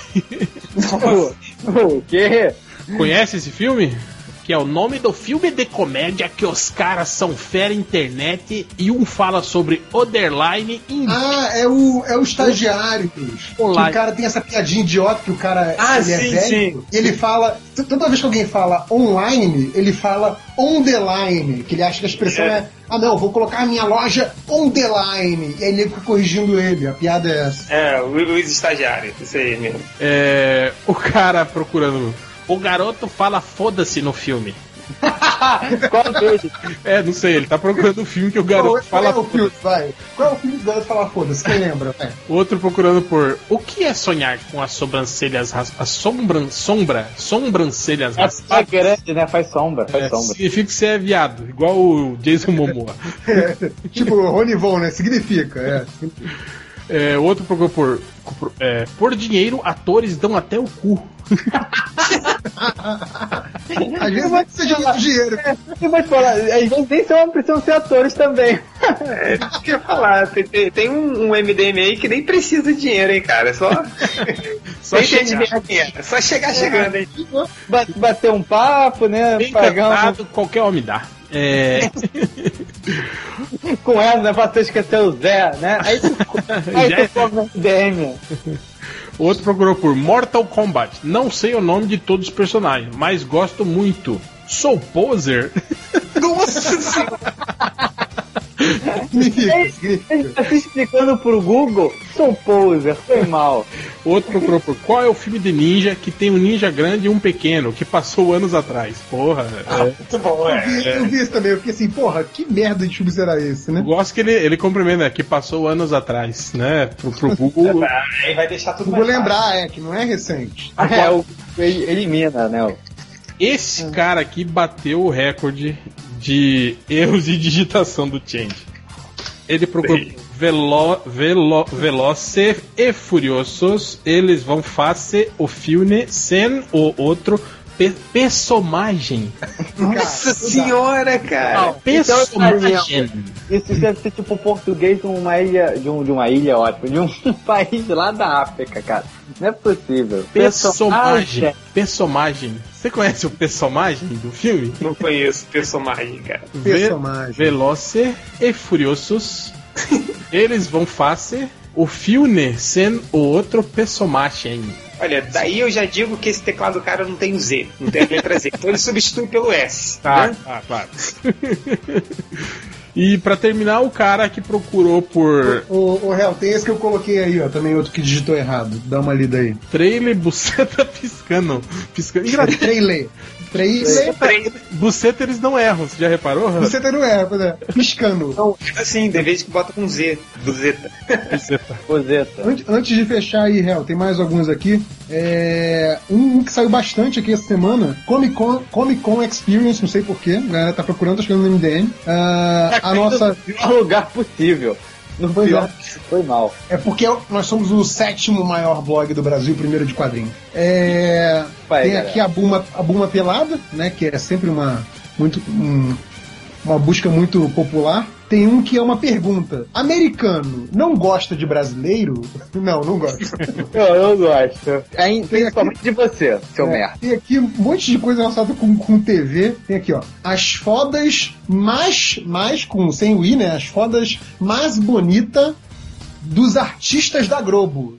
D: O quê?
C: Conhece esse filme? Que é o nome do filme de comédia que os caras são fera internet e um fala sobre Oderline em
B: Ah, é o, é o estagiário. Que
C: Online.
B: o cara tem essa piadinha idiota que o cara
A: Ah,
B: ele é
A: sim,
B: velho.
A: sim.
B: E ele fala. t- Toda vez que alguém fala online, ele fala on the line. Que ele acha que a expressão é.
A: É.
B: Ah, não, vou colocar a minha loja on the line. E aí ele fica corrigindo ele. A piada é essa.
A: É, o Luiz Estagiário, isso aí mesmo.
C: É, o cara procurando. O garoto fala foda-se no filme.
D: Qual deles?
C: É, não sei, ele tá procurando o filme que o
B: Qual,
C: garoto
B: qual
C: fala
B: é o filme,
C: foda-se.
B: vai? Qual é o filme do garoto falar foda-se? Quem lembra? É.
C: Outro procurando por. O que é sonhar com as sobrancelhas raspadas? A sombra. Sombra. Sobrancelhas
D: É
C: raspadas.
D: grande, né? Faz sombra, faz
C: É,
D: sombra.
C: significa que você é viado, igual o Jason Momoa.
B: Tipo, Rony Von, né? Significa, é.
C: É, outro procurou por. por, é, por dinheiro, atores dão até o cu.
B: Às vezes não precisa de muito dinheiro.
D: Eu vou te falar, às vezes nem são, precisam ser atores também.
A: É, isso que eu ia falar. Tem, tem, tem um, um M D M aí que nem precisa de dinheiro, hein, cara. É só.
C: Só
A: nem
C: chegar.
A: tem dinheiro. É só chegar chegando, hein.
D: Ba- Bater um papo, né?
C: Bem
D: Pagar um...
C: cantado, qualquer homem dá. É.
D: com ela, né? Pra você esquecer o Zé, né? Aí tu, aí
C: Já é-
D: tu come no D M.
C: Outro procurou por Mortal Kombat. Não sei o nome de todos os personagens, mas gosto muito. Sou poser.
B: Nossa senhora! Significa, significa.
D: Ele tá se explicando pro Google, sou poser, foi mal.
C: Outro procurou por qual é o filme de ninja que tem um ninja grande e um pequeno, que passou anos atrás. Porra, é.
A: Muito bom,
B: Eu
A: é.
B: vi, eu vi isso também, eu fiquei assim, porra, que merda de filme será esse, né?
C: Eu gosto que ele, ele cumprimenta, né, que passou anos atrás, né? Pro, pro Google.
A: Aí vai deixar tudo
B: Vou
A: mais
B: lembrar, é, que não é recente.
D: É, o ele elimina, né? o-
C: Esse cara aqui bateu o recorde de erros de digitação do Change. Ele procurou velo, velo, Veloce e Furiosos. Eles vão fazer o filme sem o outro pe, personagem.
A: Nossa senhora, cara.
C: Personagem.
D: Isso deve ser tipo português de uma ilha, de, um, de uma ilha, ótimo, de um país lá da África, cara. Não é possível.
C: Personagem. Personagem. Você conhece o personagem do filme?
A: Não conheço personagem, cara.
C: Ve-
B: Personagem.
C: Veloce e Furiosos. Eles vão fazer o filme sem o outro personagem.
A: Olha, daí eu já digo que esse teclado do cara não tem o Z, não tem a letra Z. Então ele substitui pelo S.
C: Ah,
A: né?
C: ah claro. E pra terminar, o cara que procurou por...
B: O, o real, tem esse que eu coloquei aí, ó. Também outro que digitou errado. Dá uma lida aí.
C: Trailer buceta piscando. piscando. Engraçado.
B: Trailer. Trailer.
C: Buceta eles não erram, você já reparou?
B: Buceta não erra, pois é. Piscando.
A: Então, assim, de vez que bota com Z. Buzeta.
C: Buceta.
D: Buzeta.
B: Antes, antes de fechar aí, real, tem mais alguns aqui. É, um que saiu bastante aqui essa semana, Comic Con, Comic Con Experience, não sei porquê, a galera tá procurando, tá chegando no M D M. Uh, a nossa...
D: No pior lugar possível. No
B: Pois
D: pior,
B: é.
D: foi mal.
B: É porque nós somos o sétimo maior blog do Brasil, primeiro de quadrinho. É,
D: Vai,
B: tem
D: galera.
B: aqui a Buma, a Buma Pelada, né, que é sempre uma, muito, um, uma busca muito popular. Tem um que é uma pergunta. Americano não gosta de brasileiro? Não, não gosta.
D: Eu não gosto. Aí, principalmente de você, seu
B: É,
D: merda.
B: tem aqui um monte de coisa relacionada com, com T V. Tem aqui, ó. As fodas mais, mais com, sem o I, né? As fodas mais bonitas dos artistas da Globo.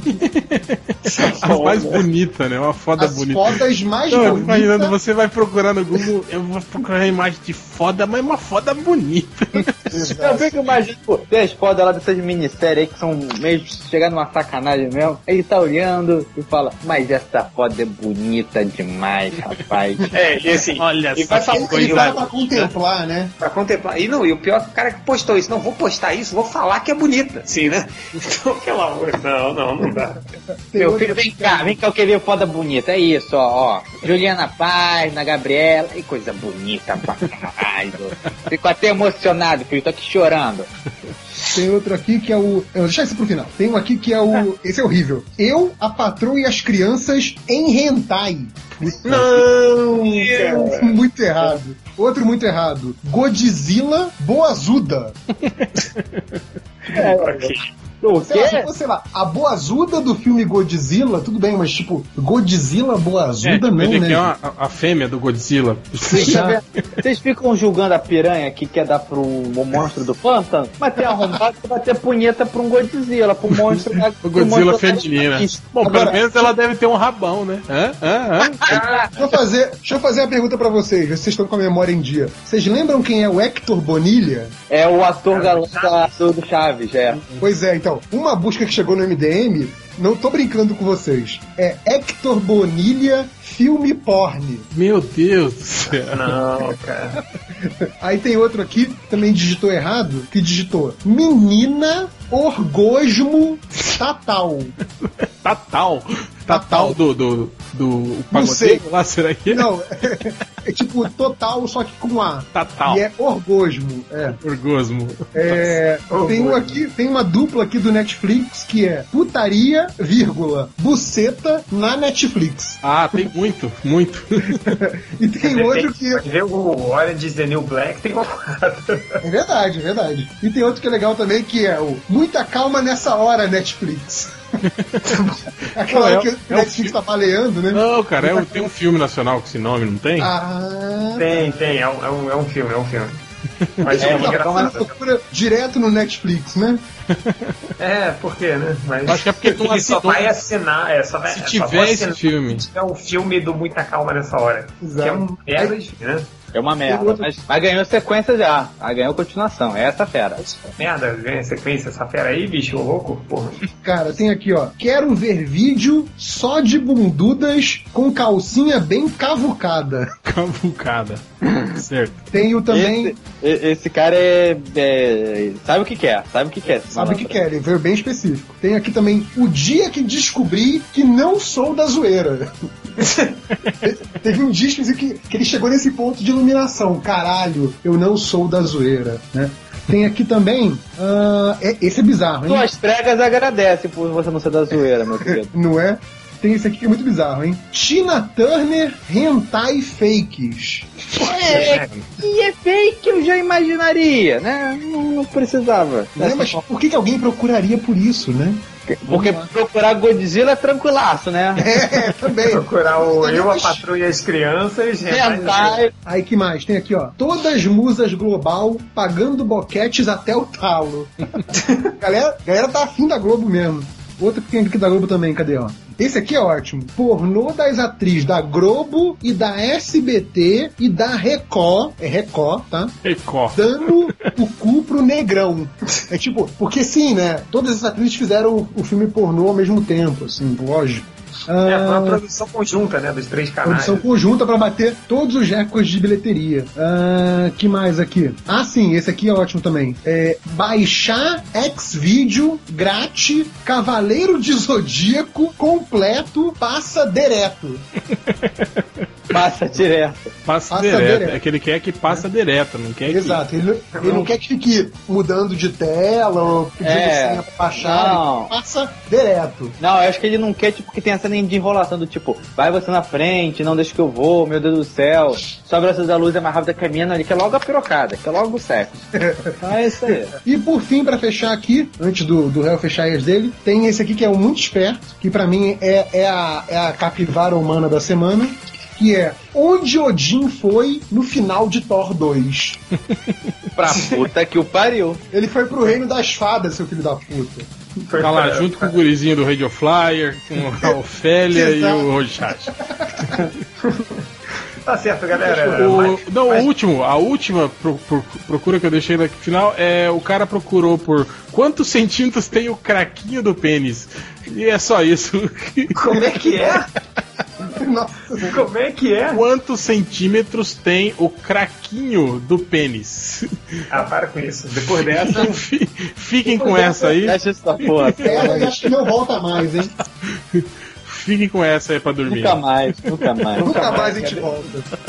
C: A mais bonita, né? Uma foda
B: As
C: bonita.
B: fodas mais
C: Não,
B: bonitas.
C: imaginando, você vai procurar no Google, eu vou procurar a imagem de foda, mas uma foda bonita.
D: Eu fico imaginando, pô, tem as fodas lá dessas minisséries aí que são meio chegando numa sacanagem mesmo. Ele tá olhando e fala, mas essa foda é bonita demais, rapaz.
A: É, e assim,
C: Olha
A: e
C: só
A: vai
C: que
A: falar
B: Ele
C: coisa
B: fala pra contemplar, né?
A: pra contemplar. E não, e o pior é que o cara que postou isso, não vou postar isso, vou falar que é bonita, assim, né? Então, pelo amor, não, não, não dá.
B: Tem
D: Meu
B: outra-
D: filho, vem cá, vem cá, eu queria foda bonita. É isso, ó, ó. Juliana Paz, na Gabriela. E coisa bonita pra caralho. Fico até emocionado, filho, tô aqui chorando.
B: Tem outro aqui que é o. Eu vou deixar isso pro final. Tem um aqui que é o. Esse é horrível. Eu, a patroa e as crianças em hentai.
A: Não, cara.
B: Muito errado. Outro muito errado. Godzilla Boazuda.
A: Ok.
D: O
B: Sei lá, se
D: quê?
B: fosse, sei lá, a Boazuda do filme Godzilla, tudo bem, mas tipo, Godzilla Boazuda não,
C: ele
B: né?
C: que é uma- a, a fêmea do Godzilla.
B: Já.
D: Vocês ficam julgando a piranha que quer dar pro um monstro do pântano, mas tem arrombado que vai ter punheta pra um Godzilla, pro monstro da
C: O Godzilla
D: pro monstro
C: feminina.
D: da-
C: Bom,
B: Agora-
C: pelo menos ela deve ter um rabão, né? Hã? Hã? Hã?
B: Deixa eu, fazer, deixa eu fazer uma pergunta pra vocês, ver se vocês estão com a memória em dia. Vocês lembram quem é o Hector Bonilha?
D: É o ator galã da- do, do Chaves, é.
B: Pois é, então, uma busca que chegou no M D M, não tô brincando com vocês, é Hector Bonilha filme porn.
C: Meu Deus do céu.
A: Não, cara.
B: Aí tem outro aqui, que também digitou errado, que digitou Menina Orgosmo Tatal.
C: Tatal. Tatal do, do, do
B: Não sei.
C: pagodeiro lá, será que é?
B: Não, é, tipo total, só que com A.
C: Tatal.
B: E é orgosmo. É.
C: Orgosmo.
B: É, tem um aqui, tem uma dupla aqui do Netflix que é putaria, vírgula, buceta na Netflix.
C: Ah, tem muito, muito.
B: E tem outro que.
A: Vai ver o Orange is the New Black, tem uma parada.
B: É verdade, é verdade. E tem outro que é legal também que é o Muita Calma Nessa Hora, Netflix. Aquela hora que o
C: é o
B: Netflix tá baleando, né?
C: Não, cara, é um- tem um filme nacional com esse nome, não tem?
B: Ah.
A: Tem, tem, é um, é um, é um filme, é um filme. Mas é,
D: É,
A: é
D: mas
B: Você
A: engraçado.
B: procura direto no Netflix, né?
A: É, por quê, né? Mas
C: Acho que é porque tu
A: ele só
C: assinou-
A: vai assinar, é, só vai,
C: Se
A: só
C: tiver
A: vai
C: esse
A: assinar
C: filme.
A: se tiver um filme do Muita Calma Nessa Hora.
B: Exato.
A: Que é um merda de filme, né?
D: É uma merda. Mas, mas ganhou sequência já. Aí ganhou continuação. É essa fera.
A: Merda, ganha sequência essa fera aí, bicho, ô louco, porra.
B: Cara, tem aqui, ó. Quero ver vídeo só de bundudas com calcinha bem cavucada.
C: Cavucada. Certo.
B: Tenho também.
D: Esse, e- esse cara é, é- Sabe o que quer. Sabe o que quer. esse
B: Sabe o que
D: malandro.
B: quer, ele veio bem específico. Tem aqui também o dia que descobri que não sou da zoeira. Teve um disco que, que ele chegou nesse ponto de iluminação. Caralho, eu não sou da zoeira, né? Tem aqui também. ah, é- esse é bizarro, hein?
D: Suas pregas agradecem por você não ser da zoeira, meu querido.
B: Não é? Tem esse aqui que é muito bizarro, hein? Tina Turner Hentai Fakes.
D: É, e é fake, eu já imaginaria, né? Não, não precisava.
B: Né? Mas por que, que alguém procuraria por isso, né?
D: Porque procurar Godzilla é tranquilaço, né?
B: É, também.
A: Procurar o
B: Mas-
A: Eu, a Patrulha e as Crianças.
D: Hentai.
B: Aí que mais? Tem aqui, ó. Todas musas global pagando boquetes até o talo. galera, galera tá afim da Globo mesmo. Outro que tem aqui da Globo também, cadê, ó? Esse aqui é ótimo. Pornô das atrizes da Globo e da S B T e da Record. É Record, tá?
C: Record.
B: Dando o cu pro negrão. É tipo, porque sim, né? Todas as atrizes fizeram o, o filme pornô ao mesmo tempo, assim, lógico.
A: É, foi uma produção conjunta, né, dos três canais.
B: Produção conjunta pra bater todos os recordes de bilheteria. Uh, que mais aqui? Ah, sim, esse aqui é ótimo também. É, baixar Xvideo grátis Cavaleiro de Zodíaco completo passa direto.
D: Passa direto.
C: Passa,
B: Passa
C: direto.
B: direto.
C: É que ele quer que passa é. direto, não quer
B: Exato.
C: que...
B: Ele, ele não quer que fique mudando de tela ou pedindo
D: É.
B: senha pra baixar.
D: Não.
B: Ele passa direto.
D: Não, eu acho que ele não quer, tipo, que tenha essa nem de enrolação do tipo, vai você na frente, não deixa que eu vou, meu Deus do céu, só graças à luz é mais rápida que a minha, não, ele quer logo a pirocada, quer logo o sexo. Então é isso aí.
B: E por fim, pra fechar aqui, antes do, do réu fechar as dele, tem esse aqui que é o muito esperto, que pra mim é, é, a, é a capivara humana da semana, que é onde Odin foi no final de Thor dois.
D: Pra puta que o pariu.
B: Ele foi pro reino das fadas, seu filho da puta.
C: Tá lá, junto com o gurizinho do Radio Flyer, com a Ofélia e o Rochat.
A: Tá certo, galera.
C: O,
A: Mas-
C: não,
A: mas-
C: o último, a última pro- pro- procura que eu deixei no final é o cara procurou por quantos centímetros tem o craquinho do pênis. E é só isso.
A: Como é que é?
B: Nossa,
A: Como é que é?
C: Quantos centímetros tem o craquinho do pênis?
A: Ah, para com isso. Depois dessa.
C: Fi- Fiquem com essa aí.
D: Deixa essa porra.
B: ela acho que não volta mais, hein?
C: Fiquem com essa aí pra dormir.
D: Nunca mais, nunca mais.
B: Nunca mais a gente volta.